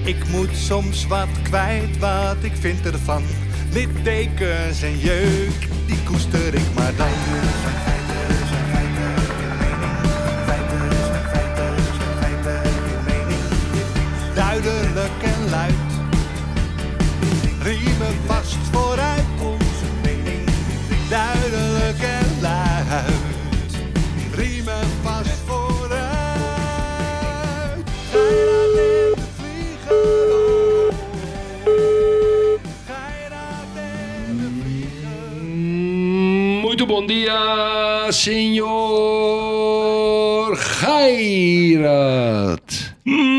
Ik moet soms wat kwijt, wat ik vind ervan. Littekens en jeuk, die koester ik maar dan. Duidelijk en luid. Riemen vast vooruit, onze mening. Duidelijk en luid. Riemen vast vooruit. Ga je daar in de vliegen? Ga je daar in de vliegen? Muito bom dia, senhor Geirat.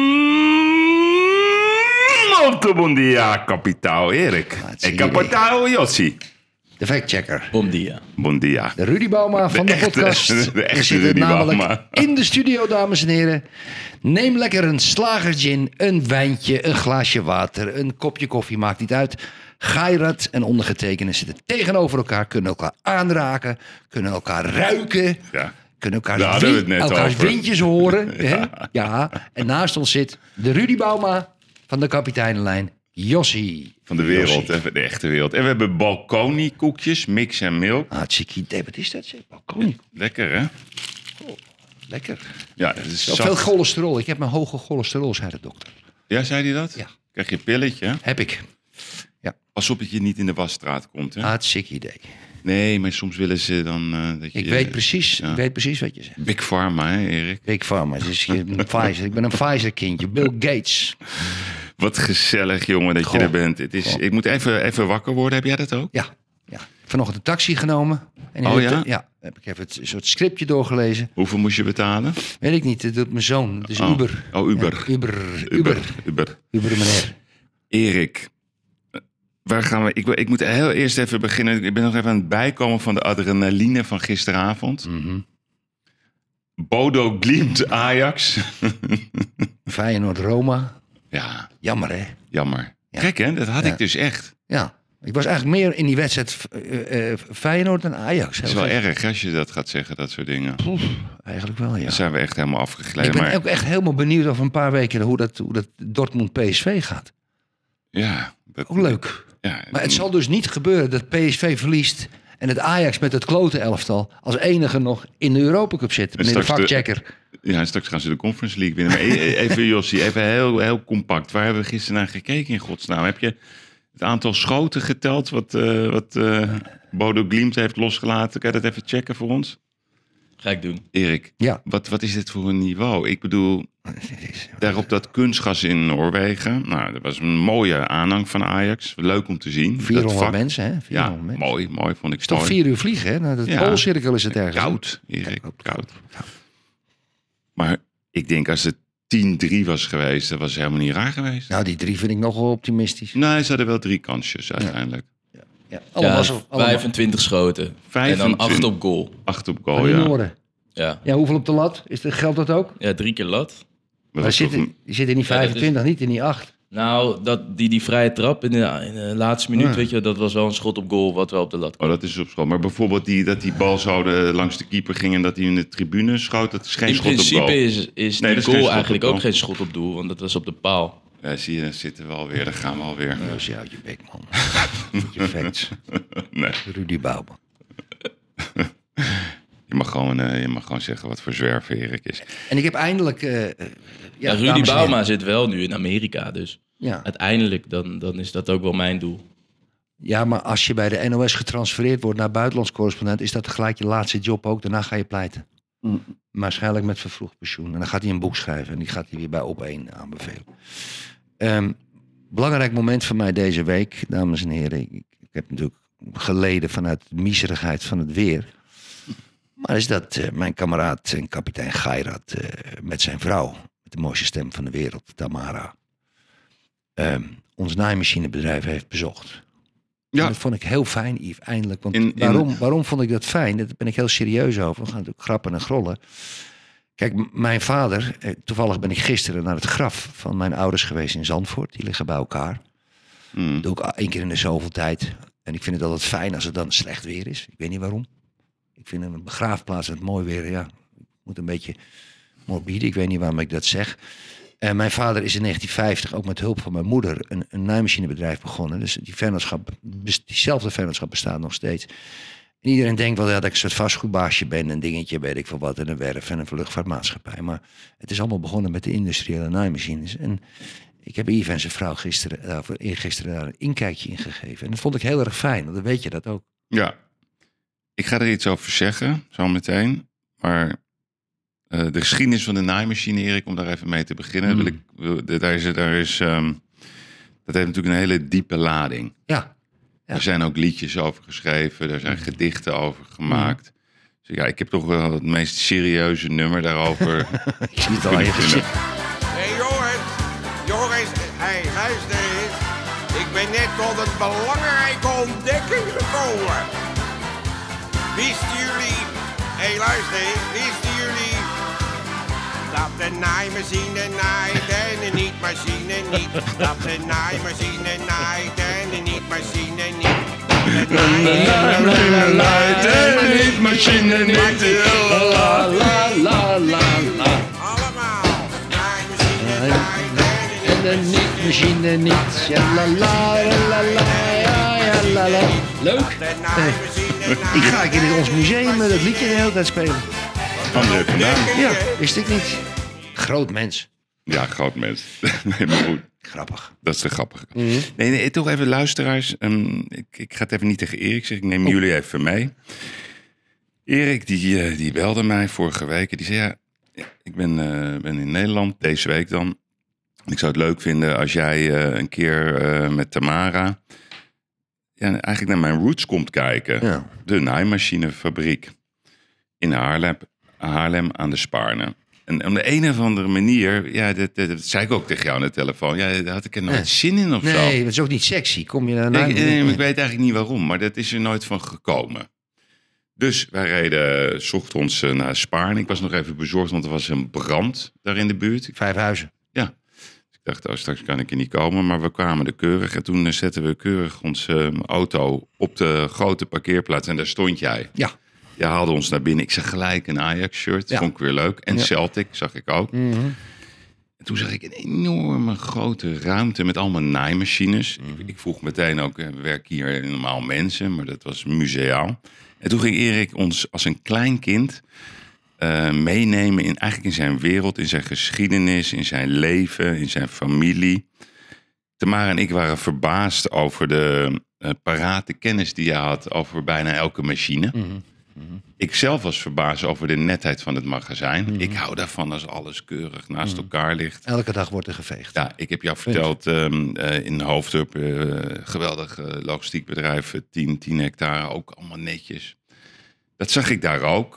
Molto bom dia, kapitaal Erik. En kapitaal Jossi. De factchecker. Bom dia. Bon dia. De Rudy Bauma van de podcast. de echte We zitten Rudy namelijk Bauma. in de studio, dames en heren. Neem lekker een slagergin, een wijntje, een glaasje water, een kopje koffie, maakt niet uit. Geirat en ondergetekende zitten tegenover elkaar, kunnen elkaar aanraken, kunnen elkaar ruiken. Ja. Kunnen Daar hadden we het net elkaars over. windjes horen. Hè? Ja. En naast ons zit de Rudy Bauma van de kapiteinenlijn, Jossi. Van de wereld, hè, de echte wereld. En we hebben balkoni-koekjes, mix en milk. Ah, idee, wat is dat? Zeg? Balkoni. Lekker, hè? Lekker. Ja, het is Wel zacht. veel cholesterol. Ik heb een hoge cholesterol, zei de dokter. Ja, zei hij dat? Ja. Krijg je een pilletje, hè? Heb ik. Pas op dat je niet in de wasstraat komt, hè? Hartstikke idee. Nee, maar soms willen ze dan dat je... Ik weet precies wat je zegt. Big Pharma, hè, Erik? Big Pharma. Dus Pfizer. Ik ben een Pfizer-kindje. Bill Gates. Wat gezellig, jongen, dat je er bent. Het is, ik moet even wakker worden. Heb jij dat ook? Ja. Vanochtend een taxi genomen. En Oh, ja? Ja. Heb ik even een soort scriptje doorgelezen. Hoeveel moest je betalen? Weet ik niet. Dat doet mijn zoon. Het is Oh. Uber. Oh, Uber. Ja, Uber, meneer. Erik, waar gaan we? Ik moet heel eerst even beginnen. Ik ben nog even aan het bijkomen van de adrenaline van gisteravond. Bodo Glimt Ajax. Feyenoord-Roma. Ja, Jammer, hè? jammer. Ja. Gek, hè? Dat had ik dus echt. Ja. Ik was eigenlijk meer in die wedstrijd Feyenoord dan Ajax. Het is wel erg hè, als je dat gaat zeggen, dat soort dingen. Eigenlijk wel, ja. Dan zijn we echt helemaal afgegleden. Ik ben Maar ook echt helemaal benieuwd over een paar weken hoe dat Dortmund-PSV gaat. ja, Ook leuk. Ja, Maar het zal dus niet gebeuren dat PSV verliest en het Ajax met het klote elftal als enige nog in de Europa Cup zit. Meneer de straks de- factchecker. Ja, straks gaan ze de Conference League winnen. Maar even Jossie, even heel compact. Waar hebben we gisteren naar gekeken in godsnaam? Heb je het aantal schoten geteld wat Bodo Glimt heeft losgelaten? Kan je dat even checken voor ons? Ga ik doen. Erik, Ja. wat is dit voor een niveau? Ik bedoel, daar op dat kunstgas in Noorwegen. Nou, dat was een mooie aanhang van Ajax. Leuk om te zien. 400 Dat vak. mensen, hè? 400 Ja, mensen. mooi vond ik. Het is toch 4 uur vliegen, hè? Naar het Ja. Poolcirkel is het ergens. Koud, Erik, Ja, koud. Maar ik denk als het 10-3 was geweest, dat was helemaal niet raar geweest. Nou, die 3 vind ik nog wel optimistisch. Nee, ze hadden wel 3 kansjes uiteindelijk. Ja. Allemaal, Ja, 25 schoten. En 25. dan 8 op goal. 8 op van goal, die ja. Noorden. Ja, Ja, hoeveel op de lat? Geldt dat ook? ja 3 keer lat. Dat Maar was die toch een- zit in die 25, niet in die 8. Nou, die vrije trap in de laatste minuut, Ja. weet je, dat was wel een schot op goal wat wel op de lat kwam. Oh, dat is op school. Maar bijvoorbeeld dat die bal zo langs de keeper ging en dat hij in de tribune schoot, dat is geen In schot op principe goal. is Nee, die dat is geen goal schot op eigenlijk goal. ook geen schot op doel, want dat was op de paal. Ja, zie je, daar zitten we alweer. Daar gaan we alweer. Roosje uit je bek, man. Je facts. Nee, Rudy Bauma. je mag gewoon zeggen wat voor zwerver Erik is. En ik heb eindelijk... Ja, Rudy dames en Bauma heren. zit wel nu in Amerika, dus Ja. uiteindelijk dan is dat ook wel mijn doel. Ja, maar als je bij de NOS getransfereerd wordt naar buitenlandscorrespondent, is dat gelijk je laatste job ook. Daarna ga je pleiten. Waarschijnlijk met vervroegd pensioen. En dan gaat hij een boek schrijven en die gaat hij weer bij Op1 aanbevelen. Belangrijk moment voor mij deze week, dames en heren. Ik heb natuurlijk geleden vanuit de miserigheid van het weer. Maar is dat mijn kameraad en kapitein Geirat met zijn vrouw, met de mooiste stem van de wereld, Tamara, ons naaimachinebedrijf heeft bezocht. Ja. En dat vond ik heel fijn, Yves, eindelijk. Want In- waarom vond ik dat fijn? Daar ben ik heel serieus over. We gaan natuurlijk grappen en grollen. Kijk, mijn vader, toevallig ben ik gisteren naar het graf van mijn ouders geweest in Zandvoort. Die liggen bij elkaar. Mm. Dat doe ik 1 keer in de zoveel tijd. En ik vind het altijd fijn als het dan slecht weer is. Ik weet niet waarom. Ik vind een begraafplaats met mooi weer, ja, moet een beetje morbide. Ik weet niet waarom ik dat zeg. Mijn vader is in 1950 ook met hulp van mijn moeder een naaimachinebedrijf begonnen. Dus diezelfde vennootschap bestaat nog steeds. En iedereen denkt wel dat ik een soort vastgoedbaasje ben, een dingetje, weet ik veel wat, en een werf en een luchtvaartmaatschappij. Maar het is allemaal begonnen met de industriële naaimachines. En ik heb Yves en zijn vrouw eergisteren daar een inkijkje in gegeven. En dat vond ik heel erg fijn, want dan weet je dat ook. Ja, ik ga er iets over zeggen, zo meteen. Maar de geschiedenis van de naaimachine, Erik, om daar even mee te beginnen. Dat heeft natuurlijk een hele diepe lading. Ja. Er zijn ook liedjes over geschreven, er zijn gedichten over gemaakt. Dus ja, ik heb toch wel het meest serieuze nummer daarover. Ik zie het al aan je gezicht. Hé jongens, hey, luister eens. Ik ben net tot een belangrijke ontdekking gekomen. Wisten jullie, luister eens, wisten jullie dat de naaimachine naait en de niet-machine niet? Dat de naaimachine naait en de niet-machine niet? De naaimachine naait en de niet-machine niet? La la la la. Allemaal, naaimachine naait en de niet-machine niet. Ja la la la la ja la la. Leuk. Ik ga in ons museum dat liedje de hele tijd spelen. André vandaan. Ja, wist ik niet. Groot mens. Ja, groot mens. Nee, maar goed. Grappig. Dat is de grappige. Nee, toch even luisteraars. Ik ga het even niet tegen Erik zeggen. Ik neem jullie even mee. Erik, die belde mij vorige week. Die zei, ja, ik ben in Nederland, deze week dan. Ik zou het leuk vinden als jij een keer met Tamara eigenlijk naar mijn roots komt kijken. Ja. De naaimachinefabriek in Haarlem aan de Spaarne. En op de een of andere manier, ja, dat zei ik ook tegen jou aan de telefoon. Ja, daar had ik er nooit zin in of zo. Nee, dat is ook niet sexy. Kom je naar ik weet eigenlijk niet waarom, maar dat is er nooit van gekomen. Dus wij reden 's ochtends naar Spaarne. Ik was nog even bezorgd, want er was een brand daar in de buurt. 5 huizen. Ja. Ik dacht, straks kan ik er niet komen, maar we kwamen er keurig. En toen zetten we keurig onze auto op de grote parkeerplaats. En daar stond jij. Ja. Je haalde ons naar binnen. Ik zag gelijk een Ajax-shirt. Ja. Vond ik weer leuk. En Celtic zag ik ook. Mm-hmm. En toen zag ik een enorme grote ruimte met allemaal naaimachines. Mm-hmm. Ik vroeg meteen ook, we werken hier normaal mensen, maar dat was museaal. En toen ging Erik ons als een klein kind meenemen eigenlijk in zijn wereld, in zijn geschiedenis, in zijn leven, in zijn familie. Tamara en ik waren verbaasd over de parate kennis die je had over bijna elke machine. Mm-hmm. Mm-hmm. Ik zelf was verbaasd over de netheid van het magazijn. Mm-hmm. Ik hou daarvan als alles keurig naast elkaar ligt. Elke dag wordt er geveegd. Ja, ik heb jou verteld in Hoofddorp, geweldig logistiek bedrijf, 10 hectare, ook allemaal netjes. Dat zag ik daar ook.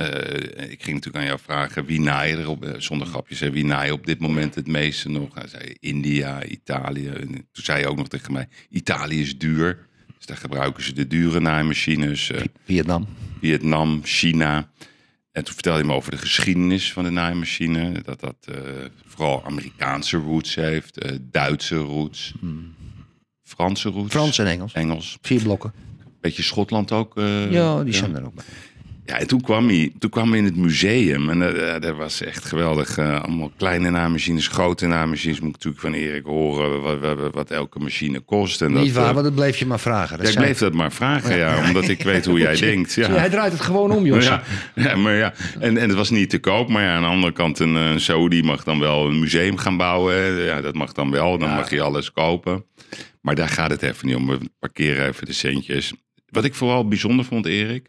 Ik ging natuurlijk aan jou vragen, wie naaien er op, zonder grapjes, wie naaien op dit moment het meeste nog? Hij zei India, Italië. En toen zei je ook nog tegen mij, Italië is duur. Dus daar gebruiken ze de dure naaimachines. Vietnam, China. En toen vertelde je me over de geschiedenis van de naaimachine. Dat vooral Amerikaanse roots heeft, Duitse roots, Franse roots. Frans en Engels. 4 blokken. Beetje Schotland ook. Ja, die zijn er ook bij. Ja, en toen kwam hij in het museum en dat was echt geweldig. Allemaal kleine naaimachines, grote naaimachines. Moet ik natuurlijk van Erik horen wat elke machine kost. En niet waar, want dat bleef je maar vragen. Ik bleef dat maar vragen, ja, omdat ik weet hoe jij denkt. Ja. Hij draait het gewoon om, Jos. Ja. En het was niet te koop. Maar ja, aan de andere kant, een Saudi mag dan wel een museum gaan bouwen. Ja, dat mag dan wel, dan mag je alles kopen. Maar daar gaat het even niet om. We parkeren even de centjes. Wat ik vooral bijzonder vond, Erik,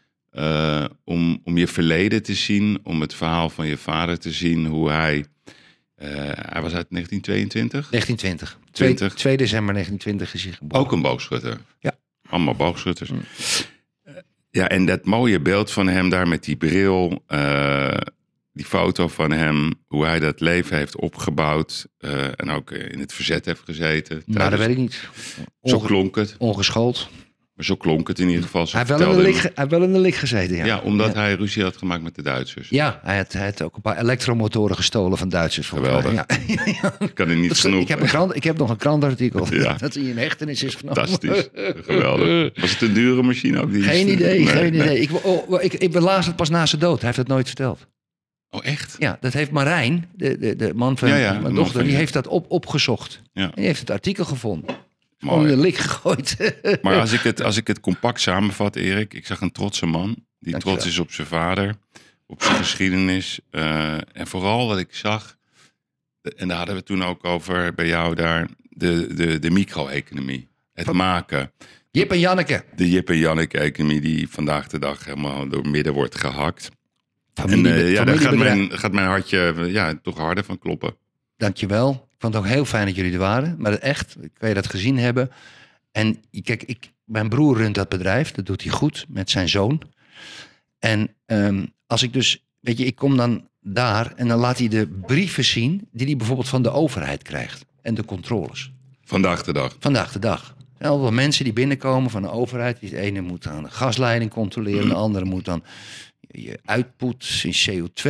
om je verleden te zien, om het verhaal van je vader te zien, hoe hij was uit 1922? 1920. 2 december 1920 is hij geboren. Ook een boogschutter? Ja. Allemaal boogschutters. Ja, en dat mooie beeld van hem daar met die bril, die foto van hem, hoe hij dat leven heeft opgebouwd en ook in het verzet heeft gezeten. Nou, dat weet ik niet. Zo klonk het. Ongeschoold. Maar zo klonk het in ieder geval. Hij heeft wel in de lik gezeten, ja. Ja, omdat hij ruzie had gemaakt met de Duitsers. Ja, hij had ook een paar elektromotoren gestolen van Duitsers. Geweldig. Ja. Kan er niet genoeg. Ik heb nog een krantartikel. Ja. Dat hij in hechtenis is genomen. Fantastisch. Geweldig. Was het een dure machine ook? Geen idee. Ik las het pas na zijn dood. Hij heeft het nooit verteld. Oh, echt? Ja, dat heeft Marijn, de man van mijn man dochter, van die je. heeft dat opgezocht. Ja. En die heeft het artikel gevonden. Mooi. Om de lik gegooid. Maar als ik het compact samenvat, Erik. Ik zag een trotse man. Die Dankjewel. trots is op zijn vader. Op zijn geschiedenis. En vooral wat ik zag. En daar hadden we het toen ook over bij jou daar. De micro-economie. Het maken. Jip en Janneke. De Jip en Janneke-economie die vandaag de dag helemaal door midden wordt gehakt. Daar Familiebedrijf. gaat mijn hartje toch harder van kloppen. Dankjewel. Ik vond het ook heel fijn dat jullie er waren. Maar echt, kan je dat gezien hebben. En kijk, mijn broer runt dat bedrijf. Dat doet hij goed met zijn zoon. En als ik dus, weet je, ik kom dan daar en dan laat hij de brieven zien die hij bijvoorbeeld van de overheid krijgt. En de controles. Vandaag de dag. Vandaag de dag. Er zijn al wel mensen die binnenkomen van de overheid. De ene moet dan de gasleiding controleren. De andere moet dan je uitput in CO2,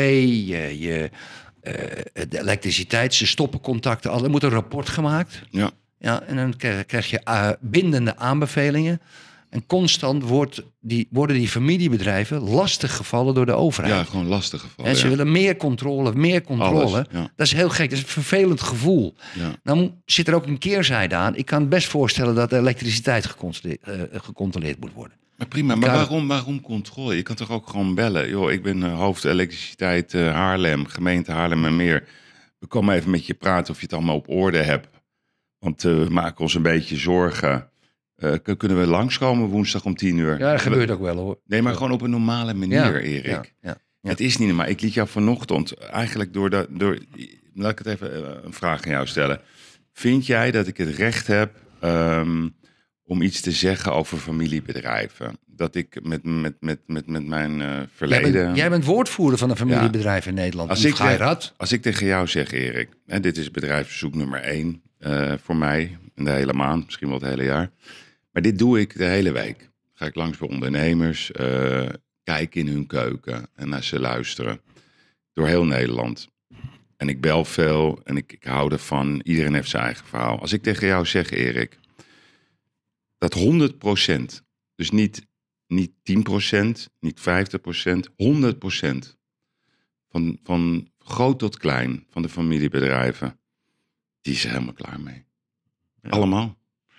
de elektriciteit, ze stoppen contacten. Er moet een rapport gemaakt. Ja. Ja, en dan krijg je bindende aanbevelingen. En constant worden die familiebedrijven lastiggevallen door de overheid. Ja, gewoon lastig gevallen. En ze willen meer controle. Alles, ja. Dat is heel gek, dat is een vervelend gevoel. Ja. Nou zit er ook een keerzijde aan. Ik kan het best voorstellen dat de elektriciteit gecontroleerd moet worden. Maar prima, maar waarom controle? Je kan toch ook gewoon bellen? Joh, ik ben hoofd elektriciteit Haarlem, gemeente Haarlem en Meer. We komen even met je praten of je het allemaal op orde hebt. Want we maken ons een beetje zorgen. Kunnen we langskomen woensdag om 10:00? Ja, dat gebeurt ook wel hoor. Nee, maar gewoon op een normale manier, Erik. Ja. Het is niet normaal. Ik liet jou vanochtend eigenlijk laat ik het even een vraag aan jou stellen. Vind jij dat ik het recht heb om iets te zeggen over familiebedrijven? Dat ik met mijn verleden... Jij bent woordvoerder van een familiebedrijf in Nederland. Als ik tegen jou zeg, Erik, dit is bedrijfsbezoek nummer 1 voor mij in de hele maand, misschien wel het hele jaar. Maar dit doe ik de hele week. Ga ik langs bij ondernemers, kijk in hun keuken en naar ze luisteren. Door heel Nederland. En ik bel veel en ik hou ervan. Iedereen heeft zijn eigen verhaal. Als ik tegen jou zeg, Erik, dat 100%, dus niet 10%, niet 50%, 100% van groot tot klein van de familiebedrijven, die is er helemaal klaar mee. Ja. Allemaal.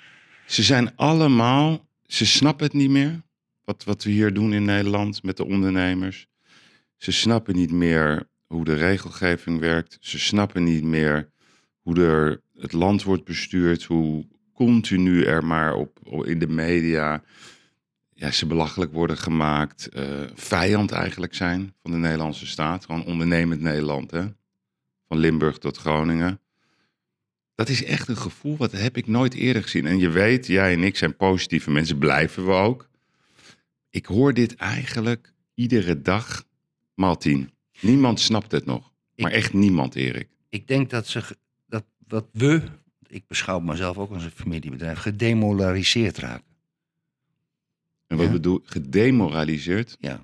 Ze snappen het niet meer, wat we hier doen in Nederland met de ondernemers. Ze snappen niet meer hoe de regelgeving werkt. Ze snappen niet meer hoe het land wordt bestuurd, hoe continu er maar in de media ze belachelijk worden gemaakt. Vijand eigenlijk zijn van de Nederlandse staat. Gewoon ondernemend Nederland, hè? Van Limburg tot Groningen. Dat is echt een gevoel, wat heb ik nooit eerder gezien. En je weet, jij en ik zijn positieve mensen, blijven we ook. Ik hoor dit eigenlijk iedere dag maal 10. Niemand snapt het nog. Maar echt niemand, Erik. Ik denk dat we, ik beschouw mezelf ook als een familiebedrijf, gedemoraliseerd raken. En wat bedoel je? Gedemoraliseerd? Ja.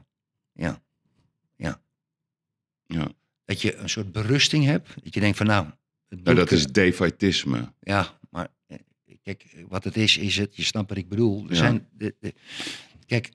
Dat je een soort berusting hebt. Dat je denkt van dat is defaitisme. Ja, maar kijk, wat het is het. Je snapt wat ik bedoel. Kijk,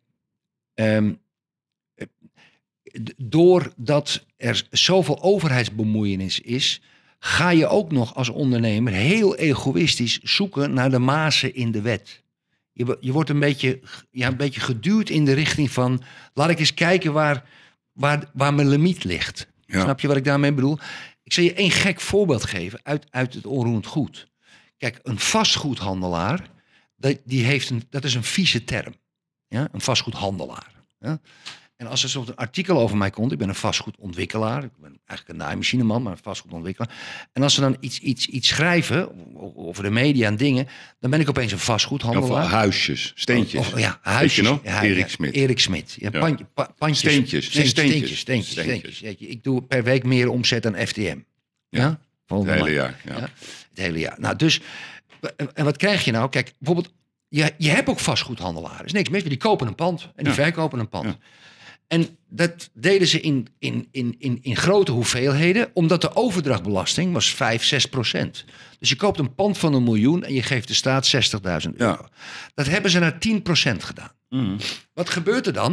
doordat er zoveel overheidsbemoeienis is, ga je ook nog als ondernemer heel egoïstisch zoeken naar de mazen in de wet. Je wordt een beetje geduwd in de richting van, laat ik eens kijken waar mijn limiet ligt. Ja. Snap je wat ik daarmee bedoel? Ik zal je één gek voorbeeld geven uit het onroerend goed. Kijk, een vastgoedhandelaar, dat is een vieze term. Ja? Een vastgoedhandelaar. Ja? En als er zo'n artikel over mij komt, ik ben een vastgoedontwikkelaar. Ik ben eigenlijk een naaimachineman, maar een vastgoedontwikkelaar. En als ze dan iets schrijven over de media en dingen, dan ben ik opeens een vastgoedhandelaar. Of huisjes, steentjes. Huisjes. Weet je nog? Ja, Erik Smit. Erik Smit. Ja, Steentjes. Steentjes. Ik doe per week meer omzet dan FTM. Ja? Het hele jaar. Ja. Het hele jaar. Nou, dus, en wat krijg je nou? Kijk, bijvoorbeeld, je hebt ook vastgoedhandelaren. Er is niks mis, die kopen een pand en die verkopen een pand. Ja. En dat deden ze in grote hoeveelheden, omdat de overdrachtbelasting was 5-6%. Dus je koopt een pand van $1 miljoen en je geeft de staat €60.000. Dat hebben ze naar 10% gedaan. Wat gebeurt er dan?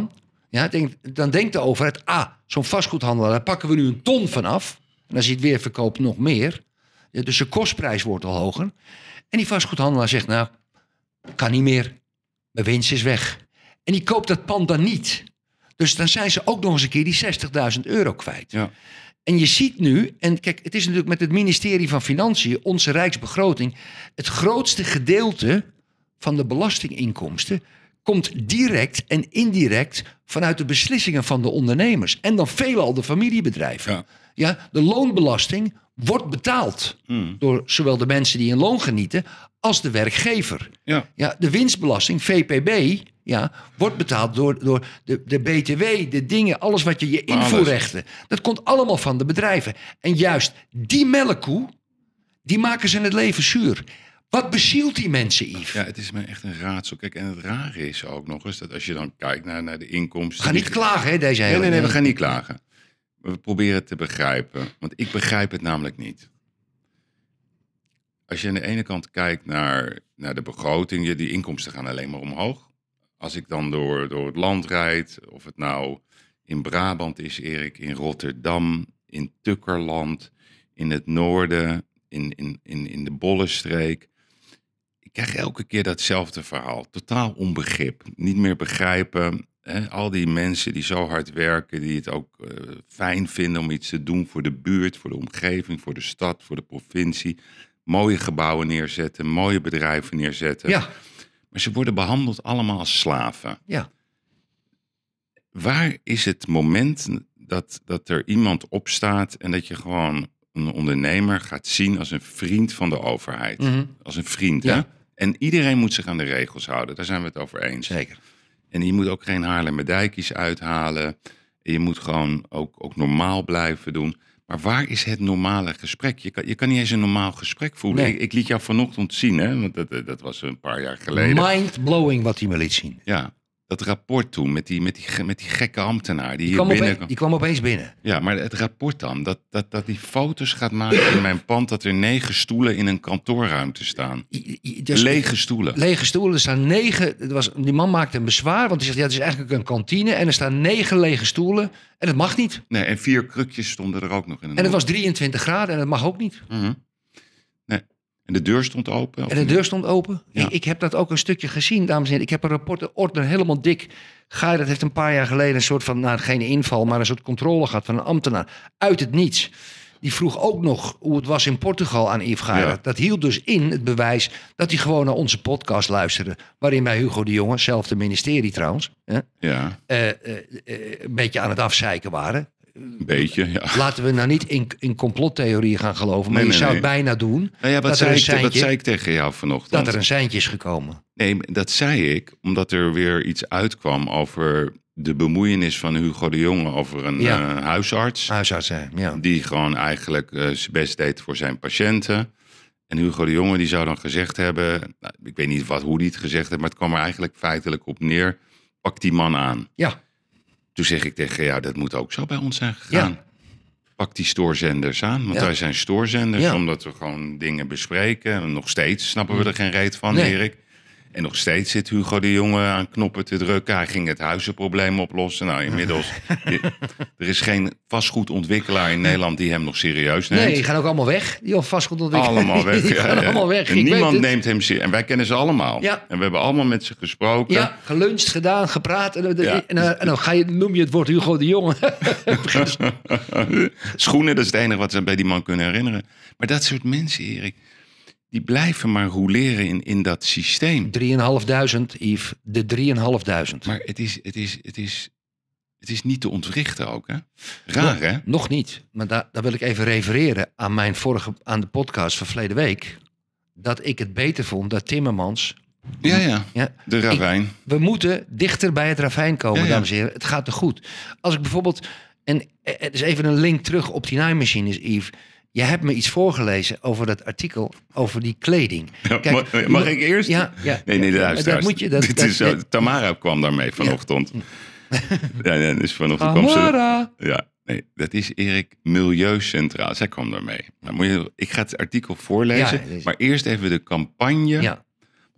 Ja, dan denkt de overheid, zo'n vastgoedhandelaar, daar pakken we nu een ton van af. En als hij het weer verkoopt, nog meer. Ja, dus de kostprijs wordt al hoger. En die vastgoedhandelaar zegt, nou, kan niet meer. Mijn winst is weg. En die koopt dat pand dan niet. Dus dan zijn ze ook nog eens een keer die €60.000 kwijt. Ja. En je ziet nu, en kijk, het is natuurlijk met het ministerie van Financiën, onze rijksbegroting, het grootste gedeelte van de belastinginkomsten komt direct en indirect vanuit de beslissingen van de ondernemers. En dan veelal de familiebedrijven. Ja, de loonbelasting wordt betaald door zowel de mensen die een loon genieten als de werkgever. Ja, de winstbelasting, VPB, wordt betaald door de BTW, de dingen, alles wat je invoerrechten. Dat komt allemaal van de bedrijven. En juist die melkkoe, die maken ze het leven zuur. Wat bezielt die mensen, Yves? Ja, het is me echt een raadsel. Kijk, en het rare is ook nog eens dat als je dan kijkt naar de inkomsten... We gaan niet klagen, hè, deze hele... Nee, we gaan niet klagen. We proberen het te begrijpen. Want ik begrijp het namelijk niet. Als je aan de ene kant kijkt naar de begroting, die inkomsten gaan alleen maar omhoog. Als ik dan door het land rijd, of het nou in Brabant is, Erik, in Rotterdam, in Tukkerland, in het noorden, in de Bollenstreek. Ik krijg elke keer datzelfde verhaal. Totaal onbegrip. Niet meer begrijpen. Hè? Al die mensen die zo hard werken, die het ook fijn vinden om iets te doen voor de buurt, voor de omgeving, voor de stad, voor de provincie. Mooie gebouwen neerzetten, mooie bedrijven neerzetten. Ja. Maar ze worden behandeld allemaal als slaven. Ja. Waar is het moment dat er iemand opstaat en dat je gewoon een ondernemer gaat zien als een vriend van de overheid? Mm-hmm. Als een vriend, Ja. hè? En iedereen moet zich aan de regels houden. Daar zijn we het over eens. Zeker. En je moet ook geen Haarlemmerdijkjes uithalen. En je moet gewoon ook normaal blijven doen. Maar waar is het normale gesprek? Je kan niet eens een normaal gesprek voelen. Nee. Ik liet jou vanochtend zien, hè? Want dat was een paar jaar geleden. Mind-blowing wat hij me liet zien. Ja, dat rapport toen met die gekke ambtenaar die hier binnen... Die kwam opeens binnen. Ja, maar het rapport dan, dat die foto's gaat maken in mijn pand, dat er 9 stoelen in een kantoorruimte staan. Dus Lege stoelen. Lege stoelen, er staan 9. Die man maakte een bezwaar, want hij zegt, het is eigenlijk een kantine. En er staan 9 lege stoelen. En dat mag niet. Nee, en 4 krukjes stonden er ook nog in. En het was 23 graden en dat mag ook niet. Mm-hmm. Nee. En de deur stond open. En de deur stond open. Ja. Ik heb dat ook een stukje gezien, dames en heren. Ik heb een rapport, de ordner helemaal dik. Gaai, dat heeft een paar jaar geleden een soort van, geen inval, maar een soort controle gehad van een ambtenaar. Uit het niets. Die vroeg ook nog hoe het was in Portugal aan Yves Gaira. Ja. Dat hield dus in het bewijs dat hij gewoon naar onze podcast luisterde. Waarin wij Hugo de Jonge, zelfde ministerie trouwens, Ja, een beetje aan het afzeiken waren. een beetje, ja. Laten we nou niet in complottheorieën gaan geloven. Maar Nee, je zou nee. het bijna doen. Nou ja, wat zei ik tegen jou vanochtend? Dat er een seintje is gekomen. Nee, dat zei ik omdat er weer iets uitkwam over de bemoeienis van Hugo de Jonge over een huisarts. Huisarts, ja. Die gewoon eigenlijk zijn best deed voor zijn patiënten. En Hugo de Jonge die zou dan gezegd hebben, nou, ik weet niet hoe hij het gezegd heeft, maar het kwam er eigenlijk feitelijk op neer, pak die man aan. Ja. Toen zeg ik tegen jou, dat moet ook zo bij ons zijn gegaan. Ja. Pak die stoorzenders aan, want wij zijn stoorzenders, omdat we gewoon dingen bespreken. En nog steeds snappen we er geen reet van, Erik. En nog steeds zit Hugo de Jonge aan knoppen te drukken. Hij ging het huizenprobleem oplossen. Nou, inmiddels, er is geen vastgoedontwikkelaar in Nederland die hem nog serieus neemt. Nee, die gaan ook allemaal weg. Die vastgoedontwikkelaars. Allemaal weg. Die gaan allemaal weg. En niemand neemt hem serieus. En wij kennen ze allemaal. Ja. En we hebben allemaal met ze gesproken. Ja, geluncht, gedaan, gepraat. En dan noem je het woord Hugo de Jonge. Schoenen, dat is het enige wat ze bij die man kunnen herinneren. Maar dat soort mensen, Erik, die blijven maar roleren in dat systeem. 3.500, Yves. De 3.500. Maar het is niet te ontwrichten ook, hè? Raar, hè? Nog niet. Maar daar wil ik even refereren aan de podcast van verleden week. Dat ik het beter vond dat Timmermans... Ja. De ravijn. We moeten dichter bij het ravijn komen, Ja. dames en heren. Het gaat te goed. Als ik bijvoorbeeld... En het is even een link terug op die naaimachines, Yves. Je hebt me iets voorgelezen over dat artikel, over die kleding. Ja, Kijk, mag ik eerst? Ja. Nee, de luisteraars. Dat moet je, Tamara kwam daarmee vanochtend. Ja, dus vanochtend kwam ze... Tamara! Ja, nee, dat is Erik Milieucentraal. Zij kwam daarmee. Maar ik ga het artikel voorlezen, Ja, maar eerst even de campagne. Ja.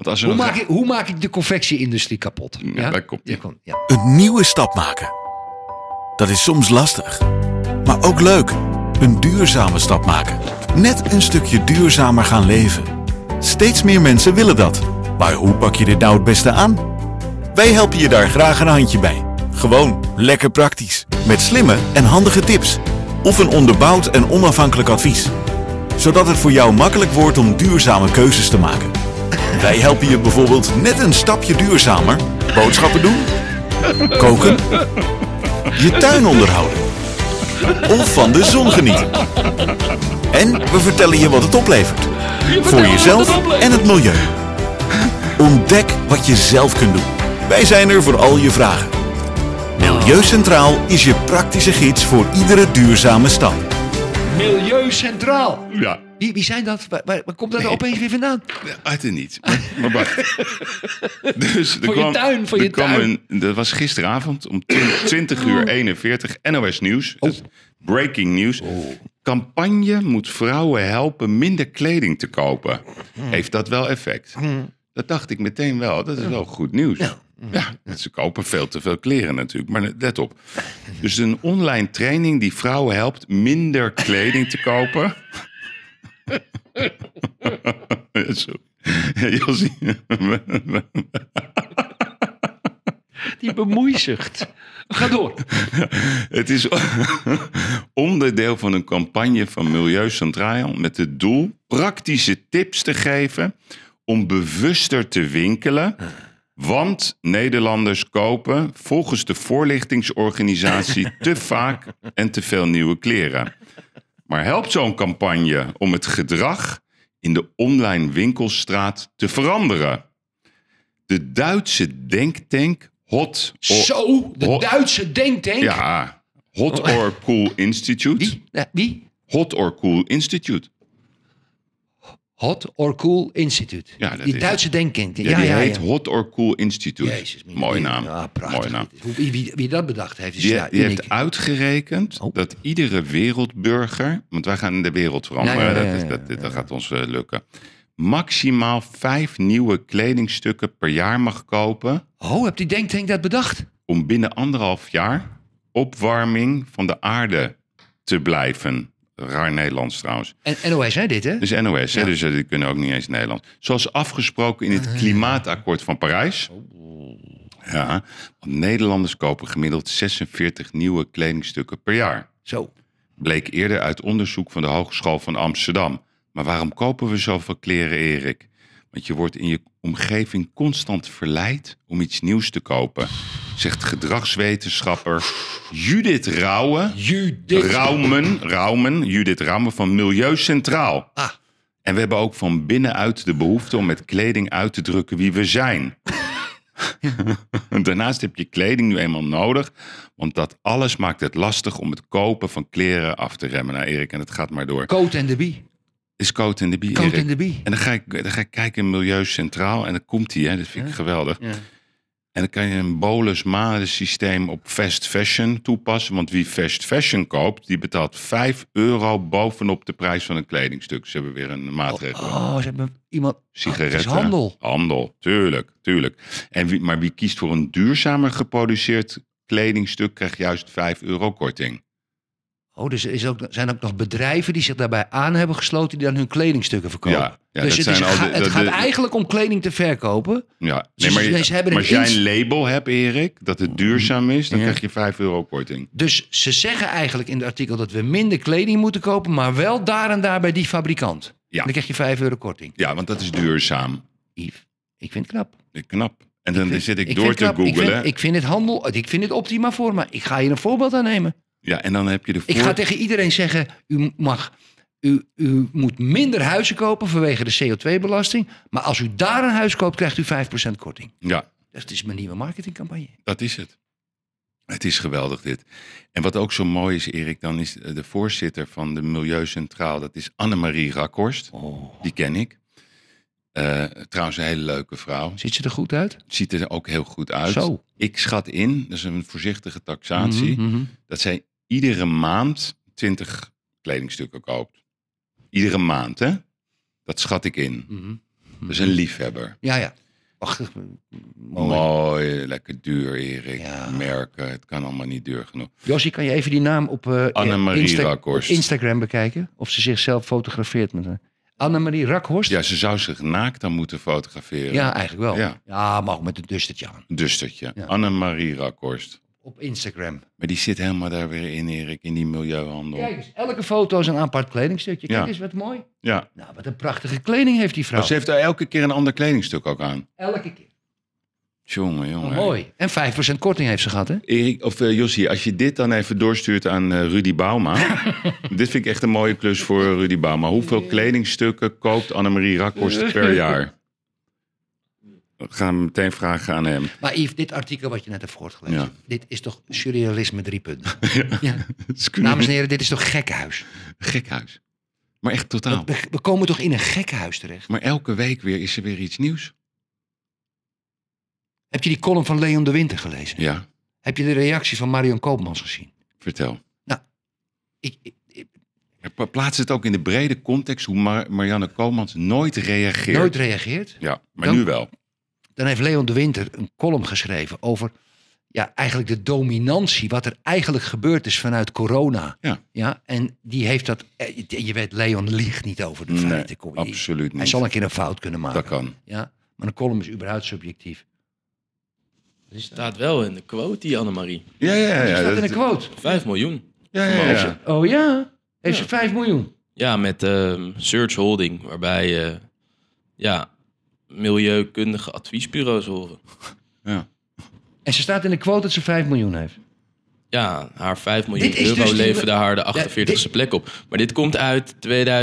Want als er Hoe maak ik de confectie-industrie kapot? Ja, daar komt ie. Ja. Een nieuwe stap maken. Dat is soms lastig, maar ook leuk. Een duurzame stap maken. Net een stukje duurzamer gaan leven. Steeds meer mensen willen dat. Maar hoe pak je dit nou het beste aan? Wij helpen je daar graag een handje bij. Gewoon lekker praktisch. Met slimme en handige tips. Of een onderbouwd en onafhankelijk advies. Zodat het voor jou makkelijk wordt om duurzame keuzes te maken. Wij helpen je bijvoorbeeld net een stapje duurzamer boodschappen doen, koken, je tuin onderhouden of van de zon genieten. En we vertellen je wat het oplevert. Voor jezelf en het milieu. Ontdek wat je zelf kunt doen. Wij zijn er voor al je vragen. Milieu Centraal is je praktische gids voor iedere duurzame stap. Milieu Centraal. Ja. Wie zijn dat? Waar komt dat opeens weer vandaan? Uit het niets. Maar wacht. Dus Voor je tuin. Dat was gisteravond om 20:41 NOS Nieuws. Dus breaking news. Campagne moet vrouwen helpen minder kleding te kopen. Heeft dat wel effect? Dat dacht ik meteen wel. Dat is wel goed nieuws. Ja, ze kopen veel te veel kleren natuurlijk. Maar let op. Dus een online training die vrouwen helpt minder kleding te kopen. Josie. Die bemoeizucht. Ga door. Het is onderdeel van een campagne van Milieu Centraal met het doel praktische tips te geven om bewuster te winkelen. Want Nederlanders kopen volgens de voorlichtingsorganisatie te vaak en te veel nieuwe kleren. Maar helpt zo'n campagne om het gedrag in de online winkelstraat te veranderen? De Duitse denktank Duitse denktank? Ja, Hot or Cool Institute. Wie? Hot or Cool Institute. Hot or Cool Institute. Ja, dat die is Duitse denktank. Ja, die heet Hot or Cool Institute. Jezus, Mooie naam. Ja, prachtig. Mooie naam. Wie dat bedacht heeft, is Die uniek. heeft uitgerekend dat iedere wereldburger, want wij gaan de wereld veranderen, dat gaat ons lukken, maximaal 5 nieuwe kledingstukken per jaar mag kopen. Oh, hebt die denktank dat bedacht? Om binnen 1,5 jaar opwarming van de aarde te blijven. Raar Nederlands trouwens. En NOS, hè, dit, hè? Dus NOS, hè, dus die kunnen ook niet eens Nederlands. Zoals afgesproken in het Klimaatakkoord van Parijs. Ja, want Nederlanders kopen gemiddeld 46 nieuwe kledingstukken per jaar. Zo. Bleek eerder uit onderzoek van de Hogeschool van Amsterdam. Maar waarom kopen we zoveel kleren, Erik? Want je wordt in je omgeving constant verleid om iets nieuws te kopen. Zegt gedragswetenschapper Judith Raumen van Milieu Centraal. Ah. En we hebben ook van binnenuit de behoefte om met kleding uit te drukken wie we zijn. Daarnaast heb je kleding nu eenmaal nodig, want dat alles maakt het lastig om het kopen van kleren af te remmen. Nou, Erik, en het gaat maar door. Coat and the Bee. Is Coat and the Bee, Coat Erik. and the Bee. En dan ga ik kijken in Milieu Centraal en dan komt hij, dat vind ik geweldig. Ja. En dan kan je een bolus-malus systeem op fast fashion toepassen. Want wie fast fashion koopt, die betaalt €5 bovenop de prijs van een kledingstuk. Ze hebben weer een maatregel. Ze hebben iemand... Sigaretten. Het is handel. Handel, tuurlijk. En maar wie kiest voor een duurzamer geproduceerd kledingstuk, krijgt juist €5 korting. Oh, dus zijn ook nog bedrijven die zich daarbij aan hebben gesloten die dan hun kledingstukken verkopen. Ja, dus dat het gaat eigenlijk om kleding te verkopen. Ja, Dus maar als jij een label hebt, Erik, dat het duurzaam is, dan krijg je €5 korting. Dus ze zeggen eigenlijk in het artikel dat we minder kleding moeten kopen, maar wel daar en daar bij die fabrikant. Ja. Dan krijg je €5 korting. Ja, want dat is duurzaam. Yves, ik vind het knap. Knap. En dan zit ik door vind te het knap. googlen. Ik vind het handel, ik vind het optima forma. Ik ga hier een voorbeeld aan nemen. Ja, en dan heb je Ik ga tegen iedereen zeggen, u moet minder huizen kopen vanwege de CO2-belasting. Maar als u daar een huis koopt, krijgt u 5% korting. Ja, Dat is mijn nieuwe marketingcampagne. dat is het. Het is geweldig dit. En wat ook zo mooi is, Erik, dan is de voorzitter van de Milieu Centraal, dat is Annemarie Rakhorst. Oh. Die ken ik. Trouwens een hele leuke vrouw. Ziet ze er goed uit? Ziet er ook heel goed uit. Zo. Ik schat in, dat is een voorzichtige taxatie, Mhm. dat zij iedere maand 20 kledingstukken koopt. Iedere maand, hè? Dat schat ik in. Mhm. Dat is een liefhebber. Ja. Prachtig. Mooi. Mooi, lekker duur, Erik. Ja. Merken, het kan allemaal niet duur genoeg. Jossie, kan je even die naam op, Annemarie op Rakhorst. Instagram bekijken? Of ze zichzelf fotografeert met Annemarie Rakhorst? Ja, ze zou zich naakt dan moeten fotograferen. Ja, eigenlijk wel. Ja. Ja, maar ook met een dustertje aan. Dustertje. Ja. Annemarie Rakhorst. Op Instagram. Maar die zit helemaal daar weer in, Erik, in die milieuhandel. Kijk eens, elke foto is een apart kledingstukje. Kijk Ja. eens, wat mooi. Ja. Nou, wat een prachtige kleding heeft die vrouw. Maar ze heeft daar elke keer een ander kledingstuk ook aan. Elke keer. Jongen. Oh, mooi. En 5% korting heeft ze gehad, hè? Erik, of Jossie, als je dit dan even doorstuurt aan Rudy Bauma. Dit vind ik echt een mooie klus voor Rudy Bauma. Hoeveel kledingstukken koopt Annemarie Rakhorst per jaar? We gaan meteen vragen aan hem. Maar Yves, dit artikel wat je net hebt voorgelezen. Ja. Dit is toch surrealisme 3 punten? Ja. Het is Dames en heren, dit is toch gekkenhuis? gekhuis. Maar echt totaal. We komen toch in een gekkenhuis terecht? Maar elke week weer is er weer iets nieuws. Heb je die column van Leon de Winter gelezen? Ja, Heb je de reactie van Marion Koopmans gezien? vertel. Ik, Plaats het ook in de brede context hoe Marianne Koopmans nooit reageert. nooit reageert. Ja, maar Dan- nu wel. Dan heeft Leon de Winter een column geschreven over eigenlijk de dominantie, wat er eigenlijk gebeurd is vanuit corona. Ja. En die heeft dat, je weet, Leon liegt niet over de feiten. Kom, Absoluut Hij niet. zal een keer een fout kunnen maken. Dat kan. Ja, maar een column is überhaupt subjectief. Er staat wel in de quote, die Annemarie. Ja, Er staat in dat- een quote. 5 miljoen. ja. Oh ja? Heeft Ja. ze 5 miljoen? Ja, met Search Holding, waarbij milieukundige adviesbureaus horen. Ja. En ze staat in de quote dat ze 5 miljoen heeft. Ja, haar 5 miljoen Dit is euro dus die- leverde haar de 48e plek op. Maar dit komt uit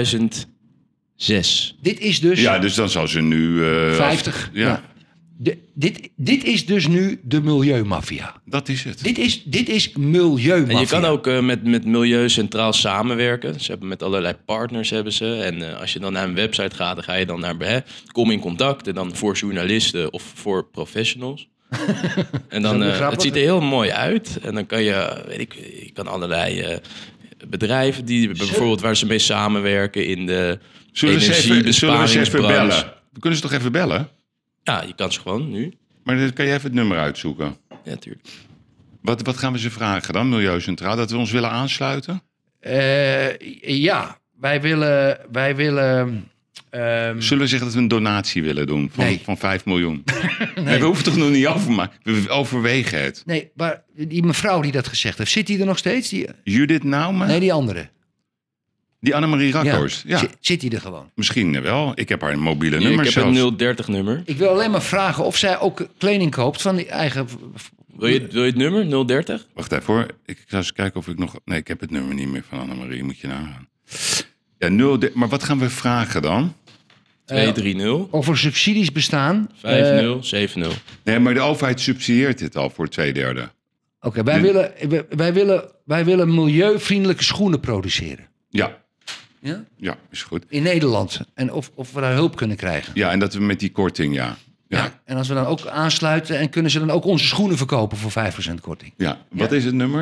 2006. Dit is dus Ja, dus dan zal ze nu... 50. Ja, Dit is dus nu de milieumafia. dat is het. Dit is milieumafia. En je kan ook met Milieu Centraal samenwerken. Ze hebben met allerlei partners hebben ze. En als je dan naar een website gaat, dan ga je dan naar kom in contact. En dan voor journalisten of voor professionals. En dan, Dat is wel grappig. het ziet er heel mooi uit. En dan kan je kan allerlei bedrijven die bijvoorbeeld waar ze mee samenwerken in de Zullen we ze even bellen? energiebesparingsbranche. We kunnen ze toch even bellen? Ja, je kan ze gewoon nu. Maar dan kan je even het nummer uitzoeken. Ja, natuurlijk. Wat gaan we ze vragen dan, Milieucentraal? Dat we ons willen aansluiten? Ja, wij willen Zullen we zeggen dat we een donatie willen doen Nee. van 5 miljoen? Nee, we hoeven toch nog niet over, maar we overwegen het. Nee, maar die mevrouw die dat gezegd heeft, zit die er nog steeds? Judith Naume? Nee, die andere. Die Annemarie Rakhorst? Ja, Zit die er gewoon? misschien wel. Ik heb haar mobiele Ik nummer heb zelfs. een 030 nummer. Ik wil alleen maar vragen of zij ook kleding koopt van die eigen... Wil je het nummer? 030? Wacht even hoor. Ik ga eens kijken of ik nog... Nee, ik heb het nummer niet meer van Annemarie. Moet je nagaan. Ja, maar wat gaan we vragen dan? 230 Of er subsidies bestaan. 5070. Nee, maar de overheid subsidieert dit al voor 2/3. Oké, wij willen milieuvriendelijke schoenen produceren. Ja, Ja? ja, is goed. In Nederland. En of we daar hulp kunnen krijgen. Ja, en dat we met die korting, ja. Ja. En als we dan ook aansluiten en kunnen ze dan ook onze schoenen verkopen voor 5% korting. Ja. Wat is het nummer?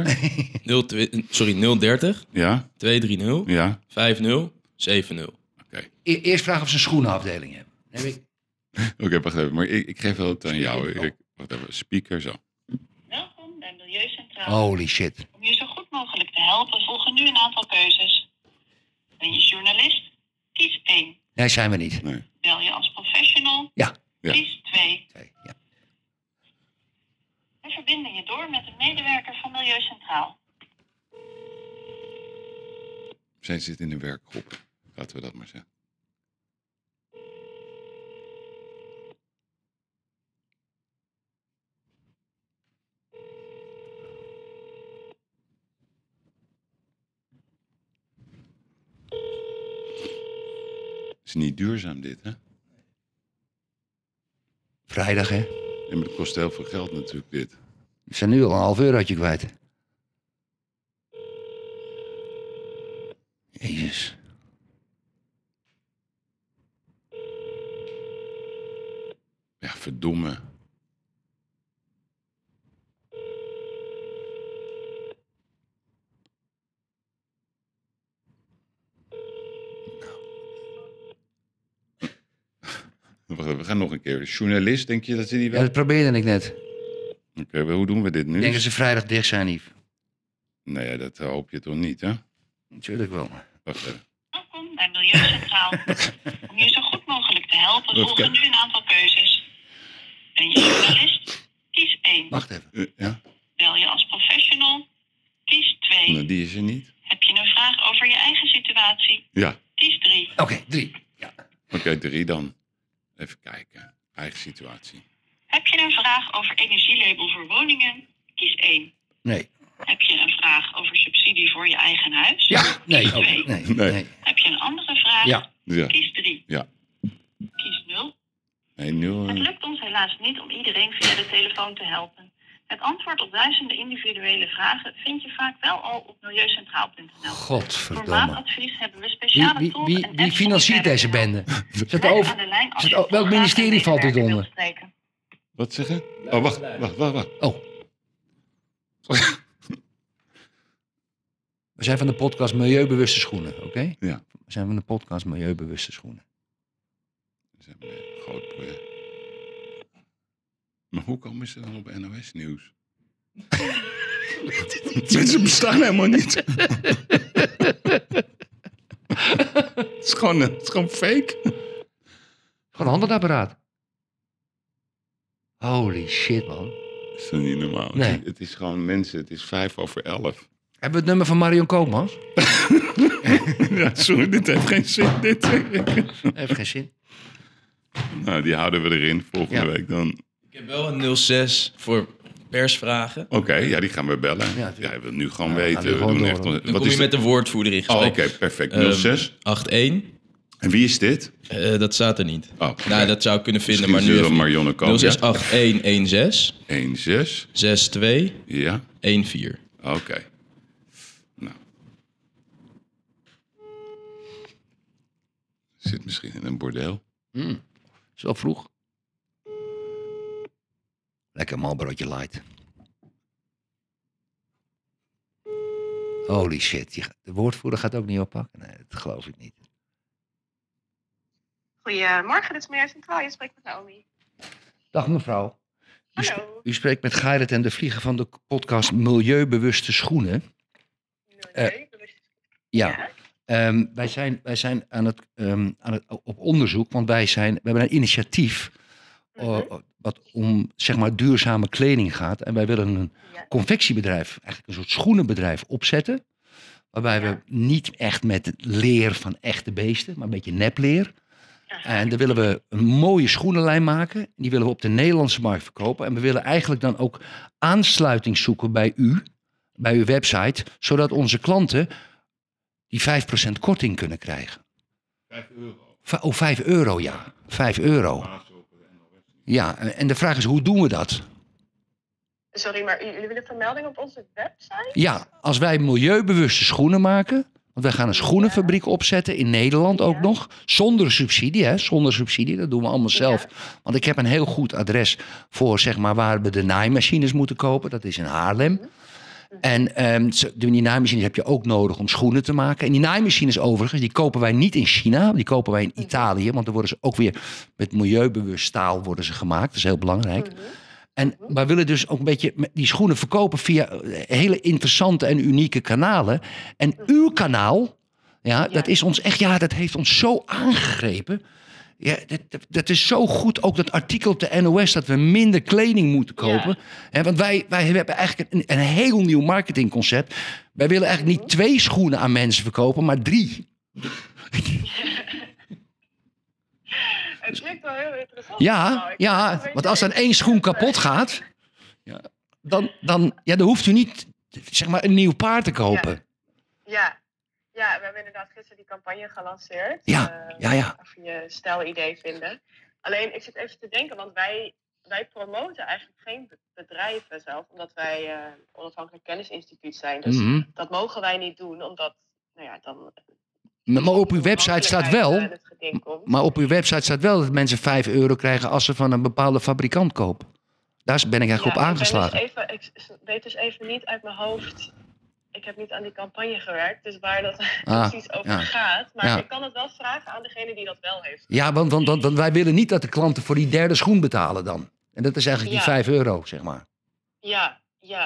030 Ja, 230 ja. 5070. Eerst vragen of ze een schoenenafdeling hebben. Dan heb ik... Oké, wacht even. Maar ik geef wel het aan jou. Wacht even. Speaker, zo. Welkom bij Milieucentraal. Holy shit. Om je zo goed mogelijk te helpen volgen nu een aantal keuzes. Ben je journalist? Kies 1. Nee, zijn we niet. Nee. Bel je als professional? Ja. Ja. Kies 2. Ja. We verbinden je door met een medewerker van Milieucentraal. Zij zit in een werkgroep. Laten we dat maar zeggen. Het is niet duurzaam dit, hè? Vrijdag, hè? En het kost heel veel geld natuurlijk, dit. We zijn nu al een half eurotje kwijt. Jezus. Ja, verdomme. Wacht even, we gaan nog een keer. Journalist, denk je dat ze die Ja, wel... dat probeerde ik net. Oké, hoe doen we dit nu? Ik denk dat ze vrijdag dicht zijn, Yves. Nee, dat hoop je toch niet, hè? Natuurlijk wel. Wacht even. Welkom bij Milieucentraal. Om je zo goed mogelijk te helpen volgen nu een aantal keuzes. Ben je journalist? Kies 1. Wacht even. Ja? Bel je als professional? Kies 2. Nou, die is er niet. Heb je een vraag over je eigen situatie? Ja. Kies 3. Oké, 3. Ja. Oké, 3 dan. Even kijken. Eigen situatie. Heb je een vraag over energielabel voor woningen? Kies 1. Nee. Heb je een vraag over subsidie voor je eigen huis? Ja. Nee. Kies Oké. 2. Nee. Nee. Nee. Heb je een andere vraag? Ja. Ja. Kies 3. Ja. Kies 0. Nee, 0. Het lukt ons helaas niet om iedereen via de telefoon te helpen. Het antwoord op duizenden individuele vragen vind je vaak wel al op milieucentraal.nl. Voor Godverdomme. maatadvies hebben we speciale tools en Wie apps financiert om je deze verder te bende? helpen. Zit Blijf over, aan de lijn als zit je welk graag ministerie een valt dit medewerker onder? wilt spreken. Wat zeggen? Oh, wacht. Oh. We zijn van de podcast Milieubewuste Schoenen, oké? Ja. We zijn van de podcast Milieubewuste Schoenen. Dat is een groot project. Maar hoe komen ze dan op NOS Nieuws? Mensen bestaan helemaal niet. Het is gewoon fake. Gewoon een handenapparaat. Holy shit, man. Dat is toch niet normaal? Nee. Het is gewoon mensen, het is 11:05. Hebben we het nummer van Marion Koopmans? Ja, sorry, dit heeft geen zin. Dit. Heeft geen zin. Nou, die houden we erin volgende week dan. Ik heb wel een 06 voor persvragen. Oké, ja, die gaan we bellen. Ja, Ja, hij wil nu gewoon Ja, weten. gaan we We gewoon doen door, echt, hoor. Dan wat kom is je met de woordvoerder in Oh, gesprek. oké, perfect. 06. 81. En wie is dit? Dat staat er niet. Oh, oké. Nou, dat zou ik kunnen vinden, Misschien maar nu zullen even Marionne komen. 068116 16. 62 Ja, 14. oké. Nou. Zit misschien in een bordeel. Is wel vroeg. Lekker Marlborootje light. Holy shit. De woordvoerder gaat ook niet oppakken? Nee, dat geloof ik niet. Goedemorgen, dit is Milieu Centraal. Je spreekt met Naomi. Dag mevrouw. Hallo. U spreekt met Gerrit en de Vlieger van de podcast Milieubewuste Schoenen. Ja. Wij zijn aan het op onderzoek, want we hebben een initiatief wat om zeg maar duurzame kleding gaat. En wij willen een confectiebedrijf, eigenlijk een soort schoenenbedrijf opzetten. Waarbij we niet echt met leer van echte beesten, maar een beetje nepleer. En daar willen we een mooie schoenenlijn maken. Die willen we op de Nederlandse markt verkopen. En we willen eigenlijk dan ook aansluiting zoeken bij u, bij uw website, zodat onze klanten die 5% korting kunnen krijgen. €5. 5 euro, ja. €5. Ja, en de vraag is, hoe doen we dat? Sorry, maar jullie willen vermelding op onze website? Ja, als wij milieubewuste schoenen maken, want wij gaan een schoenenfabriek opzetten in Nederland ook nog, zonder subsidie, hè, zonder subsidie, dat doen we allemaal zelf. Want ik heb een heel goed adres voor, zeg maar, waar we de naaimachines moeten kopen, dat is in Haarlem. En die naaimachines heb je ook nodig om schoenen te maken. En die naaimachines overigens, die kopen wij niet in China. Die kopen wij in Italië. Want dan worden ze ook weer met milieubewust staal worden ze gemaakt. Dat is heel belangrijk. En wij willen dus ook een beetje die schoenen verkopen via hele interessante en unieke kanalen. En uw kanaal, dat is ons echt, dat heeft ons zo aangegrepen. Ja, dat is zo goed, ook dat artikel op de NOS, dat we minder kleding moeten kopen. Ja. Want wij hebben eigenlijk een heel nieuw marketingconcept. Wij willen eigenlijk niet 2 schoenen aan mensen verkopen, maar 3. Het klinkt wel heel interessant. Ja, want als dan 1 schoen kapot gaat, dan hoeft u niet, zeg maar, een nieuw paard te kopen. Ja, we hebben inderdaad gisteren die campagne gelanceerd. Ja. Of je stijlidee vinden. Alleen, ik zit even te denken, want wij promoten eigenlijk geen bedrijven zelf, omdat wij een onafhankelijk kennisinstituut zijn. Dus dat mogen wij niet doen, omdat, dan... Maar op uw website staat wel. Maar op uw website staat wel dat mensen €5 krijgen als ze van een bepaalde fabrikant kopen. Daar ben ik eigenlijk op aangeslagen. Ik weet dus even niet uit mijn hoofd. ik heb niet aan die campagne gewerkt, dus waar dat precies over gaat. Maar ik kan het wel vragen aan degene die dat wel heeft. Ja, want wij willen niet dat de klanten voor die derde schoen betalen dan. En dat is eigenlijk die €5, zeg maar. Ja.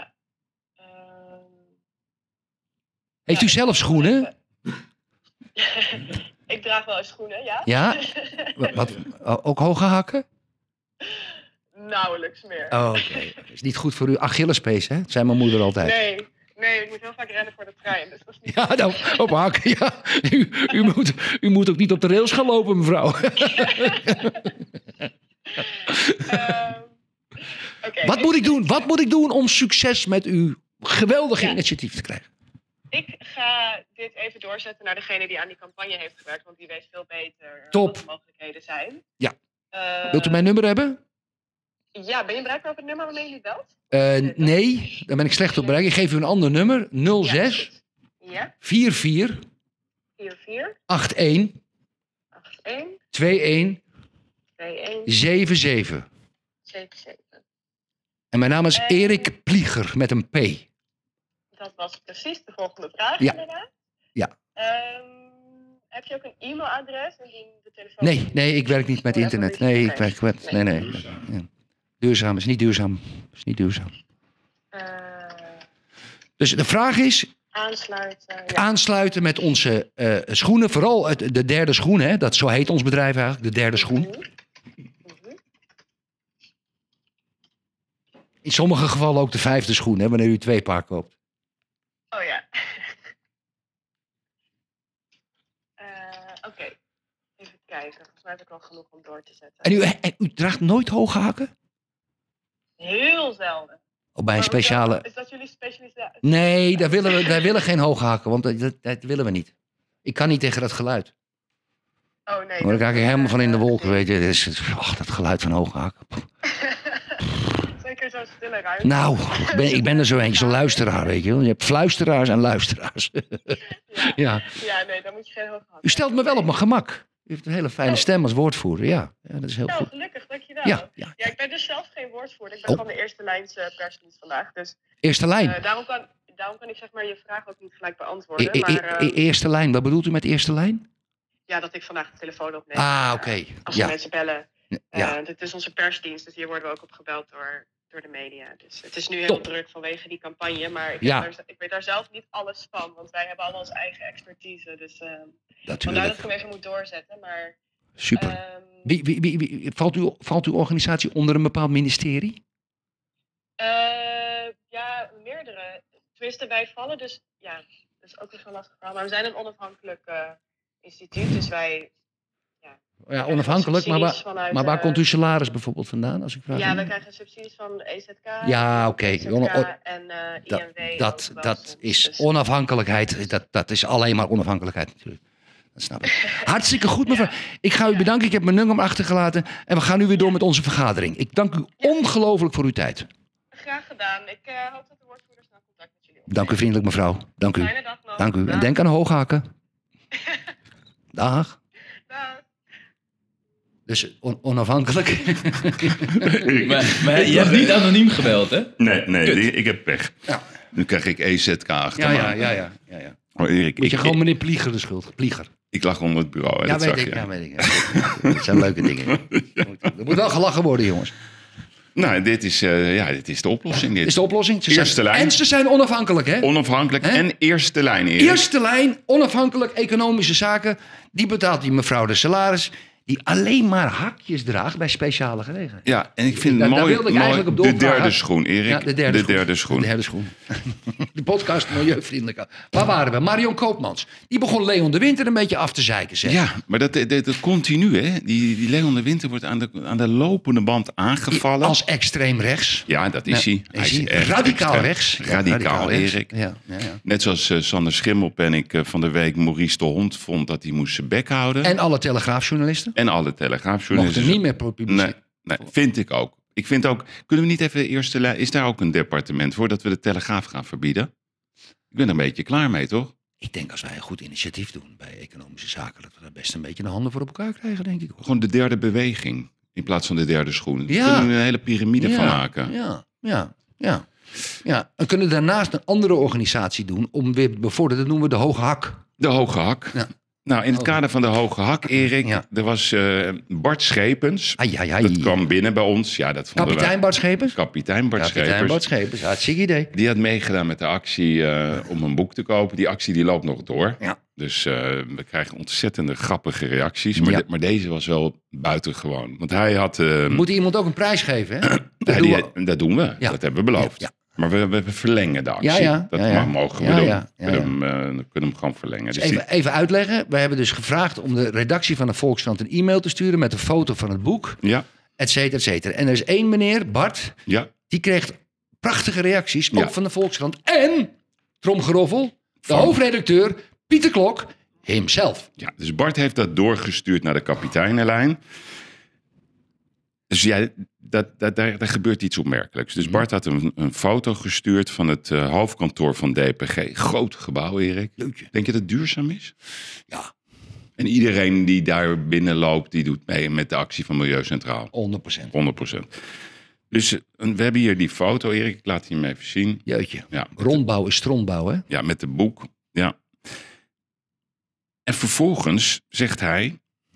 Heeft u zelf schoenen? Ik draag wel eens schoenen, ja. Ja? Wat, ook hoge hakken? Nauwelijks meer. Oh, oké. Dat is niet goed voor uw Achillespees, hè? Dat zei mijn moeder altijd. Nee, ik moet heel vaak rennen voor de trein. Dus dat is niet ja, nou, op hakken, ja. U moet ook niet op de rails gaan lopen, mevrouw. Okay, Wat moet ik doen om succes met uw geweldige initiatief te krijgen? Ik ga dit even doorzetten naar degene die aan die campagne heeft gewerkt, want die weet veel beter Top. wat de mogelijkheden zijn. Ja. Wilt u mijn nummer hebben? Ja, ben je bereikbaar op het nummer waarmee jullie belt? Nee, daar ben ik slecht op bereikt. Ik geef u een ander nummer. 06 44 81 21 77. En mijn naam is Erik Plieger met een P. Dat was precies de volgende vraag, inderdaad. Ja. Heb je ook een e-mailadres? De telefoon... Nee, ik werk niet met internet. Nee, ik werk met... Nee. Ja. Duurzaam is niet duurzaam. Dus de vraag is... Aansluiten met onze schoenen. Vooral de derde schoen, hè. Zo heet ons bedrijf eigenlijk, de derde schoen. In sommige gevallen ook de vijfde schoen, hè, wanneer u 2 paar koopt. Oh ja. Oké. Even kijken. Volgens mij heb ik wel genoeg om door te zetten. En u draagt nooit hoge hakken? Heel zelden. Of bij een speciale... Is dat jullie specialisatie? Nee, wij willen geen hoge hakken, want dat willen we niet. Ik kan niet tegen dat geluid. Oh nee. Maar dan raak ik helemaal van in de wolken, weet je. Dat geluid van hoge hakken. Zeker zo'n stille ruimte. Nou, ik ben er zo eentje, zo'n luisteraar, weet je wel. Je hebt fluisteraars en luisteraars. Ja, nee, dan moet je geen hoge hakken. U stelt me wel op mijn gemak. U heeft een hele fijne stem als woordvoerder, ja. Dat is heel goed. Gelukkig, dankjewel. Ja, ik ben dus zelf geen woordvoerder. Ik ben van de eerste lijns persdienst vandaag. Dus, eerste lijn? Daarom kan ik zeg maar je vraag ook niet gelijk beantwoorden. Eerste lijn, wat bedoelt u met eerste lijn? Ja, dat ik vandaag de telefoon opneem. Oké. Als mensen bellen. Dit is onze persdienst, dus hier worden we ook op gebeld door de media. Dus het is nu heel druk vanwege die campagne, maar ik weet daar zelf niet alles van, want wij hebben allemaal onze eigen expertise. Dus vandaar dat ik hem even moet doorzetten. Maar, super. Valt uw organisatie onder een bepaald ministerie? Ja, meerdere. Tenminste, wij vallen dus, dat is ook weer zo'n lastig verhaal, maar we zijn een onafhankelijk instituut, dus wij... Ja, onafhankelijk, maar waar komt uw salaris bijvoorbeeld vandaan? Als ik vraag we krijgen subsidies van de EZK. Ja, oké. En INW. Dat is onafhankelijkheid. Dat is alleen maar onafhankelijkheid natuurlijk. Dat snap ik. Hartstikke goed, mevrouw. Ik ga u bedanken. Ik heb mijn nummer achtergelaten. En we gaan nu weer door met onze vergadering. Ik dank u ongelooflijk voor uw tijd. Graag gedaan. Ik hoop dat de woordvoerder snel contact met jullie opneemt. Dank u vriendelijk, mevrouw. Dank u. Fijne dag nog. Dank u. En denk aan hoog haken. Dag. Dus onafhankelijk. maar je hebt niet anoniem gebeld, hè? Nee, ik heb pech. Ja. Nu krijg ik EZK achter me. Ja. Oh, Erik, moet je gewoon meneer Plieger de schuld. Plieger. Ik lag onder het bureau. Ja, weet ik. Dat zijn leuke dingen. Er moet wel gelachen worden, jongens. Nou, dit is de oplossing. Dit is de oplossing? Eerste lijn. En ze zijn onafhankelijk, hè? Onafhankelijk en eerste lijn, Erik. Eerste lijn, onafhankelijk, economische zaken. Die betaalt die mevrouw de salaris. Die alleen maar hakjes draagt bij speciale gelegenheden. Ja, en ik vind het mooi de derde schoen, Erik. Ja, de derde schoen. De podcast milieuvriendelijk. Waar waren we? Marion Koopmans. Die begon Leon de Winter een beetje af te zeiken. Zeg. Ja, maar dat continu, hè. Die Leon de Winter wordt aan de lopende band aangevallen. Als extreem rechts. Ja, dat is hij. Hij is echt radicaal rechts. Radicaal, Erik. Ja. Net zoals Sander Schimmelpenninck van de week Maurice de Hond vond dat hij moest zijn bek houden. En alle Telegraafjournalisten. Mochten niet meer publiceren. Nee, vind ik ook. Ik vind ook, kunnen we niet even eerste lijn... Is daar ook een departement voor dat we de Telegraaf gaan verbieden? Ik ben er een beetje klaar mee, toch? Ik denk als wij een goed initiatief doen bij economische zaken... dat we daar best een beetje de handen voor op elkaar krijgen, denk ik. Gewoon de derde beweging in plaats van de derde schoen. Daar kunnen we een hele piramide van maken. Ja. Ja, en kunnen daarnaast een andere organisatie doen om weer te bevorderen. Dat noemen we de Hoge Hak. De Hoge Hak. Ja. Nou, in het kader van de Hoge Hak, Erik, Ja. er was Bart Schepens. Ai. Dat kwam binnen bij ons. Ja, dat vonden Kapitein Bart Schepens? Kapitein Bart Kapitein Bart Schepens, hartstikke idee. Die had meegedaan met de actie om een boek te kopen. Die actie die loopt nog door. Ja. Dus we krijgen ontzettende grappige reacties. Ja. Maar deze was wel buitengewoon. Want hij had... Moet iemand ook een prijs geven, hè? Dat doen we. Ja. Dat hebben we beloofd. Ja. Maar we verlengen de actie. Dat mogen we doen. We kunnen hem gewoon verlengen. Dus even uitleggen. We hebben dus gevraagd om de redactie van de Volkskrant een e-mail te sturen met een foto van het boek. Ja. Et cetera, et cetera. En er is één meneer, Bart, die kreeg prachtige reacties, ook van de Volkskrant. En, tromgeroffel, de hoofdredacteur, Pieter Klok, himself. Ja, dus Bart heeft dat doorgestuurd naar de kapiteinenlijn. Dus ja, daar gebeurt iets opmerkelijks. Dus Bart had een foto gestuurd van het hoofdkantoor van DPG. Groot gebouw, Erik. Leukje. Denk je dat het duurzaam is? Ja. En iedereen die daar binnen loopt, die doet mee met de actie van Milieu Centraal. 100%. Dus we hebben hier die foto, Erik. Ik laat die hem even zien. Jeetje. Ja, Rondbouw is strontbouw, hè? Ja, met het boek. Ja. En vervolgens zegt hij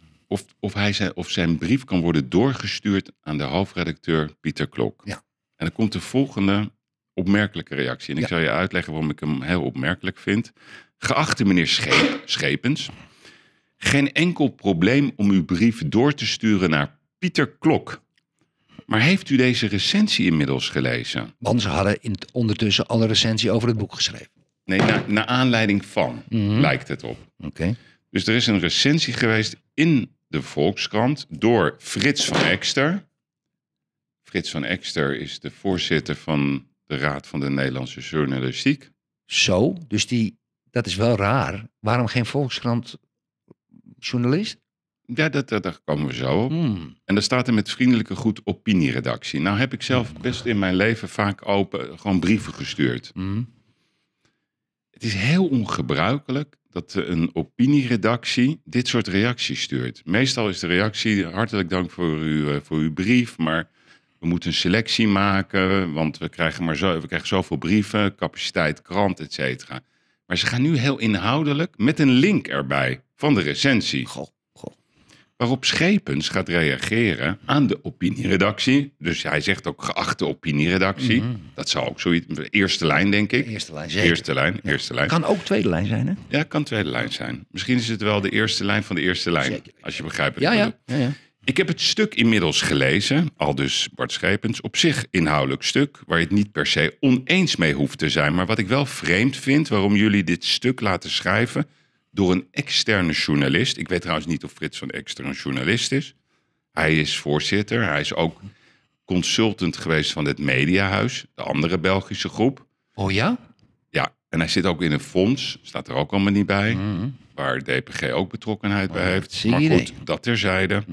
of zijn brief kan worden doorgestuurd aan de hoofdredacteur Pieter Klok. Ja. En dan komt de volgende opmerkelijke reactie. En ik zal je uitleggen waarom ik hem heel opmerkelijk vind. Geachte meneer Schepens, geen enkel probleem om uw brief door te sturen naar Pieter Klok. Maar heeft u deze recensie inmiddels gelezen? Want ze hadden ondertussen al een recensie over het boek geschreven. Nee, naar aanleiding van, lijkt het op. Oké. Dus er is een recensie geweest in de Volkskrant door Frits van Ekster. Frits van Ekster is de voorzitter van de Raad van de Nederlandse Journalistiek. Zo, dus dat is wel raar. Waarom geen Volkskrant journalist? Ja, daar komen we zo op. En daar staat er met vriendelijke groet opinieredactie. Nou heb ik zelf best in mijn leven vaak gewoon brieven gestuurd. Het is heel ongebruikelijk dat een opinieredactie dit soort reacties stuurt. Meestal is de reactie, hartelijk dank voor uw brief, maar we moeten een selectie maken, want we krijgen zoveel brieven, capaciteit, krant, et cetera. Maar ze gaan nu heel inhoudelijk met een link erbij van de recensie. Goh. Waarop Schepens gaat reageren aan de opinieredactie. Dus hij zegt ook geachte opinieredactie. Dat zou ook zoiets... Eerste lijn, denk ik. Eerste lijn, zeker. Eerste lijn. Kan ook tweede lijn zijn, hè? Ja, kan tweede lijn zijn. Misschien is het wel de eerste lijn van de eerste lijn. Zeker. Als je begrijpt wat ik bedoel. Ja. Ik heb het stuk inmiddels gelezen. Al dus Bart Schepens. Op zich inhoudelijk stuk. Waar je het niet per se oneens mee hoeft te zijn. Maar wat ik wel vreemd vind. Waarom jullie dit stuk laten schrijven door een externe journalist. Ik weet trouwens niet of Frits van Ekster een journalist is. Hij is voorzitter. Hij is ook consultant geweest van het Mediahuis. De andere Belgische groep. Oh ja? Ja, en hij zit ook in een fonds. Staat er ook allemaal niet bij. Waar DPG ook betrokkenheid bij heeft. Maar goed, dat terzijde.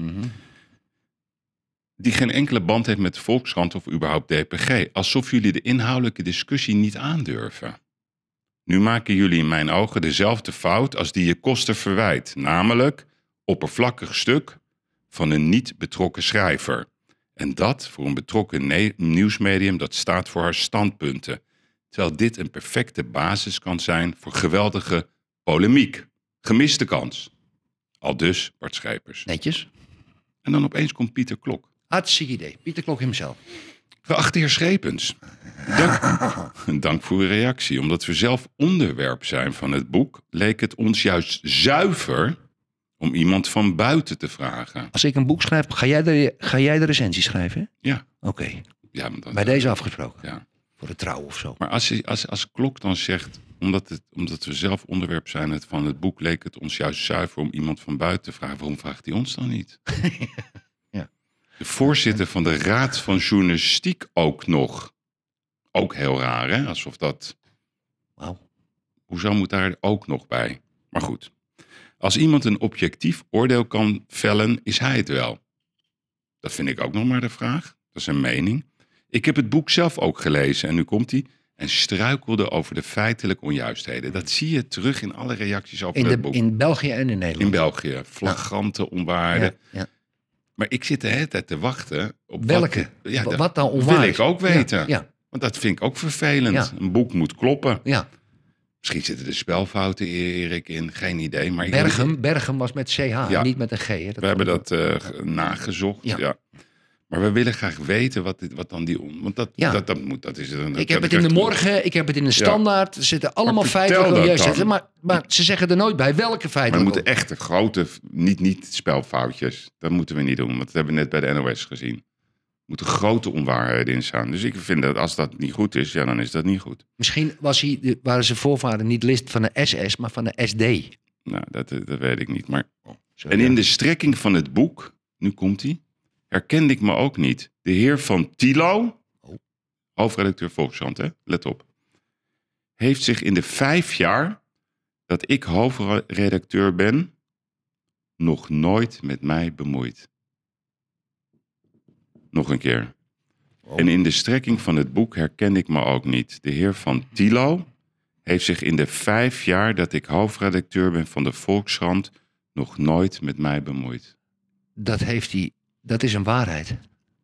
Die geen enkele band heeft met de Volkskrant of überhaupt DPG. Alsof jullie de inhoudelijke discussie niet aandurven. Nu maken jullie in mijn ogen dezelfde fout als die je Koster verwijt. Namelijk oppervlakkig stuk van een niet betrokken schrijver. En dat voor een betrokken nieuwsmedium dat staat voor haar standpunten. Terwijl dit een perfecte basis kan zijn voor geweldige polemiek. Gemiste kans. Aldus Bart Schepens. Netjes. En dan opeens komt Pieter Klok. Hartstikke idee. Pieter Klok hemzelf. Geachte heer Schepens, dank voor uw reactie. Omdat we zelf onderwerp zijn van het boek, leek het ons juist zuiver om iemand van buiten te vragen. Als ik een boek schrijf, ga jij de recensie schrijven? Hè? Ja. Oké. Ja, maar bij deze afgesproken? Ja. Voor de Trouw of zo? Maar als Klok dan zegt, omdat we zelf onderwerp zijn van het boek, leek het ons juist zuiver om iemand van buiten te vragen. Waarom vraagt hij ons dan niet? De voorzitter van de Raad van Journalistiek ook nog. Ook heel raar, hè? Alsof dat... Wauw. Hoezo moet daar ook nog bij? Maar goed. Als iemand een objectief oordeel kan vellen, is hij het wel. Dat vind ik ook nog maar de vraag. Dat is een mening. Ik heb het boek zelf ook gelezen en nu komt hij. En struikelde over de feitelijke onjuistheden. Dat zie je terug in alle reacties over het boek. In België en in Nederland. In België. Flagrante onwaarden. Ja. Maar ik zit de hele tijd te wachten op welke? Wat dan onwaar wil ik ook weten. Ja. Want dat vind ik ook vervelend. Ja. Een boek moet kloppen. Ja. Misschien zitten er spelfouten, Erik, in. Geen idee. Maar Berchem was met CH, niet met een G. Hè? We hebben dat nagezocht. Ja. Maar we willen graag weten wat dan die... Want dat is het. Ik heb het in de Morgen, ik heb het in de Standaard. Er zitten allemaal feiten. Maar ze zeggen er nooit bij welke feiten. Maar we moeten echte grote, niet spelfoutjes. Dat moeten we niet doen. Want dat hebben we net bij de NOS gezien. Er moeten grote onwaarheden in staan. Dus ik vind dat als dat niet goed is, dan is dat niet goed. Misschien waren zijn voorvaderen niet lid van de SS, maar van de SD. Nou, dat weet ik niet. Maar... En in de strekking van het boek, nu komt hij, herkende ik me ook niet. De heer Van Thilo, hoofdredacteur Volkskrant, hè? Let op, heeft zich in de 5 jaar dat ik hoofdredacteur ben, nog nooit met mij bemoeid. Nog een keer. En in de strekking van het boek herkende ik me ook niet. De heer Van Thilo heeft zich in de 5 jaar dat ik hoofdredacteur ben van de Volkskrant nog nooit met mij bemoeid. Dat is een waarheid.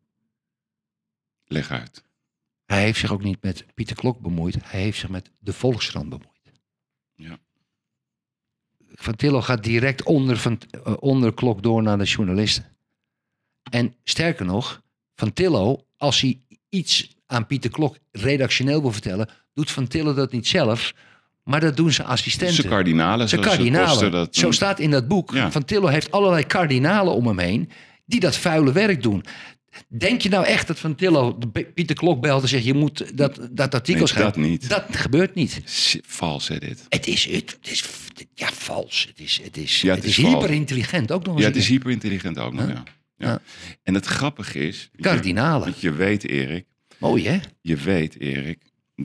Leg uit. Hij heeft zich ook niet met Pieter Klok bemoeid. Hij heeft zich met de Volkskrant bemoeid. Ja. Van Thilo gaat direct onder Klok door naar de journalisten. En sterker nog, Van Thilo, als hij iets aan Pieter Klok redactioneel wil vertellen, doet Van Thilo dat niet zelf, maar dat doen zijn assistenten. Zijn kardinalen. Zo staat in dat boek. Ja. Van Thilo heeft allerlei kardinalen om hem heen die dat vuile werk doen. Denk je nou echt dat Van Thilo Pieter Klok belt en zegt, je moet dat artikel schrijven? Dat niet. Dat gebeurt niet. Vals, hè, dit. Het is vals. Het is hyperintelligent ook nog eens. Ja, het is hyperintelligent ook nog, ja. En het grappige is... Kardinalen. Want je weet, Erik... Mooi, hè? Je weet, Erik,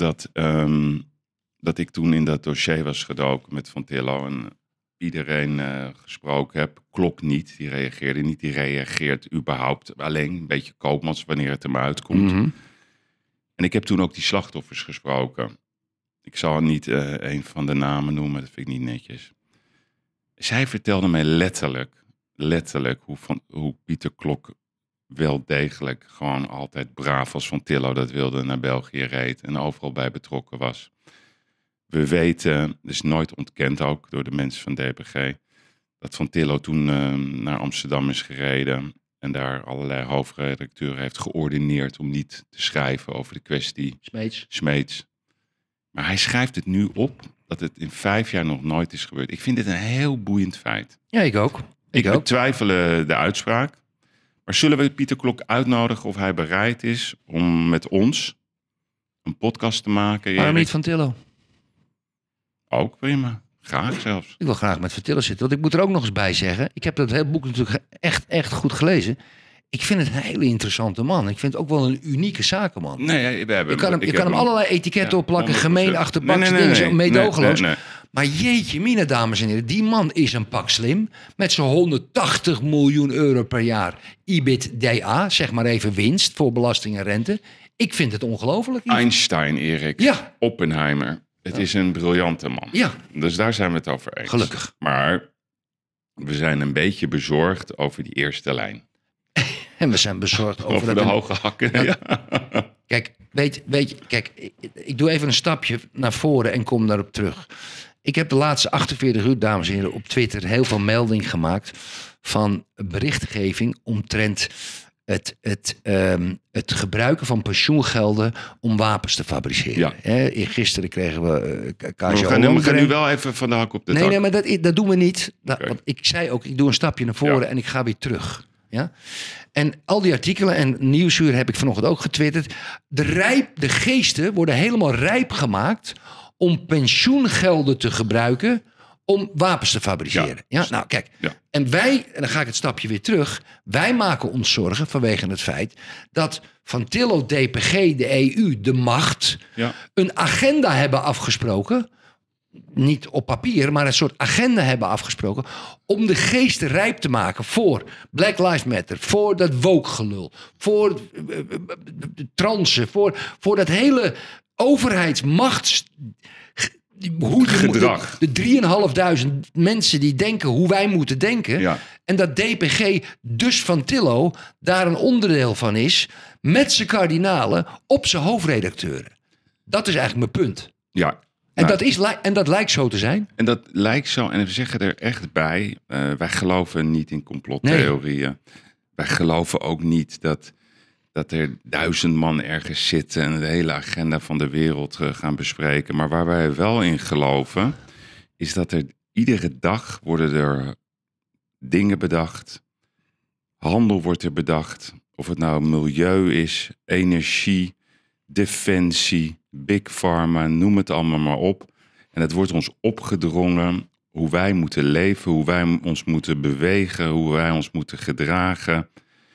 dat ik toen in dat dossier was gedoken met Van Thilo en iedereen gesproken heb. Klok niet, die reageerde niet. Die reageert überhaupt alleen een beetje koopmans wanneer het hem uitkomt. Mm-hmm. En ik heb toen ook die slachtoffers gesproken. Ik zal niet een van de namen noemen, dat vind ik niet netjes. Zij vertelde mij letterlijk hoe Pieter Klok wel degelijk gewoon altijd braaf als Van Thilo dat wilde naar België reed en overal bij betrokken was. We weten, dus nooit ontkend ook door de mensen van DPG, dat Van Thilo toen naar Amsterdam is gereden en daar allerlei hoofdredacteuren heeft geordineerd om niet te schrijven over de kwestie Smeets. Maar hij schrijft het nu op dat het in 5 jaar nog nooit is gebeurd. Ik vind dit een heel boeiend feit. Ja, ik ook. Ik betwijfel de uitspraak. Maar zullen we Pieter Klok uitnodigen of hij bereid is om met ons een podcast te maken? Waarom niet Van Thilo? Ook prima. Graag zelfs. Ik wil graag met Van Thilo zitten. Want ik moet er ook nog eens bij zeggen. Ik heb dat hele boek natuurlijk echt goed gelezen. Ik vind het een hele interessante man. Ik vind het ook wel een unieke zakenman. Nee, je kan hem allerlei etiketten opplakken. Gemeen, achterbaks, dingen, meedogenloos. Nee. Maar jeetje mina, dames en heren. Die man is een pak slim. Met zo'n 180 miljoen euro per jaar EBITDA. Zeg maar even winst voor belasting en rente. Ik vind het ongelooflijk. Einstein, Erik. Ja. Oppenheimer. Het is een briljante man. Ja. Dus daar zijn we het over eens. Gelukkig. Maar we zijn een beetje bezorgd over die eerste lijn. En we zijn bezorgd over de hoge hakken. Ja. Kijk, weet je, ik doe even een stapje naar voren en kom daarop terug. Ik heb de laatste 48 uur, dames en heren, op Twitter heel veel melding gemaakt van berichtgeving omtrent het gebruiken van pensioengelden om wapens te fabriceren. Ja. Gisteren kregen we we gaan nu wel even van de hak op de tak. Nee, maar dat doen we niet. Want ik zei ook, ik doe een stapje naar voren en ik ga weer terug. Ja? En al die artikelen en Nieuwsuur heb ik vanochtend ook getwitterd. De geesten worden helemaal rijp gemaakt om pensioengelden te gebruiken om wapens te fabriceren. Ja? Nou, kijk. Ja. En wij, en dan ga ik het stapje weer terug. Wij maken ons zorgen vanwege het feit dat Van Thilo, DPG, de EU, de macht, een agenda hebben afgesproken. Niet op papier, maar een soort agenda hebben afgesproken om de geesten rijp te maken voor Black Lives Matter, voor dat woke-gelul, voor transen, voor dat hele overheidsmachts Gedrag. De 3.500 mensen die denken hoe wij moeten denken. Ja. En dat DPG, dus van Tillo, daar een onderdeel van is. Met zijn kardinalen op zijn hoofdredacteuren. Dat is eigenlijk mijn punt. Ja. En dat lijkt zo te zijn. En dat lijkt zo, en we zeggen er echt bij, wij geloven niet in complottheorieën. Nee. Wij geloven ook niet dat er 1000 man ergens zitten en de hele agenda van de wereld gaan bespreken. Maar waar wij wel in geloven, is dat er iedere dag worden er dingen bedacht. Handel wordt er bedacht. Of het nou milieu is, energie, defensie, big pharma, noem het allemaal maar op. En het wordt ons opgedrongen hoe wij moeten leven, hoe wij ons moeten bewegen, hoe wij ons moeten gedragen.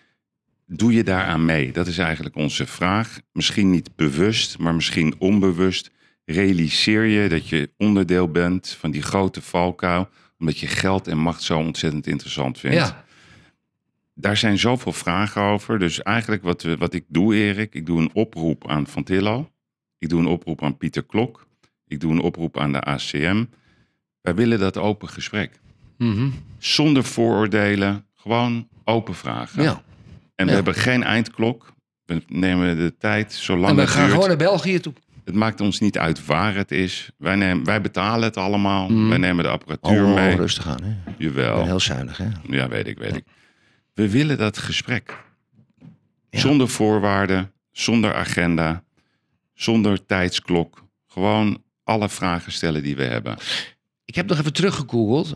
Doe je daaraan mee? Dat is eigenlijk onze vraag. Misschien niet bewust, maar misschien onbewust. Realiseer je dat je onderdeel bent van die grote valkuil, omdat je geld en macht zo ontzettend interessant vindt. Ja. Daar zijn zoveel vragen over. Dus eigenlijk wat ik doe, Erik, ik doe een oproep aan Van Tillo. Ik doe een oproep aan Pieter Klok. Ik doe een oproep aan de ACM. Wij willen dat open gesprek. Mm-hmm. Zonder vooroordelen, gewoon open vragen. Ja. En we hebben geen eindklok. We nemen de tijd zolang en we het gaan duurt. gewoon naar België toe. Het maakt ons niet uit waar het is. Wij betalen het allemaal. Wij nemen de apparatuur mee. Rustig aan. Hè? Jawel. Ik ben heel zuinig. Hè? Ja, weet ik. We willen dat gesprek. Ja. Zonder voorwaarden, zonder agenda, zonder tijdsklok. Gewoon alle vragen stellen die we hebben. Ik heb nog even teruggegoogeld.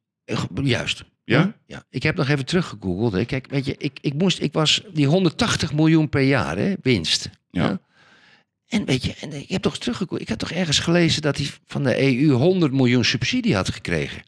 Juist. Ja? Ja, ik heb nog even teruggegoogeld. Hè. Kijk, weet je, ik was die 180 miljoen per jaar, hè, winst. Ja. En weet je, ik heb toch teruggegoogeld. Ik had toch ergens gelezen dat hij van de EU 100 miljoen subsidie had gekregen.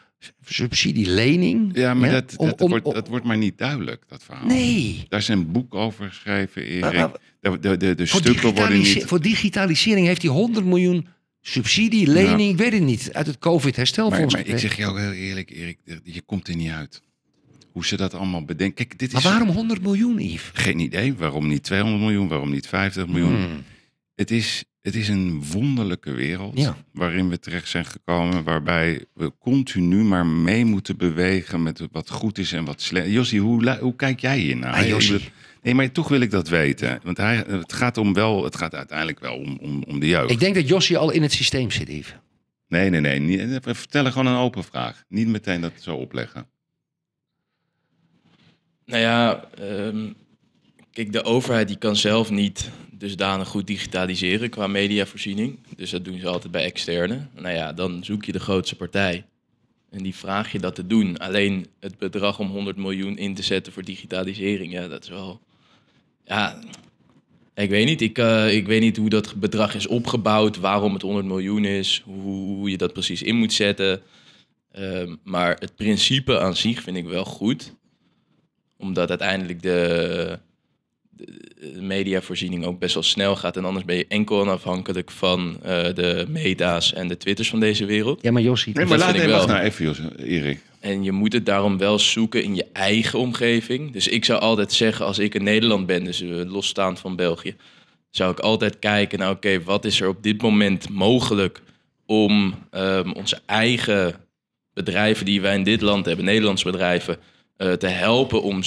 Subsidielening. Ja, maar dat wordt maar niet duidelijk, dat verhaal. Nee. Daar is een boek over geschreven, Erik. De stukken worden niet... Voor digitalisering heeft hij 100 miljoen subsidie, lening, ik weet het niet, uit het COVID-herstelfonds. Maar ik zeg jou heel eerlijk, Erik, je komt er niet uit. Hoe ze dat allemaal bedenken. Kijk, maar waarom 100 miljoen, Yves? Geen idee. Waarom niet 200 miljoen? Waarom niet 50 miljoen? Het is een wonderlijke wereld waarin we terecht zijn gekomen. Waarbij we continu maar mee moeten bewegen met wat goed is en wat slecht. Jossie, hoe kijk jij hier naar? Nee, maar toch wil ik dat weten. Want het gaat uiteindelijk wel om de jeugd. Ik denk dat Jossie al in het systeem zit, Yves. Nee. We vertellen gewoon een open vraag. Niet meteen dat zo opleggen. Nou ja, kijk, de overheid die kan zelf niet dusdanig goed digitaliseren qua mediavoorziening. Dus dat doen ze altijd bij externe. Nou ja, dan zoek je de grootste partij. En die vraag je dat te doen. Alleen het bedrag om 100 miljoen in te zetten voor digitalisering, ja, dat is wel... Ja, ik weet niet. Ik weet niet hoe dat bedrag is opgebouwd, waarom het 100 miljoen is, hoe je dat precies in moet zetten. Maar het principe aan zich vind ik wel goed. Omdat uiteindelijk de mediavoorziening ook best wel snel gaat. En anders ben je enkel afhankelijk van de Meta's en de Twitters van deze wereld. Ja, maar Jossie... Nee, maar laat even, Erik. En je moet het daarom wel zoeken in je eigen omgeving. Dus ik zou altijd zeggen, als ik in Nederland ben, dus losstaand van België, zou ik altijd kijken naar, oké, wat is er op dit moment mogelijk om onze eigen bedrijven die wij in dit land hebben, Nederlandse bedrijven, te helpen om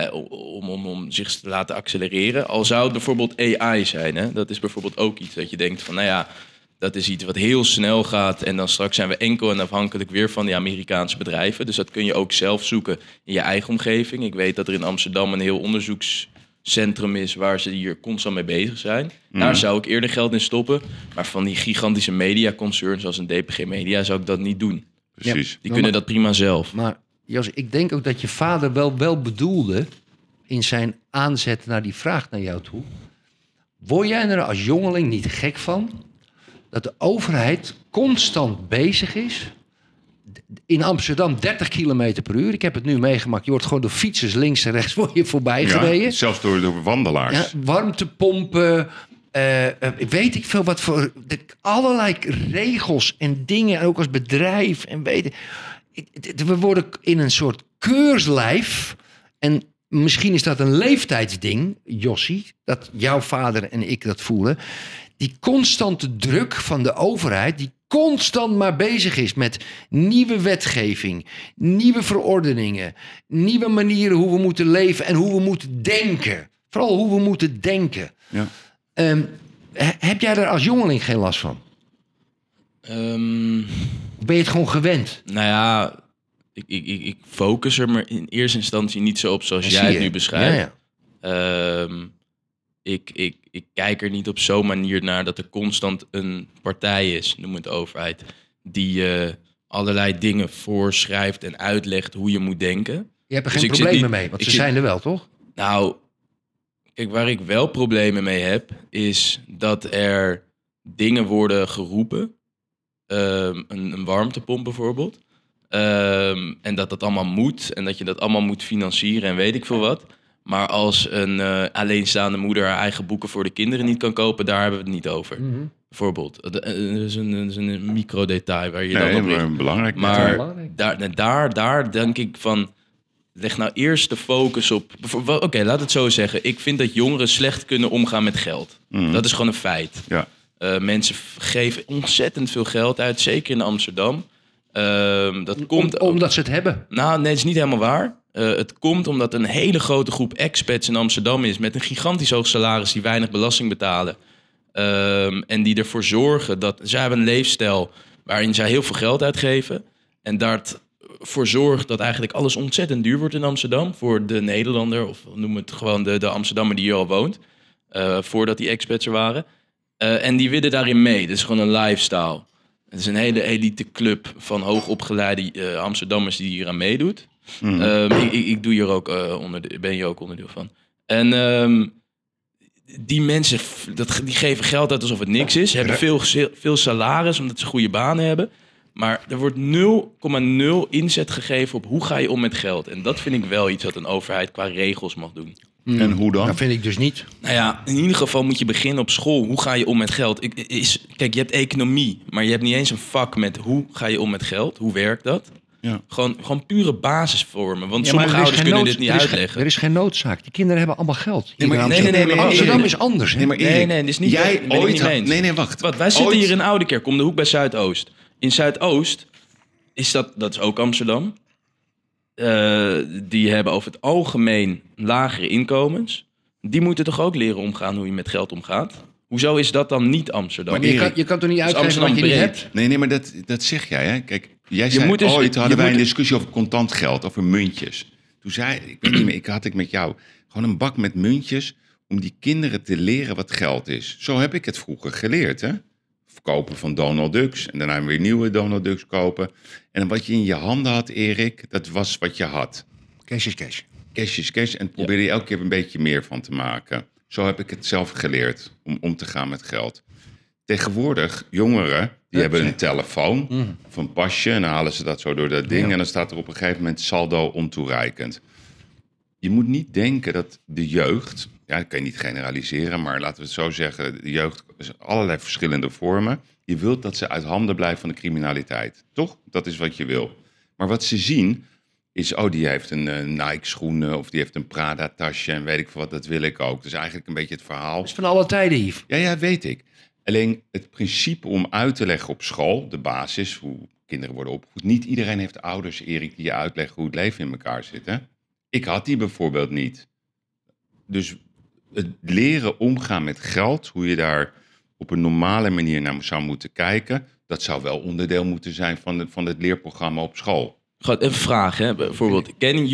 zich te laten accelereren. Al zou het bijvoorbeeld AI zijn. Hè? Dat is bijvoorbeeld ook iets dat je denkt van, nou ja, dat is iets wat heel snel gaat en dan straks zijn we enkel en afhankelijk weer van die Amerikaanse bedrijven. Dus dat kun je ook zelf zoeken in je eigen omgeving. Ik weet dat er in Amsterdam een heel onderzoekscentrum is waar ze hier constant mee bezig zijn. Daar zou ik eerder geld in stoppen. Maar van die gigantische mediaconcerns als een DPG Media zou ik dat niet doen. Precies. Ja, die kunnen dat prima zelf. Maar Jos, ik denk ook dat je vader wel bedoelde in zijn aanzet naar die vraag naar jou toe. Word jij er als jongeling niet gek van dat de overheid constant bezig is? In Amsterdam 30 kilometer per uur. Ik heb het nu meegemaakt. Je wordt gewoon door fietsers links en rechts voorbij gereden. Zelfs door wandelaars. Ja, warmtepompen. Weet ik veel wat voor... Allerlei regels en dingen. Ook als bedrijf. En we worden in een soort keurslijf. En misschien is dat een leeftijdsding, Jossie. Dat jouw vader en ik dat voelen. Die constante druk van de overheid, die constant maar bezig is met nieuwe wetgeving, nieuwe verordeningen, nieuwe manieren hoe we moeten leven en hoe we moeten denken. Vooral hoe we moeten denken. Ja. Heb jij er als jongeling geen last van? Of ben je het gewoon gewend? Nou ja, ik focus er maar in eerste instantie niet zo op zoals jij het nu beschrijft. Ja. Ik kijk er niet op zo'n manier naar dat er constant een partij is, noem het overheid, die allerlei dingen voorschrijft en uitlegt hoe je moet denken. Je hebt er geen problemen mee, want ze zijn er wel, toch? Nou, kijk, waar ik wel problemen mee heb, is dat er dingen worden geroepen. Een warmtepomp bijvoorbeeld. En dat allemaal moet. En dat je dat allemaal moet financieren en weet ik veel wat. Maar als een alleenstaande moeder haar eigen boeken voor de kinderen niet kan kopen, daar hebben we het niet over. Mm-hmm. Bijvoorbeeld. Dat is een microdetail waar je dan op richt. Belangrijk. Maar daar denk ik van, leg nou eerst de focus op. Oké, laat het zo zeggen. Ik vind dat jongeren slecht kunnen omgaan met geld. Mm-hmm. Dat is gewoon een feit. Ja. Mensen geven ontzettend veel geld uit, zeker in Amsterdam. Dat komt omdat ze het hebben? Nou, nee, het is niet helemaal waar. Het komt omdat een hele grote groep expats in Amsterdam is met een gigantisch hoog salaris die weinig belasting betalen. En die ervoor zorgen dat zij hebben een leefstijl waarin zij heel veel geld uitgeven. En daarvoor zorgt dat eigenlijk alles ontzettend duur wordt in Amsterdam. Voor de Nederlander, of noem het gewoon de Amsterdammer die hier al woont. Voordat die expats er waren. En die willen daarin mee. Dat is gewoon een lifestyle. Het is een hele elite club van hoogopgeleide Amsterdammers die hier aan meedoet. Mm-hmm. Ik doe hier ook ben hier ook onderdeel van. En die mensen die geven geld uit alsof het niks is. Hebben veel salaris omdat ze goede banen hebben. Maar er wordt 0,0 inzet gegeven op hoe ga je om met geld. En dat vind ik wel iets wat een overheid qua regels mag doen. En hoe dan? Dat vind ik dus niet. Nou ja, in ieder geval moet je beginnen op school. Hoe ga je om met geld? Kijk, je hebt economie, maar je hebt niet eens een vak met hoe ga je om met geld? Hoe werkt dat? Ja. Gewoon pure basisvormen. Want sommige ouders kunnen dit niet uitleggen. Er is geen noodzaak. Die kinderen hebben allemaal geld. Nee, Amsterdam is anders. Hè? Nee, dat is niet. Jij ooit had... Nee, wacht. Wij zitten hier in Oudekerk, om de hoek bij Zuidoost. In Zuidoost is dat is ook Amsterdam. Die hebben over het algemeen lagere inkomens. Die moeten toch ook leren omgaan hoe je met geld omgaat? Hoezo is dat dan niet Amsterdam? Maar je kan toch niet uitleggen wat je niet hebt? Nee, maar dat zeg jij. Hè? Kijk, jij zei ooit hadden wij een discussie over contant geld, over muntjes. Toen zei ik weet niet meer, had ik met jou gewoon een bak met muntjes om die kinderen te leren wat geld is. Zo heb ik het vroeger geleerd, hè? Kopen van Donald Ducks en daarna weer nieuwe Donald Ducks kopen. En wat je in je handen had, Erik, dat was wat je had. Cash is cash. Cash is cash en probeer je elke keer een beetje meer van te maken. Zo heb ik het zelf geleerd, om te gaan met geld. Tegenwoordig, jongeren, die hebben een telefoon of een pasje en dan halen ze dat zo door dat ding en dan staat er op een gegeven moment saldo ontoereikend. Je moet niet denken dat de jeugd, ja, dat kan je niet generaliseren, maar laten we het zo zeggen, de jeugd is allerlei verschillende vormen. Je wilt dat ze uit handen blijven van de criminaliteit, toch? Dat is wat je wil. Maar wat ze zien is, die heeft een Nike-schoenen of die heeft een Prada-tasje en weet ik veel wat, dat wil ik ook. Dat is eigenlijk een beetje het verhaal. Dat is van alle tijden, Yves. Ja, weet ik. Alleen het principe om uit te leggen op school, de basis, hoe kinderen worden opgevoed. Niet iedereen heeft ouders, Erik, die je uitleggen hoe het leven in elkaar zit, hè? Ik had die bijvoorbeeld niet. Dus het leren omgaan met geld, hoe je daar op een normale manier naar zou moeten kijken, dat zou wel onderdeel moeten zijn van het leerprogramma op school. Gewoon een vraag, hè? Bijvoorbeeld,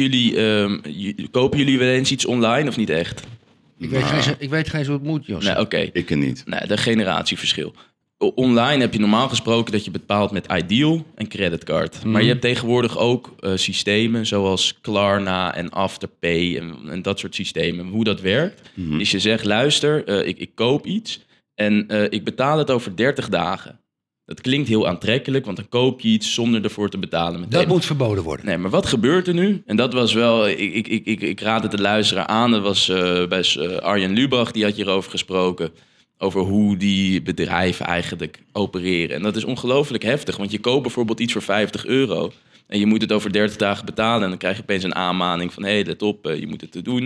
kopen jullie wel eens iets online of niet echt? Ik weet geen zo het moet, Jos. Nee, oké. Ik er niet. Nee, dat generatieverschil. Online heb je normaal gesproken dat je betaalt met Ideal en creditcard. Maar je hebt tegenwoordig ook systemen zoals Klarna en Afterpay en dat soort systemen. Hoe dat werkt, is je zegt, luister, ik koop iets en ik betaal het over 30 dagen. Dat klinkt heel aantrekkelijk, want dan koop je iets zonder ervoor te betalen. Meteen. Dat moet verboden worden. Nee, maar wat gebeurt er nu? En dat was wel, ik raad het de luisteraar aan. Dat was bij Arjen Lubach, die had hierover gesproken. Over hoe die bedrijven eigenlijk opereren. En dat is ongelooflijk heftig. Want je koopt bijvoorbeeld iets voor €50. En je moet het over 30 dagen betalen. En dan krijg je opeens een aanmaning van, let op, je moet het te doen.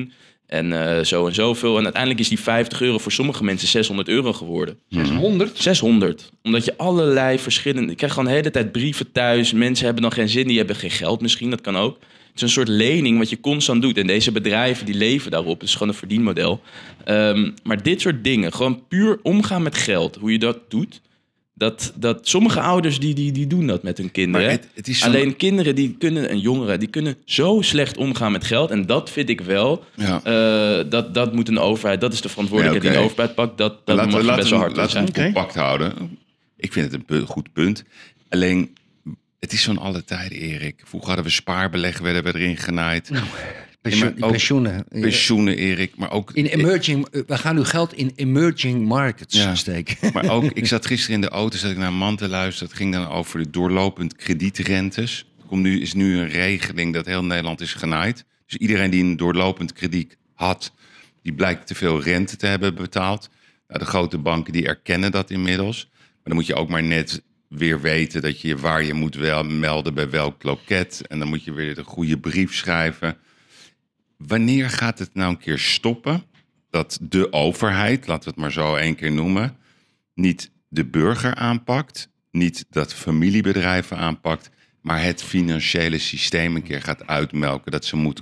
En zo en zoveel. En uiteindelijk is die €50 voor sommige mensen €600 geworden. 600? 600. Omdat je allerlei verschillende... Ik krijg gewoon de hele tijd brieven thuis. Mensen hebben dan geen zin, die hebben geen geld misschien. Dat kan ook. Het is een soort lening wat je constant doet. En deze bedrijven die leven daarop. Het is gewoon een verdienmodel. Maar dit soort dingen, gewoon puur omgaan met geld. Hoe je dat doet. Dat sommige ouders die doen dat met hun kinderen. Het is Alleen kinderen en jongeren die kunnen zo slecht omgaan met geld. En dat vind ik wel. Ja. Dat moet een overheid. Dat is de verantwoordelijkheid die de overheid pakt. Dat mag je best wel hard zijn. Laten we het compact houden. Ik vind het een goed punt. Alleen, het is van alle tijden, Erik. Vroeger hadden we spaarbeleggen, werden we erin genaaid. Pensioenen. Pensioenen, Erik. Maar ook... We gaan nu geld in emerging markets steken. Maar ook, ik zat gisteren in de auto, zat ik naar een man te luisteren. Het ging dan over de doorlopend kredietrentes. Is nu een regeling dat heel Nederland is genaaid. Dus iedereen die een doorlopend krediet had, die blijkt te veel rente te hebben betaald. Nou, de grote banken die erkennen dat inmiddels. Maar dan moet je ook maar net weer weten dat je waar je moet wel melden bij welk loket. En dan moet je weer de goede brief schrijven. Wanneer gaat het nou een keer stoppen dat de overheid, laten we het maar zo 1 keer noemen, niet de burger aanpakt, niet dat familiebedrijven aanpakt, maar het financiële systeem een keer gaat uitmelken. Dat ze moet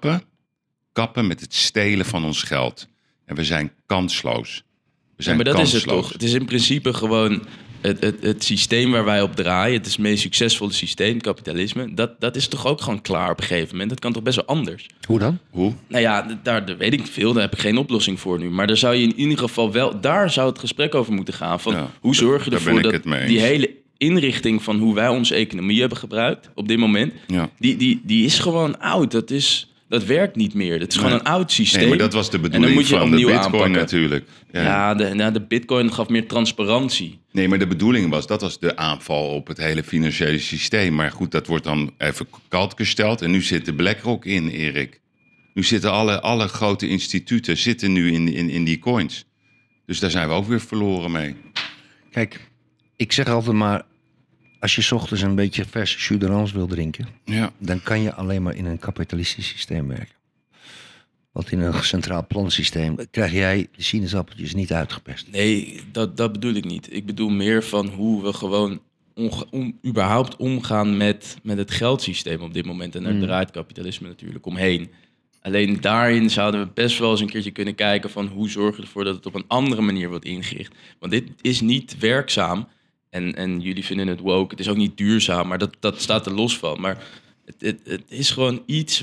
kappen met het stelen van ons geld. En we zijn kansloos. Maar dat is het toch. Het is in principe gewoon het systeem waar wij op draaien. Het is het meest succesvolle systeem, kapitalisme. Dat is toch ook gewoon klaar op een gegeven moment. Dat kan toch best wel anders. Hoe dan? Hoe? Nou ja, daar weet ik niet veel. Daar heb ik geen oplossing voor nu. Maar daar zou je in ieder geval wel... Daar zou het gesprek over moeten gaan. Van hoe zorg je ervoor dat die hele inrichting van hoe wij onze economie hebben gebruikt op dit moment... Ja. Die is gewoon oud. Dat werkt niet meer. Dat is gewoon een oud systeem. Nee, maar dat was de bedoeling van de Bitcoin aanpakken. Natuurlijk. Ja, de Bitcoin gaf meer transparantie. Nee, maar de bedoeling dat was de aanval op het hele financiële systeem. Maar goed, dat wordt dan even koud gesteld. En nu zit de BlackRock in, Erik. Nu zitten alle grote instituten zitten nu in die coins. Dus daar zijn we ook weer verloren mee. Kijk, ik zeg altijd maar... Als je 's ochtends een beetje verse jus d'orange wil drinken... dan kan je alleen maar in een kapitalistisch systeem werken. Want in een centraal plansysteem krijg jij de sinaasappeltjes niet uitgepest. Nee, dat bedoel ik niet. Ik bedoel meer van hoe we gewoon überhaupt omgaan met het geldsysteem op dit moment. En daar draait kapitalisme natuurlijk omheen. Alleen daarin zouden we best wel eens een keertje kunnen kijken van hoe zorg je ervoor dat het op een andere manier wordt ingericht. Want dit is niet werkzaam. En jullie vinden het woke. Het is ook niet duurzaam, maar dat staat er los van. Maar het is gewoon iets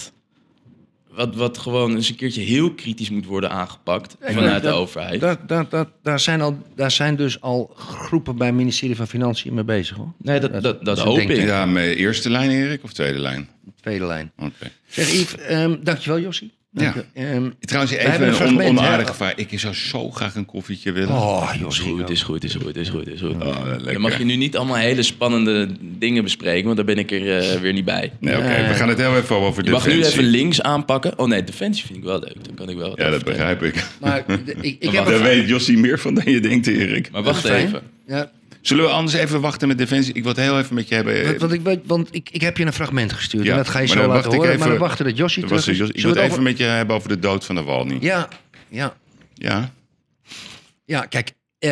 wat gewoon eens een keertje heel kritisch moet worden aangepakt vanuit de overheid. Daar zijn dus al groepen bij het ministerie van Financiën mee bezig, hoor. Nee, dat hoop ik. Ja, mijn eerste lijn, Erik, of tweede lijn? Tweede lijn. Okay. Zeg Yves, dankjewel, Jossie. Ja. Trouwens, even een onaardige vraag. Ik zou zo graag een koffietje willen. Oh, is goed. Dan mag je nu niet allemaal hele spannende dingen bespreken, want daar ben ik er weer niet bij. Nee, oké. We gaan het heel even over Defensie. Je mag nu even links aanpakken. Oh nee, Defensie vind ik wel leuk. Dan kan ik wel wat dat begrijp ik. Maar daar weet Jossie meer van dan je denkt, Erik. Maar wacht even. Ja. Zullen we anders even wachten met Defensie? Ik wil het heel even met je hebben. Want ik heb je een fragment gestuurd. Ja, en dat ga je zo laten horen. Maar we wachten dat Jossie terug is. Ik wil het even met je hebben over de dood van Navalny. Ja, kijk.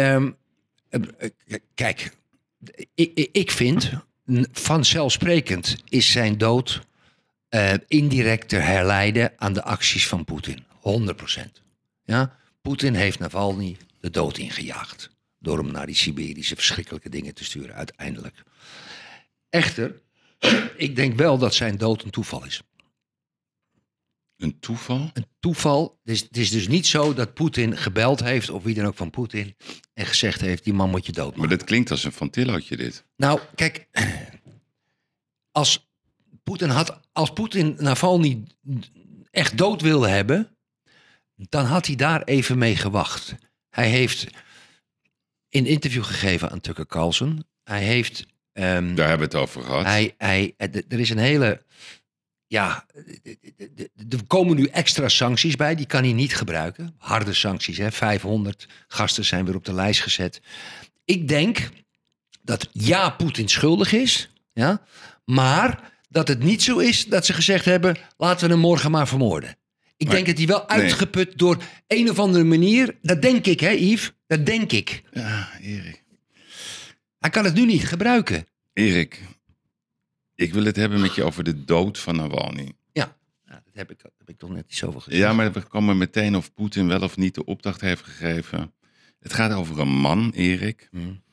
Ik vind, vanzelfsprekend is zijn dood indirect te herleiden aan de acties van Poetin. 100%. Ja? Poetin heeft Navalny de dood ingejaagd. Door hem naar die Siberische verschrikkelijke dingen te sturen, uiteindelijk. Echter, ik denk wel dat zijn dood een toeval is. Een toeval? Een toeval. Het is dus niet zo dat Poetin gebeld heeft, of wie dan ook van Poetin, en gezegd heeft, die man moet je doodmaken. Maar dat klinkt als een Van Tillootje, dit. Nou, kijk, als Poetin Navalny echt dood wilde hebben, dan had hij daar even mee gewacht. Hij heeft een interview gegeven aan Tucker Carlson. Hij heeft... daar hebben we het over gehad. Er is een hele... Ja, er komen nu extra sancties bij. Die kan hij niet gebruiken. Harde sancties, hè. 500 gasten zijn weer op de lijst gezet. Ik denk dat Poetin schuldig is. Ja, maar dat het niet zo is dat ze gezegd hebben, laten we hem morgen maar vermoorden. Ik denk dat hij wel uitgeput door een of andere manier. Dat denk ik, hè, Yves? Dat denk ik. Ja, Erik. Hij kan het nu niet gebruiken. Erik, ik wil het hebben met je over de dood van Navalny. Ja, dat heb ik toch net niet zoveel gezegd. Ja, maar we komen meteen of Poetin wel of niet de opdracht heeft gegeven. Het gaat over een man, Erik.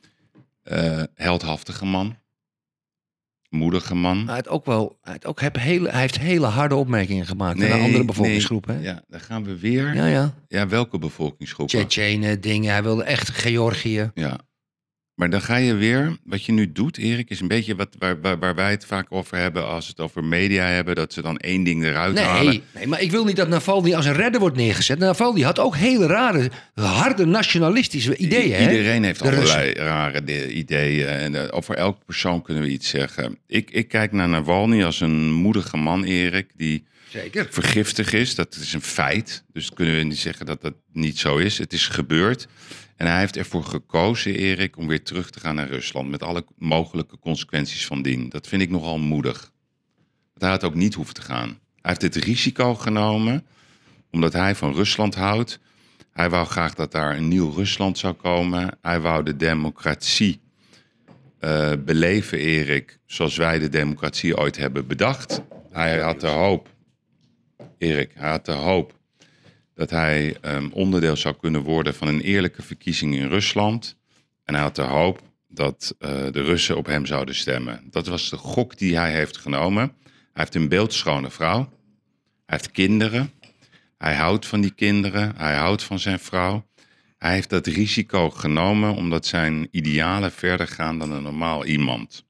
Heldhaftige man. Moedige man. Maar hij heeft hele harde opmerkingen gemaakt naar andere bevolkingsgroepen. Nee. Ja, daar gaan we weer. Ja, welke bevolkingsgroepen? Tsjetsjenen, dingen. Hij wilde echt Georgië. Ja. Maar dan ga je weer, wat je nu doet, Erik, is een beetje waar wij het vaak over hebben als we het over media hebben, dat ze dan één ding eruit halen. Nee, maar ik wil niet dat Navalny als een redder wordt neergezet. Navalny had ook hele rare, harde nationalistische ideeën. Iedereen heeft allerlei rare ideeën en over elke persoon kunnen we iets zeggen. Ik kijk naar Navalny als een moedige man, Erik, die Zeker vergiftig is. Dat is een feit, dus kunnen we niet zeggen dat dat niet zo is. Het is gebeurd. En hij heeft ervoor gekozen, Erik, om weer terug te gaan naar Rusland. Met alle mogelijke consequenties van dien. Dat vind ik nogal moedig. Want hij had ook niet hoeven te gaan. Hij heeft het risico genomen, omdat hij van Rusland houdt. Hij wou graag dat daar een nieuw Rusland zou komen. Hij wou de democratie beleven, Erik, zoals wij de democratie ooit hebben bedacht. Hij had de hoop, Erik, dat hij onderdeel zou kunnen worden van een eerlijke verkiezing in Rusland. En hij had de hoop dat de Russen op hem zouden stemmen. Dat was de gok die hij heeft genomen. Hij heeft een beeldschone vrouw. Hij heeft kinderen. Hij houdt van die kinderen. Hij houdt van zijn vrouw. Hij heeft dat risico genomen omdat zijn idealen verder gaan dan een normaal iemand.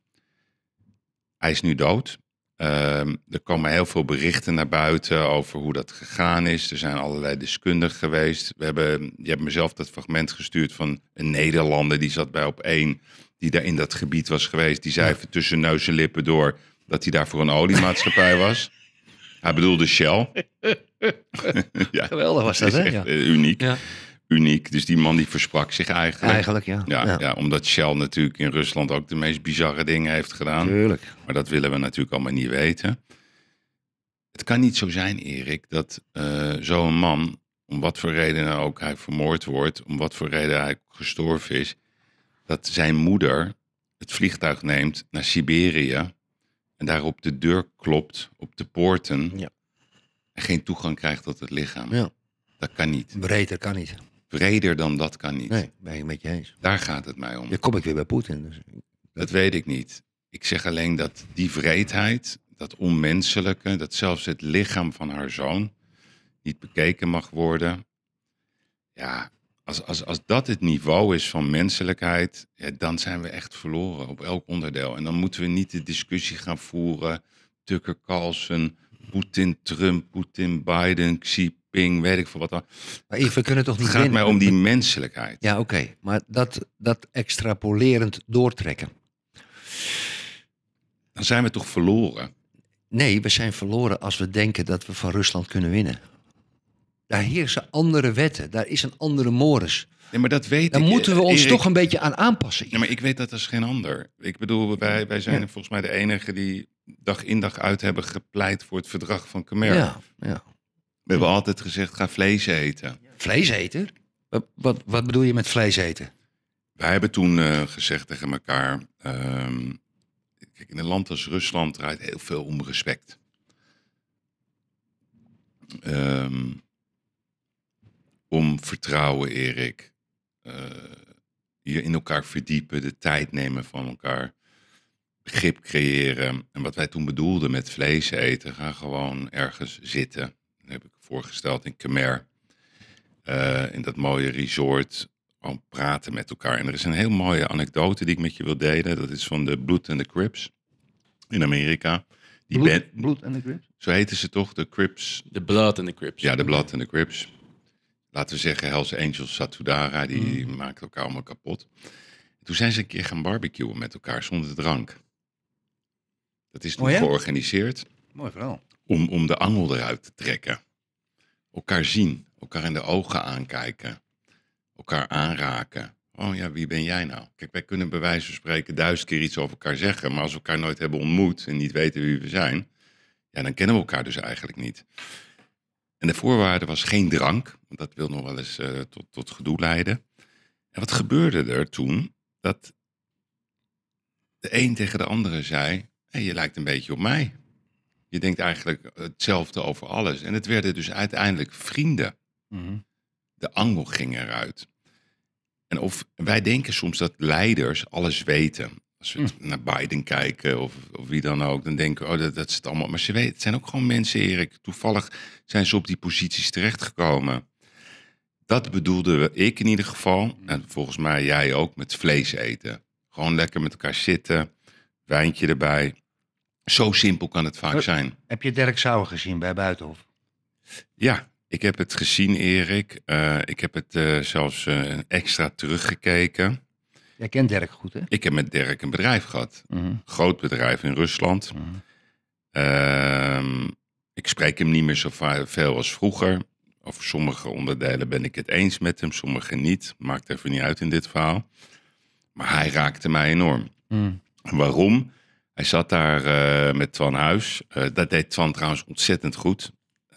Hij is nu dood. Er komen heel veel berichten naar buiten over hoe dat gegaan is. Er zijn allerlei deskundigen geweest. Je hebt mezelf dat fragment gestuurd van een Nederlander die zat bij Op1, die daar in dat gebied was geweest. Die zei even tussen neus en lippen door dat hij daar voor een oliemaatschappij was. Hij bedoelde Shell. Ja, geweldig was dat, hè? Ja. Uniek. Ja. Uniek. Dus die man die versprak zich eigenlijk. Ja. Ja, omdat Shell natuurlijk in Rusland ook de meest bizarre dingen heeft gedaan. Tuurlijk. Maar dat willen we natuurlijk allemaal niet weten. Het kan niet zo zijn, Erik, dat zo'n man, om wat voor reden ook hij vermoord wordt, om wat voor reden hij gestorven is, dat zijn moeder het vliegtuig neemt naar Siberië en daar op de deur klopt, op de poorten, en geen toegang krijgt tot het lichaam. Ja. Dat kan niet. Breder kan niet. Breder dan dat kan niet. Nee, ben ik met je eens. Daar gaat het mij om. Dan kom ik weer bij Poetin. Dus. Dat weet ik niet. Ik zeg alleen dat die wreedheid, dat onmenselijke, dat zelfs het lichaam van haar zoon niet bekeken mag worden. Ja, als dat het niveau is van menselijkheid, ja, dan zijn we echt verloren op elk onderdeel. En dan moeten we niet de discussie gaan voeren. Tucker Carlson, Poetin, Trump, Poetin, Biden, Xi Jinping, weet ik veel wat dan. Maar we kunnen toch niet het gaat mij om die menselijkheid. Ja, oké. Maar dat extrapolerend doortrekken. Dan zijn we toch verloren? Nee, we zijn verloren als we denken dat we van Rusland kunnen winnen. Daar heersen andere wetten. Daar is een andere mores. Nee, maar dat weet Daar ik. moeten we ons Erik, toch een beetje aan aanpassen. Ja, maar ik weet dat als geen ander. Ik bedoel, wij zijn volgens mij de enige die dag in dag uit hebben gepleit voor het verdrag van Khmer. Ja. We hebben altijd gezegd, ga vlees eten. Vlees eten? Wat bedoel je met vlees eten? Wij hebben toen gezegd tegen elkaar, kijk, in een land als Rusland draait heel veel om respect. Om vertrouwen, Erik. Je in elkaar verdiepen, de tijd nemen van elkaar. Begrip creëren. En wat wij toen bedoelden met vlees eten, ga gewoon ergens zitten. Dat heb ik voorgesteld in Khmer. In dat mooie resort. Gewoon praten met elkaar. En er is een heel mooie anekdote die ik met je wil delen. Dat is van de Blood and the Crips in Amerika. Blood and the Crips? Zo heten ze toch, de Crips? De Blood and the Crips. Ja, de Blood and the Crips. Laten we zeggen Hells Angels Satudara, die maakt elkaar allemaal kapot. Toen zijn ze een keer gaan barbecuen met elkaar zonder drank. Dat is toen georganiseerd. Mooi verhaal. Om de angel eruit te trekken. Elkaar zien, elkaar in de ogen aankijken. Elkaar aanraken. Oh ja, wie ben jij nou? Kijk, wij kunnen bij wijze van spreken 1000 keer iets over elkaar zeggen. Maar als we elkaar nooit hebben ontmoet en niet weten wie we zijn, ja, dan kennen we elkaar dus eigenlijk niet. En de voorwaarde was geen drank. Want dat wil nog wel eens tot gedoe leiden. En wat gebeurde er toen? Dat de een tegen de andere zei... Hey, je lijkt een beetje op mij. Je denkt eigenlijk hetzelfde over alles. En het werden dus uiteindelijk vrienden. Mhm. De angel ging eruit. En of wij denken soms dat leiders alles weten. Als we naar Biden kijken of wie dan ook, dan denken we, dat is het allemaal. Maar ze weten, het zijn ook gewoon mensen, Erik. Toevallig zijn ze op die posities terechtgekomen. Dat bedoelde ik in ieder geval. En volgens mij jij ook, met vlees eten. Gewoon lekker met elkaar zitten, wijntje erbij. Zo simpel kan het vaak zijn. Heb je Dirk Sauer gezien bij Buitenhof? Ja, ik heb het gezien, Erik. Ik heb het zelfs extra teruggekeken. Jij kent Dirk goed, hè? Ik heb met Dirk een bedrijf gehad. Groot bedrijf in Rusland. Ik spreek hem niet meer zo veel als vroeger. Over sommige onderdelen ben ik het eens met hem, sommige niet. Maakt even niet uit in dit verhaal. Maar hij raakte mij enorm. Waarom? Hij zat daar met Twan Huis. Dat deed Twan trouwens ontzettend goed.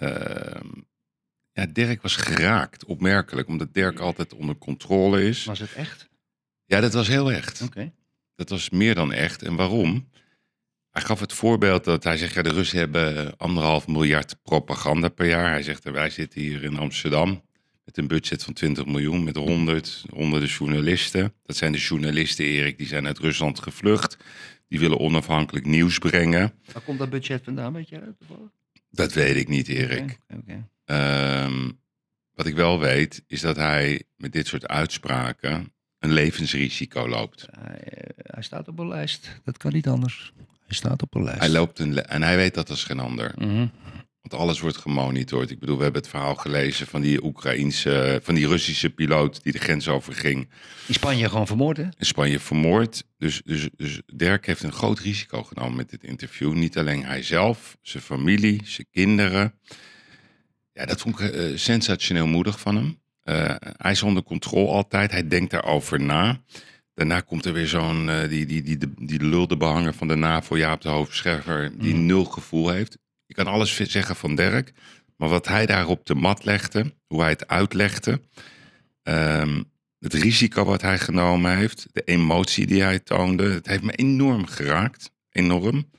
Ja, Dirk was geraakt, opmerkelijk. Omdat Dirk altijd onder controle is. Was het echt? Ja, dat was heel echt. Oké. Dat was meer dan echt. En waarom? Hij gaf het voorbeeld dat hij zegt... Ja, de Russen hebben 1,5 miljard propaganda per jaar. Hij zegt, wij zitten hier in Amsterdam... met een budget van 20 miljoen... met honderden journalisten. Dat zijn de journalisten, Erik, die zijn uit Rusland gevlucht. Die willen onafhankelijk nieuws brengen. Waar komt dat budget vandaan, weet je uit? Dat weet ik niet, Erik. Oké. Wat ik wel weet, is dat hij met dit soort uitspraken... een levensrisico loopt. Hij staat op een lijst. Dat kan niet anders. Hij staat op een lijst. Hij loopt en hij weet dat als geen ander. Want alles wordt gemonitord. Ik bedoel, we hebben het verhaal gelezen van die Russische piloot die de grens overging. In Spanje gewoon vermoord, hè? In Spanje vermoord. Dus Dirk heeft een groot risico genomen met dit interview. Niet alleen hijzelf, zijn familie, zijn kinderen. Ja, dat vond ik sensationeel moedig van hem. Hij is onder controle altijd. Hij denkt daarover na. Daarna komt er weer zo'n, die lulde behanger van de NAVO, Jaap de Hoofdscherver, die nul gevoel heeft. Je kan alles zeggen van Dirk, maar wat hij daar op de mat legde, hoe hij het uitlegde, het risico wat hij genomen heeft, de emotie die hij toonde, het heeft me enorm geraakt. Enorm.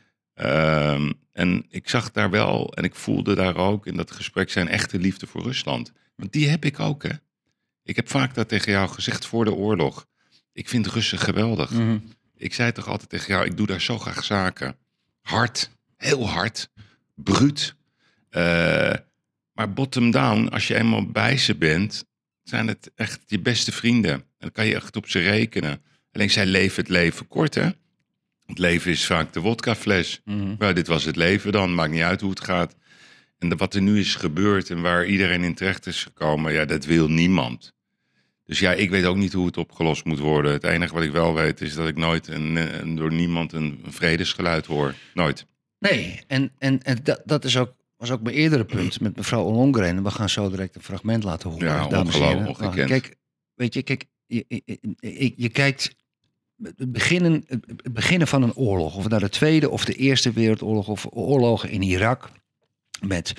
En ik zag daar wel, en ik voelde daar ook in dat gesprek zijn echte liefde voor Rusland. Want die heb ik ook, hè. Ik heb vaak dat tegen jou gezegd voor de oorlog. Ik vind Russen geweldig. Ik zei toch altijd tegen jou, ik doe daar zo graag zaken. Hard, heel hard, bruut. Maar bottom down, als je eenmaal bij ze bent, zijn het echt je beste vrienden. En dan kan je echt op ze rekenen. Alleen zij leven het leven kort, hè. Het leven is vaak de wodkafles. Maar dit was het leven dan, maakt niet uit hoe het gaat. En wat er nu is gebeurd en waar iedereen in terecht is gekomen, ja, dat wil niemand. Dus ja, ik weet ook niet hoe het opgelost moet worden. Het enige wat ik wel weet is dat ik nooit door niemand een vredesgeluid hoor. Nooit. Nee, en dat is was ook mijn eerdere punt met mevrouw Ollongren. We gaan zo direct een fragment laten horen. Ja, dames en heren. ongekend. Kijk, weet je, je kijkt het beginnen van een oorlog. Of het nou de Tweede of de Eerste Wereldoorlog of oorlogen in Irak. Met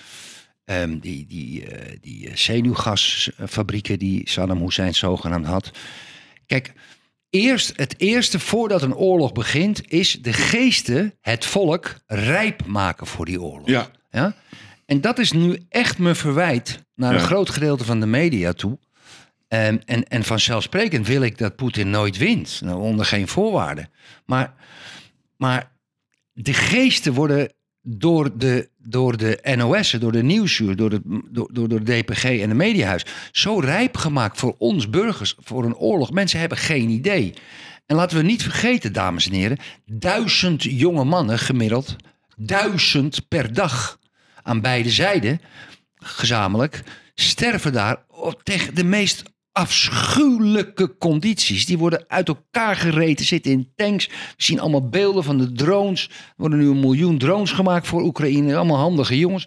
die zenuwgasfabrieken die Saddam Hussein zogenaamd had. Kijk, het eerste voordat een oorlog begint, is de geesten, het volk, rijp maken voor die oorlog. Ja? En dat is nu echt mijn verwijt naar een groot gedeelte van de media toe. En vanzelfsprekend wil ik dat Poetin nooit wint. Nou, onder geen voorwaarden. Maar de geesten worden door de NOS, door de Nieuwsuur, door de DPG en de Mediahuis zo rijp gemaakt voor ons burgers, voor een oorlog. Mensen hebben geen idee. En laten we niet vergeten, dames en heren, 1000 jonge mannen gemiddeld, 1000 per dag aan beide zijden, gezamenlijk, sterven daar tegen de meest afschuwelijke condities. Die worden uit elkaar gereten, zitten in tanks. We zien allemaal beelden van de drones. Er worden nu 1 miljoen drones gemaakt voor Oekraïne. Allemaal handige jongens.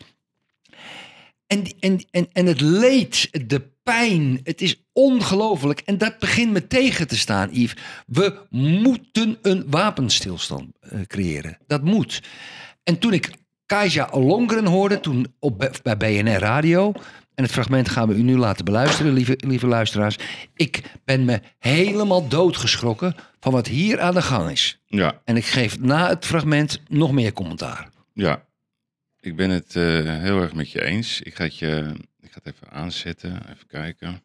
En het leed, de pijn, het is ongelooflijk. En dat begint me tegen te staan, Yves. We moeten een wapenstilstand creëren. Dat moet. En toen ik Kajsa Ollongren hoorde toen bij BNR Radio. En het fragment gaan we u nu laten beluisteren, lieve luisteraars. Ik ben me helemaal doodgeschrokken van wat hier aan de gang is. Ja. En ik geef na het fragment nog meer commentaar. Ja, ik ben het heel erg met je eens. Ik ga het even aanzetten, even kijken.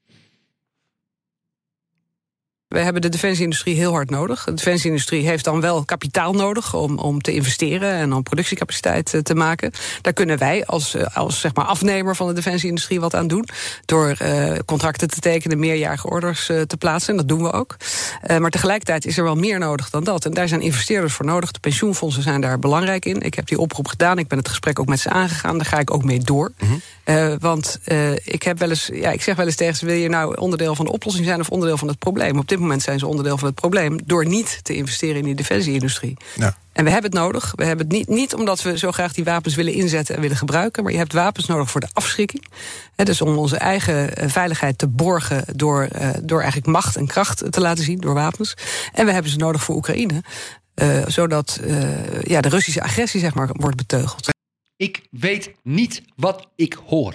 We hebben de defensieindustrie heel hard nodig. De defensieindustrie heeft dan wel kapitaal nodig om te investeren en om productiecapaciteit te maken. Daar kunnen wij als zeg maar afnemer van de defensieindustrie wat aan doen. Door contracten te tekenen, meerjarige orders te plaatsen. En dat doen we ook. Maar tegelijkertijd is er wel meer nodig dan dat. En daar zijn investeerders voor nodig. De pensioenfondsen zijn daar belangrijk in. Ik heb die oproep gedaan. Ik ben het gesprek ook met ze aangegaan. Daar ga ik ook mee door. Want ik heb wel eens, ik zeg wel eens tegen ze: wil je nou onderdeel van de oplossing zijn of onderdeel van het probleem? Op dit moment zijn ze onderdeel van het probleem door niet te investeren in die defensieindustrie. Ja. En we hebben het nodig. We hebben het niet omdat we zo graag die wapens willen inzetten en willen gebruiken, maar je hebt wapens nodig voor de afschrikking. Dus om onze eigen veiligheid te borgen door eigenlijk macht en kracht te laten zien door wapens. En we hebben ze nodig voor Oekraïne, zodat de Russische agressie zeg maar wordt beteugeld. Ik weet niet wat ik hoor.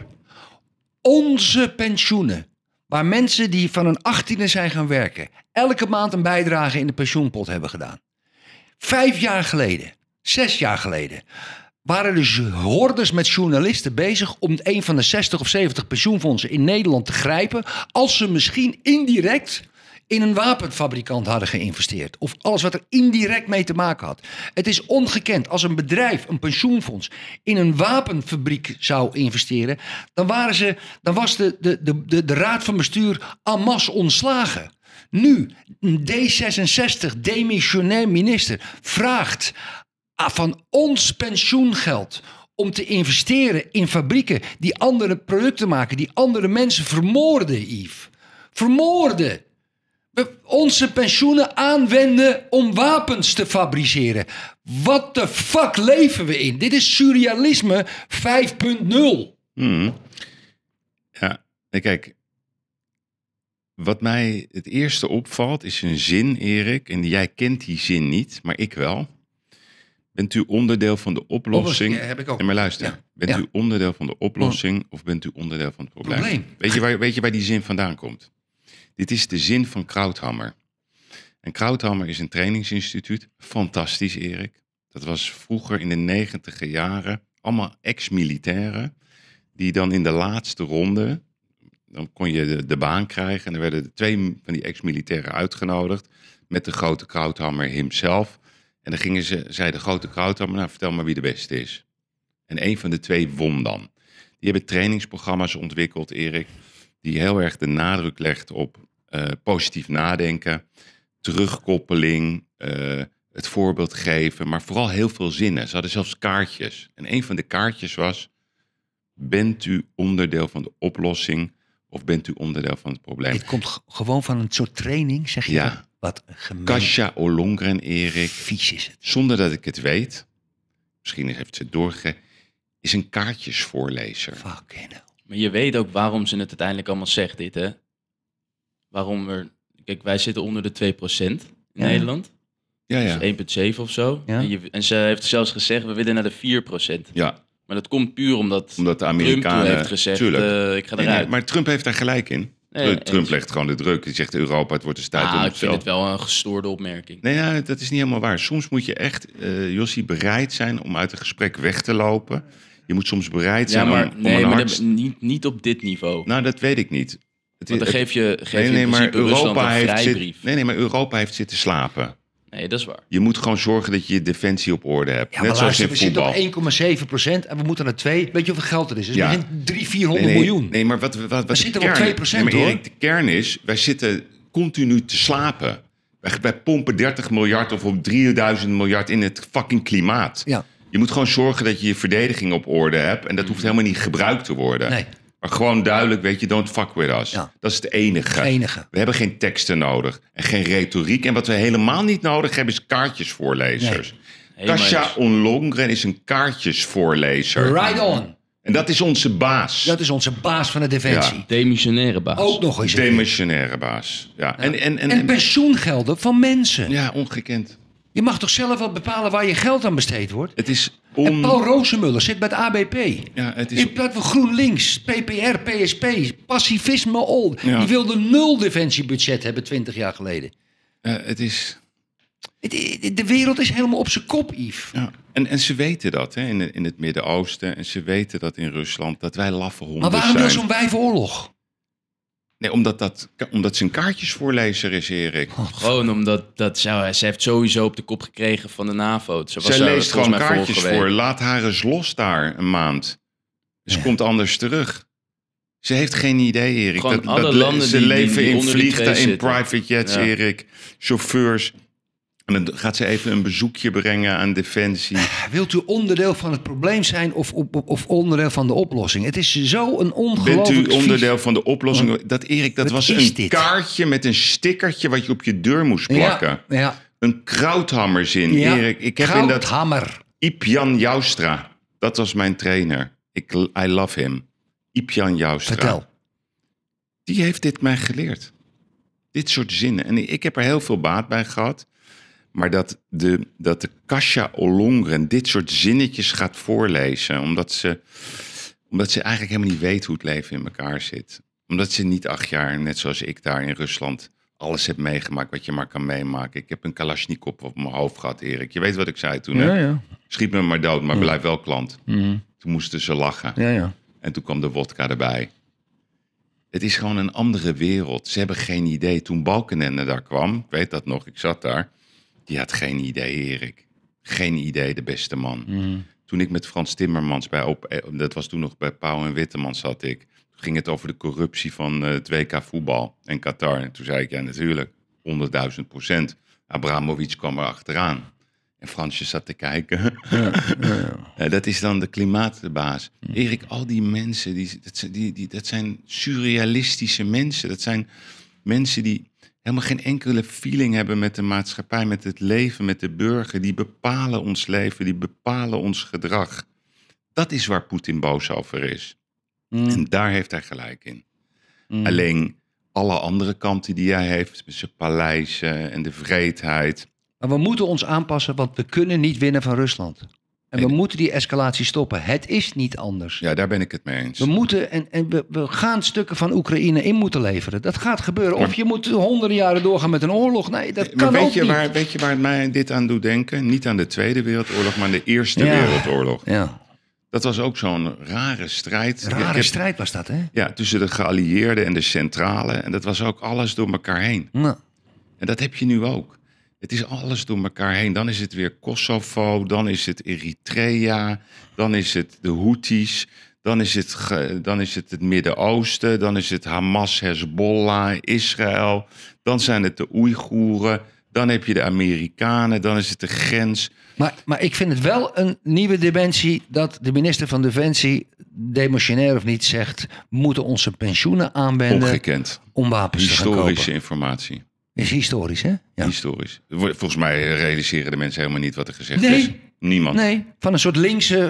Onze pensioenen, waar mensen die van hun 18e zijn gaan werken, elke maand een bijdrage in de pensioenpot hebben gedaan. 5 jaar geleden, 6 jaar geleden, waren dus hordes met journalisten bezig om een van de 60 of 70 pensioenfondsen in Nederland te grijpen, als ze misschien indirect in een wapenfabrikant hadden geïnvesteerd. Of alles wat er indirect mee te maken had. Het is ongekend. Als een bedrijf, een pensioenfonds, in een wapenfabriek zou investeren, dan was de raad van bestuur en masse ontslagen. Nu, D66, demissionair minister, vraagt van ons pensioengeld om te investeren in fabrieken die andere producten maken, die andere mensen vermoorden, Yves. Vermoorden. We onze pensioenen aanwenden om wapens te fabriceren. Wat de fuck leven we in? Dit is surrealisme 5.0. Ja, kijk. Wat mij het eerste opvalt is een zin, Erik. En jij kent die zin niet, maar ik wel. Bent u onderdeel van de oplossing? Ja, heb ik ook. En maar luister, Ja. bent u onderdeel van de oplossing of bent u onderdeel van het probleem? Weet je waar die zin vandaan komt? Dit is de zin van Krauthammer. En Krauthammer is een trainingsinstituut. Fantastisch, Erik. Dat was vroeger in de 90e jaren allemaal ex-militairen die dan in de laatste ronde, dan kon je de baan krijgen. En er werden 2 van die ex-militairen uitgenodigd met de grote Krauthammer himself. En dan zei de grote Krauthammer, nou vertel maar wie de beste is. En een van de 2 won dan. Die hebben trainingsprogramma's ontwikkeld, Erik, die heel erg de nadruk legt op positief nadenken, terugkoppeling, het voorbeeld geven, maar vooral heel veel zinnen. Ze hadden zelfs kaartjes. En een van de kaartjes was: bent u onderdeel van de oplossing of bent u onderdeel van het probleem? Dit komt gewoon van een soort training, zeg je? Ja. Wat gemeen. Kajsa Ollongren, Erik, Vies is het. zonder dat ik het weet, misschien heeft ze het doorgegeven, is een kaartjesvoorlezer. Fucking hell. Maar je weet ook waarom ze het uiteindelijk allemaal zegt, dit, hè? Waarom er... Kijk, wij zitten onder de 2% in Nederland. Ja. Dus 1,7 of zo. Ja. En ze heeft zelfs gezegd, we willen naar de 4%. Ja. Maar dat komt puur omdat De Amerikanen Trump toen heeft gezegd, ik ga eruit. Nee, maar Trump heeft daar gelijk in. Trump legt gewoon de druk. Die zegt Europa, het wordt een stuit om ik hetzelfde. vind het wel een gestoorde opmerking. Nee, dat is niet helemaal waar. Soms moet je echt, Jossie, bereid zijn om uit een gesprek weg te lopen. Je moet soms bereid zijn om een hart... niet op dit niveau. Nou, dat weet ik niet. Want dan geef je in maar principe Rusland een heeft vrijbrief. maar Europa heeft zitten slapen. Nee, dat is waar. Je moet gewoon zorgen dat je je defensie op orde hebt. Ja, Net maar zoals luister, in we voetbal. zitten op 1,7% en we moeten naar 2. Weet je hoeveel geld er is? Dus Ja. we zijn 300-400 miljoen. Nee, maar wat We zitten de op kern, 2%, nee, maar hoor. Erik, de kern is, wij zitten continu te slapen. Wij pompen 30 miljard of op 3000 miljard in het fucking klimaat. Ja. Je moet gewoon zorgen dat je je verdediging op orde hebt. En dat hoeft helemaal niet gebruikt te worden. Nee. Maar gewoon duidelijk, weet je, don't fuck with us. Ja. Dat is het enige. Het enige. We hebben geen teksten nodig en geen retoriek. En wat we helemaal niet nodig hebben is kaartjesvoorlezers. Nee. Kajsa Ollongren is een kaartjesvoorlezer. Right on. En dat is onze baas. Dat is onze baas van de defensie. Ja. Demissionaire baas. Ook nog eens. Demissionaire baas. Ja. En pensioengelden van mensen. Ja, ongekend. Je mag toch zelf wel bepalen waar je geld aan besteed wordt? Het is En Paul Rozemuller zit bij het ABP. Ja, het is... In plaats van GroenLinks, PPR, PSP, pacifisme al. Ja. Die wilde 0 defensiebudget hebben 20 jaar geleden. het is... De wereld is helemaal op zijn kop, Yves. Ja. En ze weten dat, hè, in het Midden-Oosten. En ze weten dat in Rusland, dat wij laffe honden zijn. Maar waarom wil zo'n wijfenoorlog? Nee, omdat ze een kaartjesvoorlezer is, Erik. Gewoon omdat ze heeft sowieso op de kop gekregen van de NAVO. Zij leest gewoon kaartjes voor. Laat haar eens los daar een maand. Ze komt anders terug. Ze heeft geen idee, Erik. Gewoon alle landen ze leven die in onder die vliegtuigen, in zitten. private jets, Ja. Erik. Chauffeurs. En dan gaat ze even een bezoekje brengen aan Defensie. Wilt u onderdeel van het probleem zijn of onderdeel van de oplossing? Het is zo een ongelooflijk... Bent u onderdeel van de oplossing? Erik, dat was een kaartje met een stickertje wat je op je deur moest plakken. Ja. Een Krauthammerzin, Ja, Erik. Ik heb Krauthammer. Ipjan Joustra. Dat was mijn trainer. I love him. Ipjan Joustra. Vertel. Die heeft dit mij geleerd. Dit soort zinnen. En ik heb er heel veel baat bij gehad. Maar dat de Kasia Ollongren dit soort zinnetjes gaat voorlezen. Omdat ze eigenlijk helemaal niet weet hoe het leven in elkaar zit. Omdat ze niet 8 jaar, net zoals ik daar in Rusland, alles heb meegemaakt wat je maar kan meemaken. Ik heb een Kalashnikov op mijn hoofd gehad, Erik. Je weet wat ik zei toen, hè? Ja. Schiet me maar dood, maar blijf wel klant. Mhm. Toen moesten ze lachen. Ja. En toen kwam de wodka erbij. Het is gewoon een andere wereld. Ze hebben geen idee. Toen Balkenende daar kwam, ik weet dat nog, ik zat daar. Die had geen idee, Erik. Geen idee, de beste man. Mm. Toen ik met Frans Timmermans dat was toen nog bij Pauw en Witteman zat ik. Toen ging het over de corruptie van het WK voetbal en Qatar. En toen zei ik, ja natuurlijk, 100.000%. Abramovic kwam er achteraan. En Fransje zat te kijken. Ja, dat is dan de klimaatbaas. Erik, al die mensen, dat zijn surrealistische mensen. Dat zijn mensen die helemaal geen enkele feeling hebben met de maatschappij, met het leven, met de burger. Die bepalen ons leven, die bepalen ons gedrag. Dat is waar Poetin boos over is. En daar heeft hij gelijk in. Alleen alle andere kanten die hij heeft, met zijn paleizen en de vreedheid. Maar we moeten ons aanpassen, want we kunnen niet winnen van Rusland. En we moeten die escalatie stoppen. Het is niet anders. Ja, daar ben ik het mee eens. We moeten we gaan stukken van Oekraïne in moeten leveren. Dat gaat gebeuren. Of je moet honderden jaren doorgaan met een oorlog. Nee, dat kan maar ook niet. Weet je waar het mij dit aan doet denken? Niet aan de Tweede Wereldoorlog, maar aan de Eerste Wereldoorlog. Ja. Dat was ook zo'n rare strijd. Strijd was dat, hè? Ja, tussen de geallieerden en de centrale. En dat was ook alles door elkaar heen. Nou. En dat heb je nu ook. Het is alles door elkaar heen. Dan is het weer Kosovo, dan is het Eritrea, dan is het de Houthis, dan is het Midden-Oosten, dan is het Hamas, Hezbollah, Israël, dan zijn het de Oeigoeren, dan heb je de Amerikanen, dan is het de grens. Maar ik vind het wel een nieuwe dimensie dat de minister van Defensie, demissionair of niet, zegt, we moeten onze pensioenen aanwenden. Ongekend. Om wapens te gaan kopen. Historische informatie. Is historisch, hè? Ja. Historisch. Volgens mij realiseren de mensen helemaal niet wat er gezegd is. Niemand. Nee, van een soort linkse...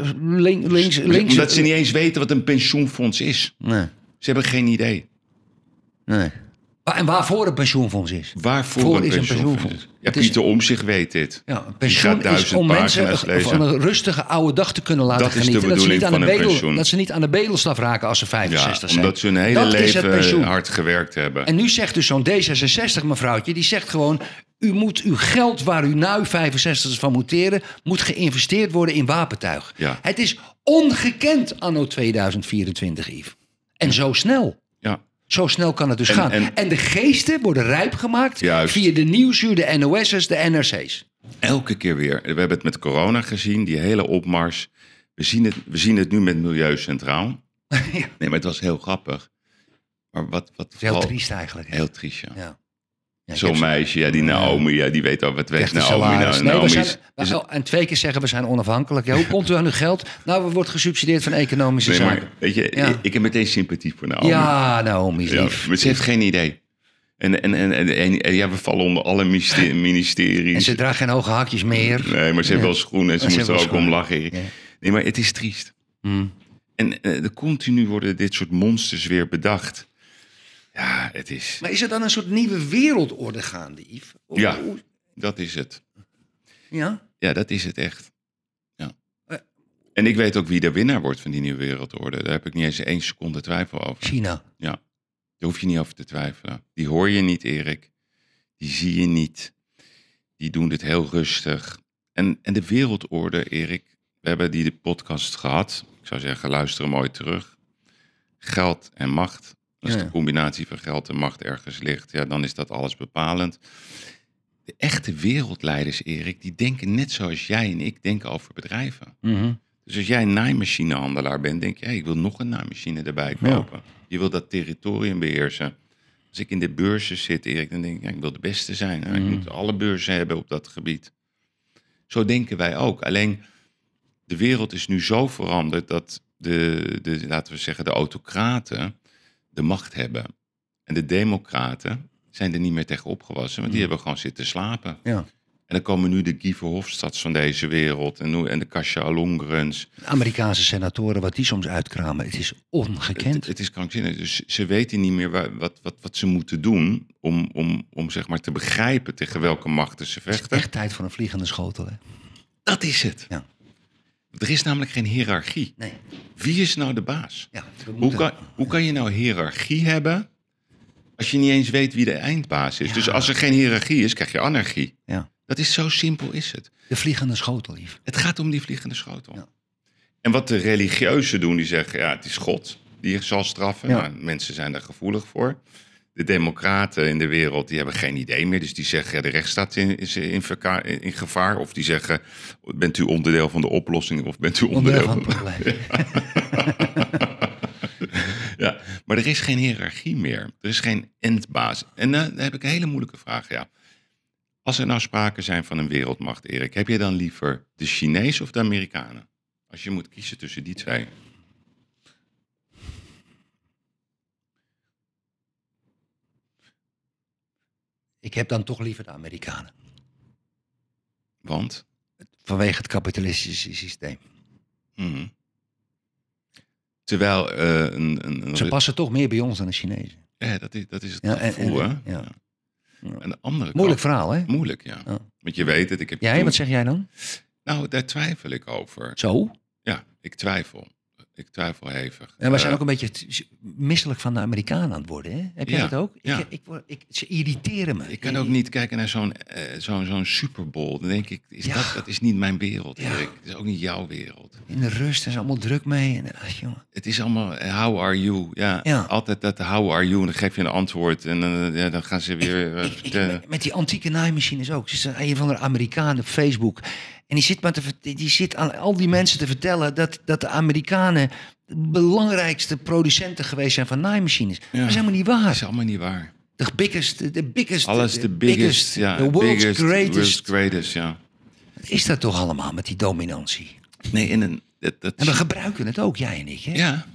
Omdat ze niet eens weten wat een pensioenfonds is. Nee. Ze hebben geen idee. Nee. En waarvoor een pensioenfonds is. Waarvoor een pensioenfonds. Ja, Pieter Omtzigt weet dit. Ja, een pensioen is om mensen van een rustige oude dag te kunnen laten genieten. Dat is de bedoeling van een pensioen. Dat ze niet aan de bedelstaf raken als ze 65 zijn. Omdat ze hun hele leven hard gewerkt hebben. En nu zegt dus zo'n D66 mevrouwtje, die zegt gewoon, u moet uw geld waar u nu 65 van moet teren, moet geïnvesteerd worden in wapentuig. Ja. Het is ongekend anno 2024, Yves. En zo snel. Ja. Zo snel kan het dus gaan. En de geesten worden rijp gemaakt via de Nieuwsuur, de NOS'ers, de NRC's. Elke keer weer. We hebben het met corona gezien, die hele opmars. We zien het nu met Milieu Centraal. Ja. Nee, maar het was heel grappig. Maar wat heel triest eigenlijk. Heel triest, ja. Zo'n meisje, die Naomi, die weet al wat weet Naomi. En 2 keer zeggen we zijn onafhankelijk. Ja, hoe komt u aan uw geld? Nou, we worden gesubsidieerd van economische zaken. Maar, weet je, ik heb meteen sympathie voor Naomi. Ja, Naomi is lief. Maar ze heeft geen idee. En we vallen onder alle ministeries. En ze draagt geen hoge hakjes meer. Nee, maar ze heeft wel schoenen en ze moest er ook om lachen. Ja. Nee, maar het is triest. En continu worden dit soort monsters weer bedacht. Ja, het is... Maar is er dan een soort nieuwe wereldorde gaande, Yves? Ja, dat is het. Ja? Ja, dat is het echt. Ja. En ik weet ook wie de winnaar wordt van die nieuwe wereldorde. Daar heb ik niet eens 1 seconde twijfel over. China. Ja, daar hoef je niet over te twijfelen. Die hoor je niet, Erik. Die zie je niet. Die doen dit heel rustig. En de wereldorde, Erik, we hebben de podcast gehad. Ik zou zeggen, luister hem mooi terug. Geld en macht. Als de combinatie van geld en macht ergens ligt, ja, dan is dat alles bepalend. De echte wereldleiders, Erik, die denken net zoals jij en ik denken over bedrijven. Mm-hmm. Dus als jij een naaimachinehandelaar bent, denk je, ik wil nog een naaimachine erbij kopen. Ja. Je wil dat territorium beheersen. Als ik in de beurzen zit, Erik, dan denk ik, ik wil de beste zijn. Ik moet alle beurzen hebben op dat gebied. Zo denken wij ook. Alleen, de wereld is nu zo veranderd dat laten we zeggen, de autocraten de macht hebben. En de democraten zijn er niet meer tegen opgewassen, want die hebben gewoon zitten slapen. Ja. En dan komen nu de Guy Verhofstadts van deze wereld en de Kasia Lundgrens. De Amerikaanse senatoren, wat die soms uitkramen, het is ongekend. Het is krankzinnig. Dus ze weten niet meer wat ze moeten doen om zeg maar te begrijpen tegen welke machten ze vechten. Het is echt tijd voor een vliegende schotel, hè? Dat is het. Ja. Er is namelijk geen hiërarchie. Nee. Wie is nou de baas? Ja, hoe kan je nou hiërarchie hebben als je niet eens weet wie de eindbaas is? Ja. Dus als er geen hiërarchie is, krijg je anarchie. Ja. Dat is zo simpel is het. De vliegende schotel, lief. Het gaat om die vliegende schotel. Ja. En wat de religieuzen doen, die zeggen, het is God die zal straffen. Ja. Nou, mensen zijn daar gevoelig voor. De democraten in de wereld, die hebben geen idee meer. Dus die zeggen, de rechtsstaat is in gevaar. Of die zeggen, bent u onderdeel van de oplossing of bent u onderdeel van het probleem? Ja, maar er is geen hiërarchie meer. Er is geen endbaas. En dan heb ik een hele moeilijke vraag, Als er nou sprake zijn van een wereldmacht, Erik, heb je dan liever de Chinezen of de Amerikanen? Als je moet kiezen tussen die twee. Ik heb dan toch liever de Amerikanen. Want? Vanwege het kapitalistische systeem. Mm-hmm. Terwijl ze passen toch meer bij ons dan de Chinezen. Ja, dat is het gevoel, hè? Ja. En de andere moeilijk verhaal, hè? Moeilijk, ja. Want je weet het. Wat zeg jij dan? Nou, daar twijfel ik over. Zo? Ja, ik twijfel. Ik twijfel hevig. En we zijn ook een beetje misselijk van de Amerikanen aan het worden, hè? Heb jij dat ook? Ja. Ze irriteren me. Ik kan ook niet kijken naar zo'n Super Bowl. Dan denk ik, dat is niet mijn wereld, Erik. Het is ook niet jouw wereld. In de rust, er is allemaal druk mee. Het is allemaal, how are you? Ja. Altijd dat how are you. En dan geef je een antwoord. En dan gaan ze weer... Met die antieke naaimachines ook. Er is een van de Amerikanen op Facebook... En die zit aan al die mensen te vertellen dat de Amerikanen de belangrijkste producenten geweest zijn van naaimachines. Ja. Dat is helemaal niet waar. Dat is allemaal niet waar. The biggest. Alles de biggest. The world's greatest. Ja. Wat is dat toch allemaal met die dominantie? Nee, en we gebruiken het ook, jij en ik, hè? Ja.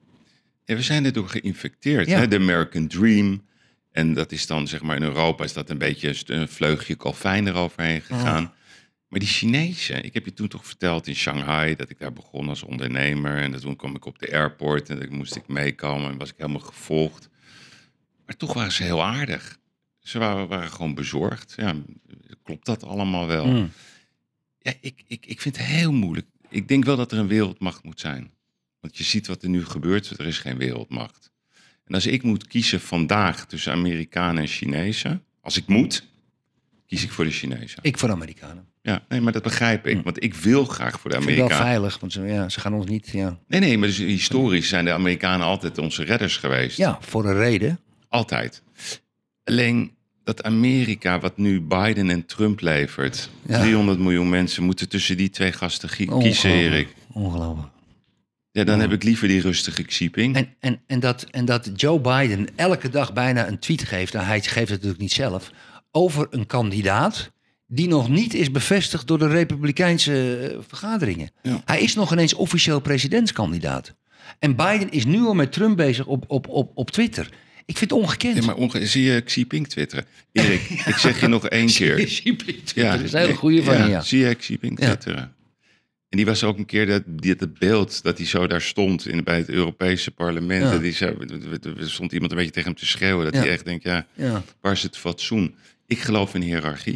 En we zijn erdoor geïnfecteerd. Ja. Hè? De American Dream. En dat is dan, zeg maar, in Europa is dat een beetje een vleugje kalfijn eroverheen gegaan. Oh. Maar die Chinezen, ik heb je toen toch verteld in Shanghai dat ik daar begon als ondernemer. En toen kwam ik op de airport en dan moest ik meekomen en was ik helemaal gevolgd. Maar toch waren ze heel aardig. Ze waren gewoon bezorgd. Ja, klopt dat allemaal wel? Mm. Ja, ik vind het heel moeilijk. Ik denk wel dat er een wereldmacht moet zijn. Want je ziet wat er nu gebeurt, er is geen wereldmacht. En als ik moet kiezen vandaag tussen Amerikanen en Chinezen, als ik moet, kies ik voor de Chinezen. Ik voor de Amerikanen. Ja, nee, maar dat begrijp ik. Want ik wil graag voor de Amerikanen. Ik vind het wel veilig, want ze gaan ons niet... Ja. Nee, maar dus historisch zijn de Amerikanen altijd onze redders geweest. Ja, voor een reden. Altijd. Alleen dat Amerika, wat nu Biden en Trump levert... 300 miljoen mensen moeten tussen die twee gasten kiezen, Erik. Ongelooflijk. Ja, dan heb ik liever die rustige Xi Jinping. En dat Joe Biden elke dag bijna een tweet geeft... Nou, hij geeft het natuurlijk niet zelf... over een kandidaat... die nog niet is bevestigd door de Republikeinse vergaderingen. Ja. Hij is nog ineens officieel presidentskandidaat. En Biden is nu al met Trump bezig op Twitter. Ik vind het ongekend. Ja, maar zie je Xi Jinping twitteren? Erik, ik zeg je nog 1 keer. Zie je Xi Jinping twitteren? Dat is een hele goeie van je. Zie je Xi Jinping twitteren? Ja. En die was ook een keer dat beeld dat hij zo daar stond bij het Europese parlement. Ja. Er stond iemand een beetje tegen hem te schreeuwen. Dat hij echt denkt, waar is het fatsoen? Ik geloof in hiërarchie.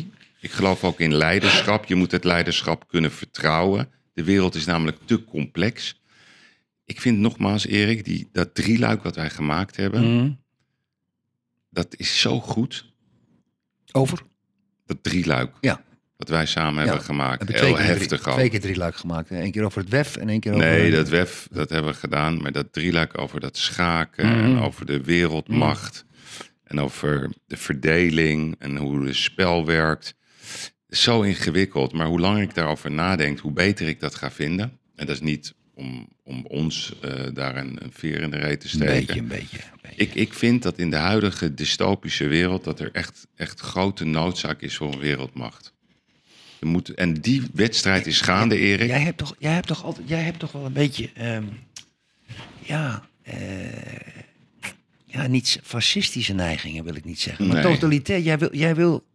Ik geloof ook in leiderschap. Je moet het leiderschap kunnen vertrouwen. De wereld is namelijk te complex. Ik vind nogmaals, Erik, dat drieluik wat wij gemaakt hebben... Dat is zo goed. Over? Dat drieluik. Ja. Wat wij samen hebben gemaakt. Hebben Heel heftig ook. 2 keer drieluik gemaakt. Hè? 1 keer over het WEF en 1 keer over... Nee, dat WEF, dat hebben we gedaan. Maar dat drieluik over dat schaken en over de wereldmacht... en over de verdeling en hoe het spel werkt. Zo ingewikkeld. Maar hoe langer ik daarover nadenk, hoe beter ik dat ga vinden. En dat is niet om ons daar een veer in de reet te steken. Een beetje. Ik vind dat in de huidige dystopische wereld... dat er echt grote noodzaak is voor een wereldmacht. En die wedstrijd is gaande, Erik. Jij hebt toch wel een beetje... niet fascistische neigingen, wil ik niet zeggen. Maar totalitair, jij wil...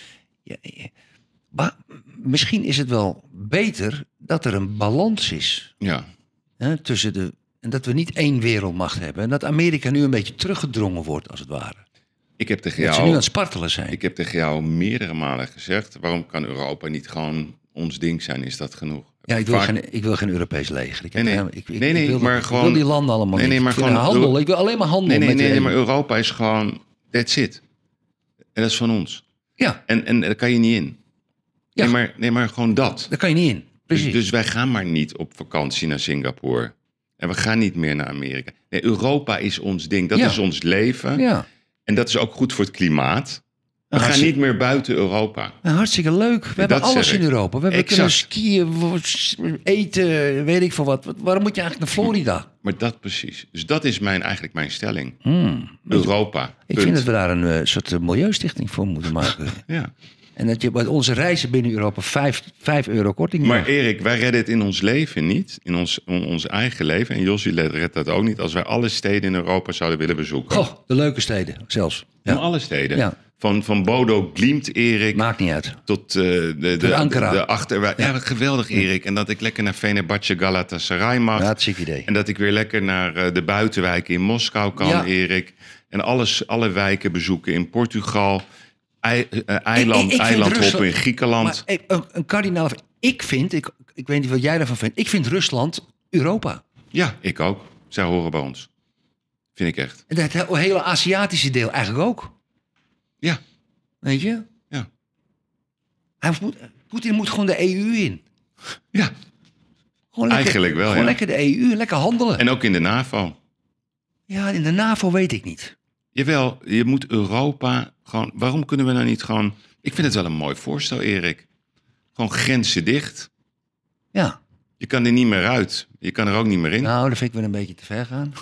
Maar misschien is het wel beter dat er een balans is. Ja. Hè, en dat we niet 1 wereldmacht hebben. En dat Amerika nu een beetje teruggedrongen wordt, als het ware. Dat ze nu aan het spartelen zijn. Ik heb tegen jou meerdere malen gezegd... waarom kan Europa niet gewoon ons ding zijn? Is dat genoeg? Ja, ik wil geen Europees leger. Ik wil die landen allemaal handel. Ik wil alleen maar handel. Nee, maar Europa is gewoon... That's it. En dat is van ons. Ja. En daar kan je niet in. Ja. Nee, maar gewoon dat. Daar kan je niet in. Precies. Dus wij gaan maar niet op vakantie naar Singapore. En we gaan niet meer naar Amerika. Nee, Europa is ons ding. Dat is ons leven. Ja. En dat is ook goed voor het klimaat. We gaan niet meer buiten Europa. Hartstikke leuk. We hebben alles in Europa. We kunnen skiën, eten, weet ik veel wat. Waarom moet je eigenlijk naar Florida? Maar dat precies. Dus dat is eigenlijk mijn stelling. Europa. Ik vind dat we daar een soort milieustichting voor moeten maken. Ja. En dat je bij onze reizen binnen Europa 5 euro korting Maar Erik, wij redden het in ons leven niet. In ons eigen leven. En Jossie redt dat ook niet. Als wij alle steden in Europa zouden willen bezoeken. Oh, de leuke steden zelfs. Ja. Alle steden. Ja. Van Bodo Glimt, Erik. Maakt niet uit. Tot de Ankara. Ja, geweldig, Erik. En dat ik lekker naar Fenerbahce Galatasaray mag. Ja, dat is een idee. En dat ik weer lekker naar de buitenwijken in Moskou kan, Erik. En alle wijken bezoeken in Portugal. Eilandhoppen in Griekenland. Maar, een kardinaal... Ik weet niet wat jij daarvan vindt. Ik vind Rusland Europa. Ja, ik ook. Zij horen bij ons. Vind ik echt. En het hele Aziatische deel eigenlijk ook. Ja. Weet je? Ja. Poetin moet gewoon de EU in. Ja. Eigenlijk wel, Gewoon lekker de EU, lekker handelen. En ook in de NAVO. Ja, in de NAVO weet ik niet. Jawel, je moet Europa gewoon... Waarom kunnen we nou niet gewoon... Ik vind het wel een mooi voorstel, Erik. Gewoon grenzen dicht. Ja. Je kan er niet meer uit. Je kan er ook niet meer in. Nou, dat vind ik wel een beetje te ver gaan.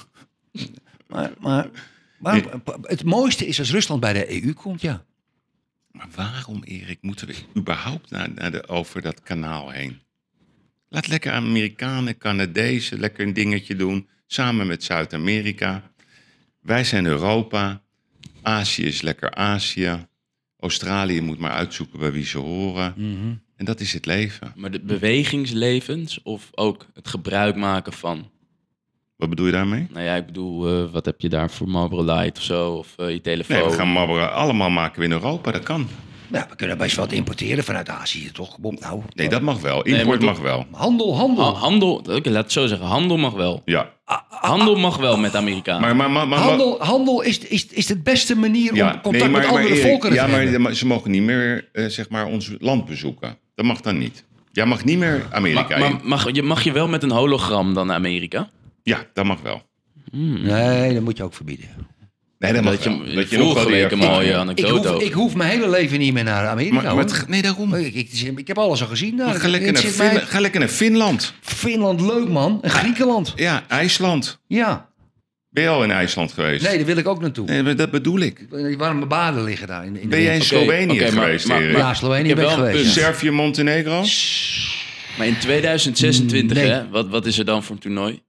maar het mooiste is als Rusland bij de EU komt, ja. Maar waarom, Erik, moeten we überhaupt over dat kanaal heen? Laat lekker Amerikanen, Canadezen lekker een dingetje doen. Samen met Zuid-Amerika. Wij zijn Europa. Azië is lekker Azië. Australië moet maar uitzoeken bij wie ze horen. Mm-hmm. En dat is het leven. Maar de bewegingslevens of ook het gebruik maken van... Wat bedoel je daarmee? Nou ja, ik bedoel, wat heb je daar voor Marlboro Light of zo? Of je telefoon? Nee, we gaan Marlboro allemaal maken we in Europa, dat kan. Ja, we kunnen best wat importeren vanuit Azië, toch? Nee, dat mag wel. Import mag wel. Handel. Laat het zo zeggen. Handel mag wel. Ja. Handel mag wel met Amerikanen. Maar handel is de beste manier om contact met andere volkeren te hebben. Maar ze mogen niet meer ons land bezoeken. Dat mag dan niet. Jij mag niet meer Amerika in. Mag je wel met een hologram dan naar Amerika? Ja, dat mag wel. Nee, dat moet je ook verbieden. Nee, dat mag wel. Dat je vorige week een mooie anekdote ik hoef mijn hele leven niet meer naar Amerika. Nee, daarom. Ik heb alles al gezien. Ga lekker naar Finland. Finland, leuk man. En Griekenland. Ja, IJsland. Ja. Ben je al in IJsland geweest? Nee, daar wil ik ook naartoe. Nee, dat bedoel ik. Die warme baden liggen daar. Ben jij in Slovenië geweest? Ja, Slovenië ben ik geweest. Servië, Montenegro? Maar in 2026, wat is er dan voor een toernooi?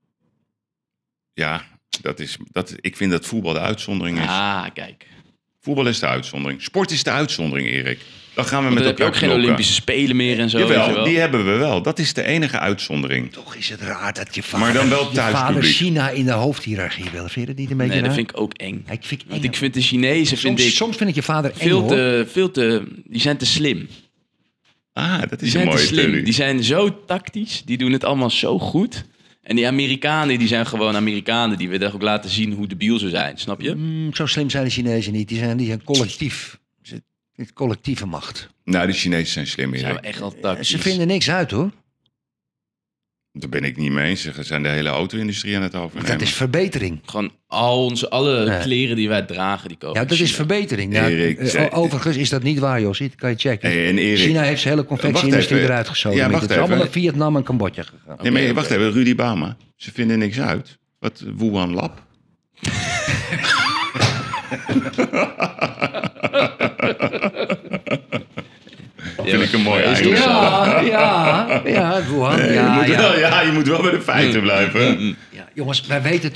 Ja, ik vind dat voetbal de uitzondering is. Ah, kijk. Voetbal is de uitzondering. Sport is de uitzondering, Erik. Dan gaan we met elkaar heb je ook geen Olympische Spelen meer en zo. Jawel, die hebben we wel. Dat is de enige uitzondering. Toch is het raar dat je vader China in de hoofdhiërarchie wil. Vind je dat niet een beetje raar? Dat vind ik ook eng. Ik vind de Chinezen... Soms vind ik je vader die zijn te slim. Dat is een mooie slim. theorie. Die zijn zo tactisch. Die doen het allemaal zo goed. En die Amerikanen, die zijn gewoon Amerikanen. Die willen ook laten zien hoe debiel ze zijn. Snap je? Zo slim zijn de Chinezen niet. Die zijn collectief. Collectieve macht. Nou, de Chinezen zijn slim, Ze zijn Erik. echt al tactisch. Ze vinden niks uit, hoor. Daar ben ik niet mee eens. Ze zijn de hele auto-industrie aan het overnemen. Dat is verbetering. Gewoon alle kleren die wij dragen, die komen Ja, dat uit is China. verbetering. Erik, Overigens is dat niet waar, Jossie. Dat kan je checken. Hey, en Erik, China heeft zijn hele confectie-industrie wacht even. eruit gezogen. Ja, wacht het is allemaal even. naar Vietnam en Cambodja gegaan. Nee, maar wacht even. Rudy Bama. Ze vinden niks uit. Wat Wuhan Lab? Vind ik een mooi eigenschap. Ja, Wuhan. Je moet wel bij de feiten blijven. Ja, jongens, wij weten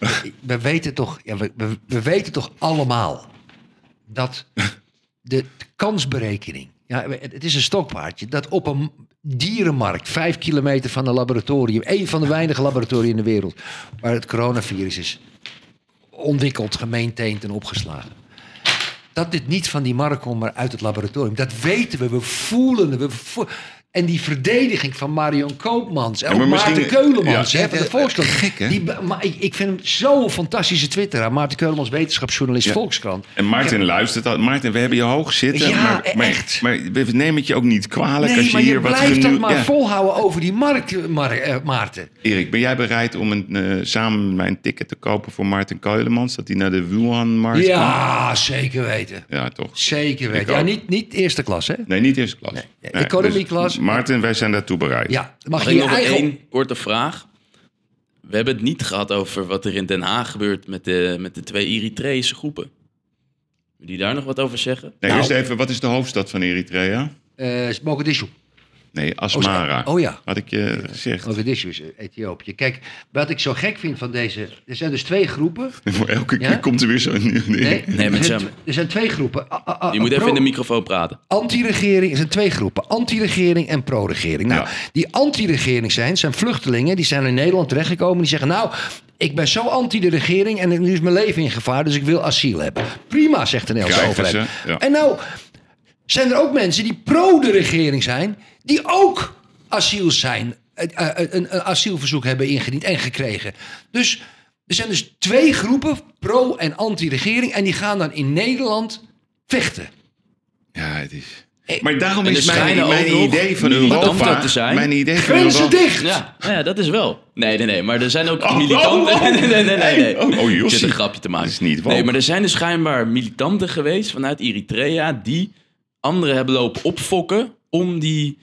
toch allemaal dat de kansberekening, het is een stokpaardje, dat op een dierenmarkt 5 kilometer van een laboratorium, een van de weinige laboratoria in de wereld, waar het coronavirus is ontwikkeld, gemaintained en opgeslagen. Dat dit niet van die markt komt, maar uit het laboratorium. Dat weten we, we voelen het. En die verdediging van Marion Koopmans. En ook Maarten Keulemans. Van de Volkskrant. Gek, hè? Maar ik vind hem zo'n fantastische twitteraar. Maarten Keulemans, wetenschapsjournalist, Volkskrant. En Maarten luistert al. Maarten, we hebben je hoog zitten. Ja, maar, echt. Maar we nemen het je ook niet kwalijk Nee, als je maar hier je wat blijft dat genu- maar volhouden over die markt, Maarten. Erik, ben jij bereid om samen met mij een ticket te kopen voor Maarten Keulemans? Dat hij naar de Wuhan-markt komt? Ja, zeker weten. Ja, toch? Zeker Ik weten. Ja, ook. niet eerste klas, hè? Nee, niet eerste klas. Nee, economie klas. Maarten, wij zijn daartoe bereid. Ja, Mag mag ik je nog eigen... één korte vraag? We hebben het niet gehad over wat er in Den Haag gebeurt met de 2 Eritrese groepen. Wil je daar nog wat over zeggen? Nee, eerst even, wat is de hoofdstad van Eritrea? Mogadishu. Nee, Asmara. Oh ja. Had ik je gezegd. Mogadishu is Ethiopië. Kijk, wat ik zo gek vind van deze... Er zijn dus 2 groepen. Elke keer Ja? komt er weer zo'n... Nee, maar Er zijn 2 groepen. Je moet even in de microfoon praten. Anti-regering, er zijn 2 groepen. Anti-regering en pro-regering. Nou, Ja. die anti-regering zijn vluchtelingen. Die zijn in Nederland terechtgekomen. Die zeggen, nou, ik ben zo anti de regering en nu is mijn leven in gevaar, dus ik wil asiel hebben. Prima, zegt de Nederlandse Krijgen overheid. ze, ja. En nou zijn er ook mensen die pro de regering zijn, die ook asiel zijn, een asielverzoek hebben ingediend en gekregen. Dus er zijn dus 2 groepen, pro- en anti-regering, en die gaan dan in Nederland vechten. Ja, het is... Maar daarom En is er schijnen mijn ook nog idee van militanten Europa... te zijn. Mijn idee van Grenzen Europa... dicht! Ja, dat is wel. Nee, maar er zijn ook militanten... Nee. Oh, Ik Jossie. zit een grapje te maken. Dat is niet woke. Nee, maar er zijn dus schijnbaar militanten geweest vanuit Eritrea die anderen hebben lopen opfokken om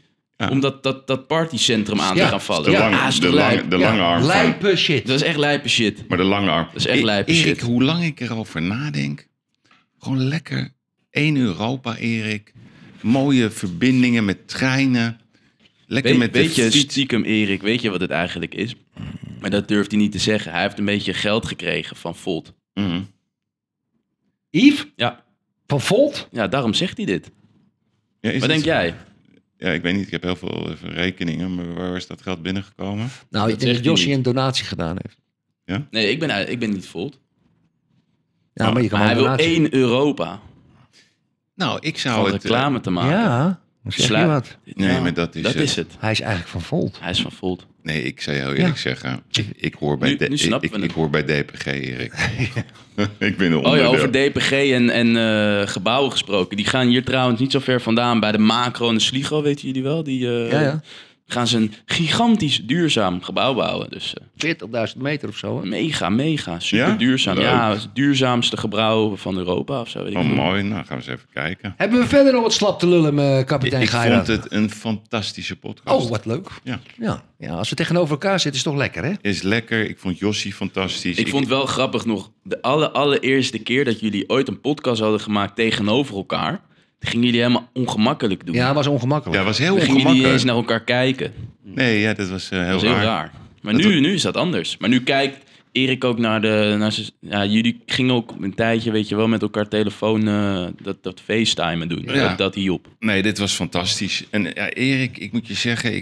dat partycentrum aan te gaan vallen. De lange arm van... Lijpe shit. Dat is echt lijpe shit. Maar de lange arm. Dat is echt lijpe Erik, shit. hoe lang ik erover nadenk... Gewoon lekker 1 Europa, Erik. Mooie verbindingen met treinen. Lekker met Weet de je, fiets. stiekem Erik, weet je wat het eigenlijk is? Maar dat durft hij niet te zeggen. Hij heeft een beetje geld gekregen van Volt. Mhm. Yves? Ja. Van Volt? Ja, daarom zegt hij dit. Ja, is Wat het denk zo? jij? Ja, ik weet niet. Ik heb heel veel rekeningen. Maar waar is dat geld binnengekomen? Nou, ik denk zegt dat hij Jossie niet. een donatie gedaan heeft. Nee, ik ben niet Volt. Ja, maar je kan Maar hij wel wil donatie. 1 Europa Nou, ik om zou het... reclame te maken. Ja, dan zeg je Sluit- wat. Nee, Ja, maar dat is het. Hij is eigenlijk van Volt. Hij is van Volt. Nee, ik zou jou eerlijk zeggen. Ik hoor bij, Nu snappen we ik het. hoor bij DPG, Erik. Ik ben een Oh ja, onderdeel. over DPG en gebouwen gesproken. Die gaan hier trouwens niet zo ver vandaan bij de Macro en de Sligo, weten jullie wel? Die Ja. gaan ze een gigantisch duurzaam gebouw bouwen. Dus 40.000 meter of zo. Hè? mega, super Ja? duurzaam. Leuk. Ja, het duurzaamste gebouw van Europa of zo. Weet ik Oh, niet. mooi. Nou, gaan we eens even kijken. Hebben we verder nog wat slap te lullen, kapitein Ik Gaira? vond het een fantastische podcast. Oh, wat leuk. Ja. Ja, als we tegenover elkaar zitten, is het toch lekker, hè? Is lekker. Ik vond Jossie fantastisch. Ik vond wel grappig nog, de allereerste keer dat jullie ooit een podcast hadden gemaakt tegenover elkaar, gingen jullie helemaal ongemakkelijk doen. Ja, het was ongemakkelijk. Ja, was heel Dan gingen jullie niet eens ongemakkelijk. naar elkaar kijken. Nee, ja, dat was heel, Dat is heel raar. raar. Maar Dat nu is dat anders. Maar nu kijkt Erik ook naar jullie gingen ook een tijdje, weet je wel, met elkaar telefoon dat FaceTimen doen. Ja. Dat hielp. Nee, dit was fantastisch. En ja, Erik, ik moet je zeggen,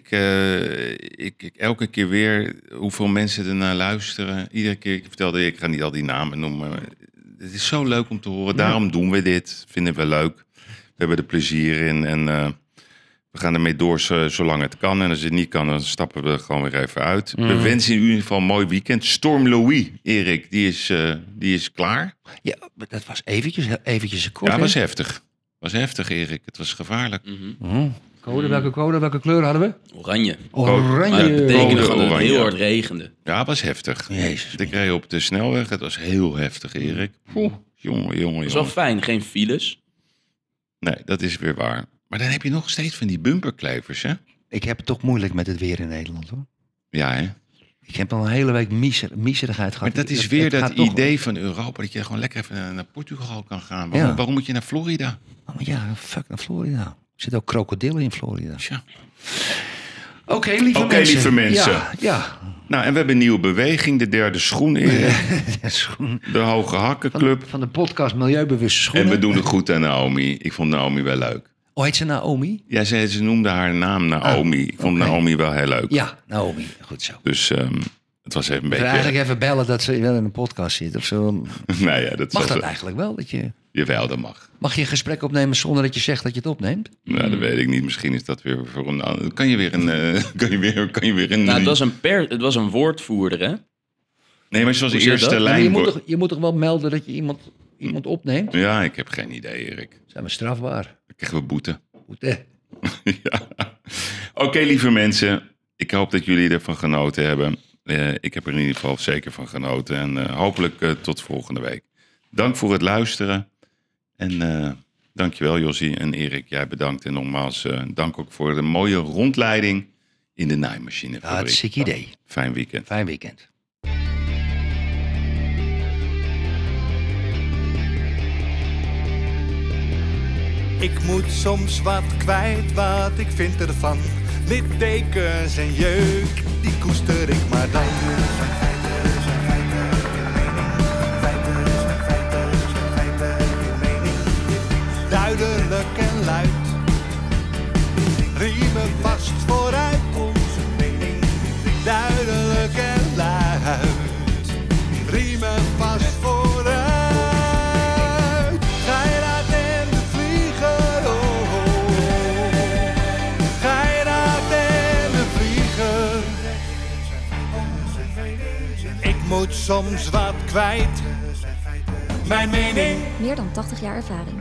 ik elke keer weer hoeveel mensen ernaar luisteren. Iedere keer, ik vertelde, ik ga niet al die namen noemen. Maar het is zo leuk om te horen. Daarom doen we dit. Vinden we leuk. We hebben er plezier in. En We gaan ermee door zolang het kan. En als het niet kan, dan stappen we er gewoon weer even uit. We wensen in ieder geval een mooi weekend. Storm Louis, Erik, die is klaar. Ja, dat was eventjes kort. Ja, het was heftig, Erik. Het was gevaarlijk. Code, welke kleur hadden we? Oranje. Oranje. Maar dat betekende Code dat het oranje. heel hard regende. Ja, het was heftig. Jezus. Ik reed op de snelweg. Het was heel heftig, Erik. Jongen. Dat is wel fijn, geen files. Nee, dat is weer waar. Maar dan heb je nog steeds van die bumperklevers, hè? Ik heb het toch moeilijk met het weer in Nederland, hoor. Ja, hè? Ik heb al een hele week miserigheid gehad. Maar dat is weer dat idee van Europa, dat je gewoon lekker even naar Portugal kan gaan. Waarom moet je naar Florida? Oh, ja, fuck, naar Florida. Er zitten ook krokodillen in Florida. Tja. Oké, lieve mensen. Ja. Nou, en we hebben een nieuwe beweging, de derde schoen, Erik. De Hoge Hakkenclub. Van de podcast Milieubewuste Schoenen. En we doen het goed aan Naomi. Ik vond Naomi wel leuk. Oh, heet ze Naomi? Ja, ze noemde haar naam Naomi. Ik vond Naomi wel heel leuk. Ja, Naomi. Goed zo. Dus het was even een beetje... eigenlijk even bellen dat ze wel in een podcast zit of zo. Nou ja, dat mag dat eigenlijk wel? Dat je... Jawel, dat mag. Mag je een gesprek opnemen zonder dat je zegt dat je het opneemt? Nou, dat weet ik niet. Misschien is dat weer voor een... Kan je weer een... Nou, het was een woordvoerder, hè? Nee, maar zoals de eerste lijn... Je moet toch wel melden dat je iemand opneemt? Ja, ik heb geen idee, Erik. Zijn we strafbaar? Dan krijgen we boete. Boete. Ja. Oké, lieve mensen. Ik hoop dat jullie ervan genoten hebben. Ik heb er in ieder geval zeker van genoten. En hopelijk tot volgende week. Dank voor het luisteren. En dankjewel, Jossie en Erik. Jij bedankt. En nogmaals, dank ook voor de mooie rondleiding in de naaimachinefabriek. Hartstikke idee. Fijn weekend. Fijn weekend. Ik moet soms wat kwijt, wat ik vind ervan. Littekens en jeuk, die koester ik maar dan. Duidelijk en luid, riemen vast vooruit. Onze mening, duidelijk en luid, riemen vast vooruit. Ga je laat en de vlieger, oh, ga je laat en de vlieger. Ik moet soms wat kwijt, mijn mening. Meer dan 80 jaar ervaring.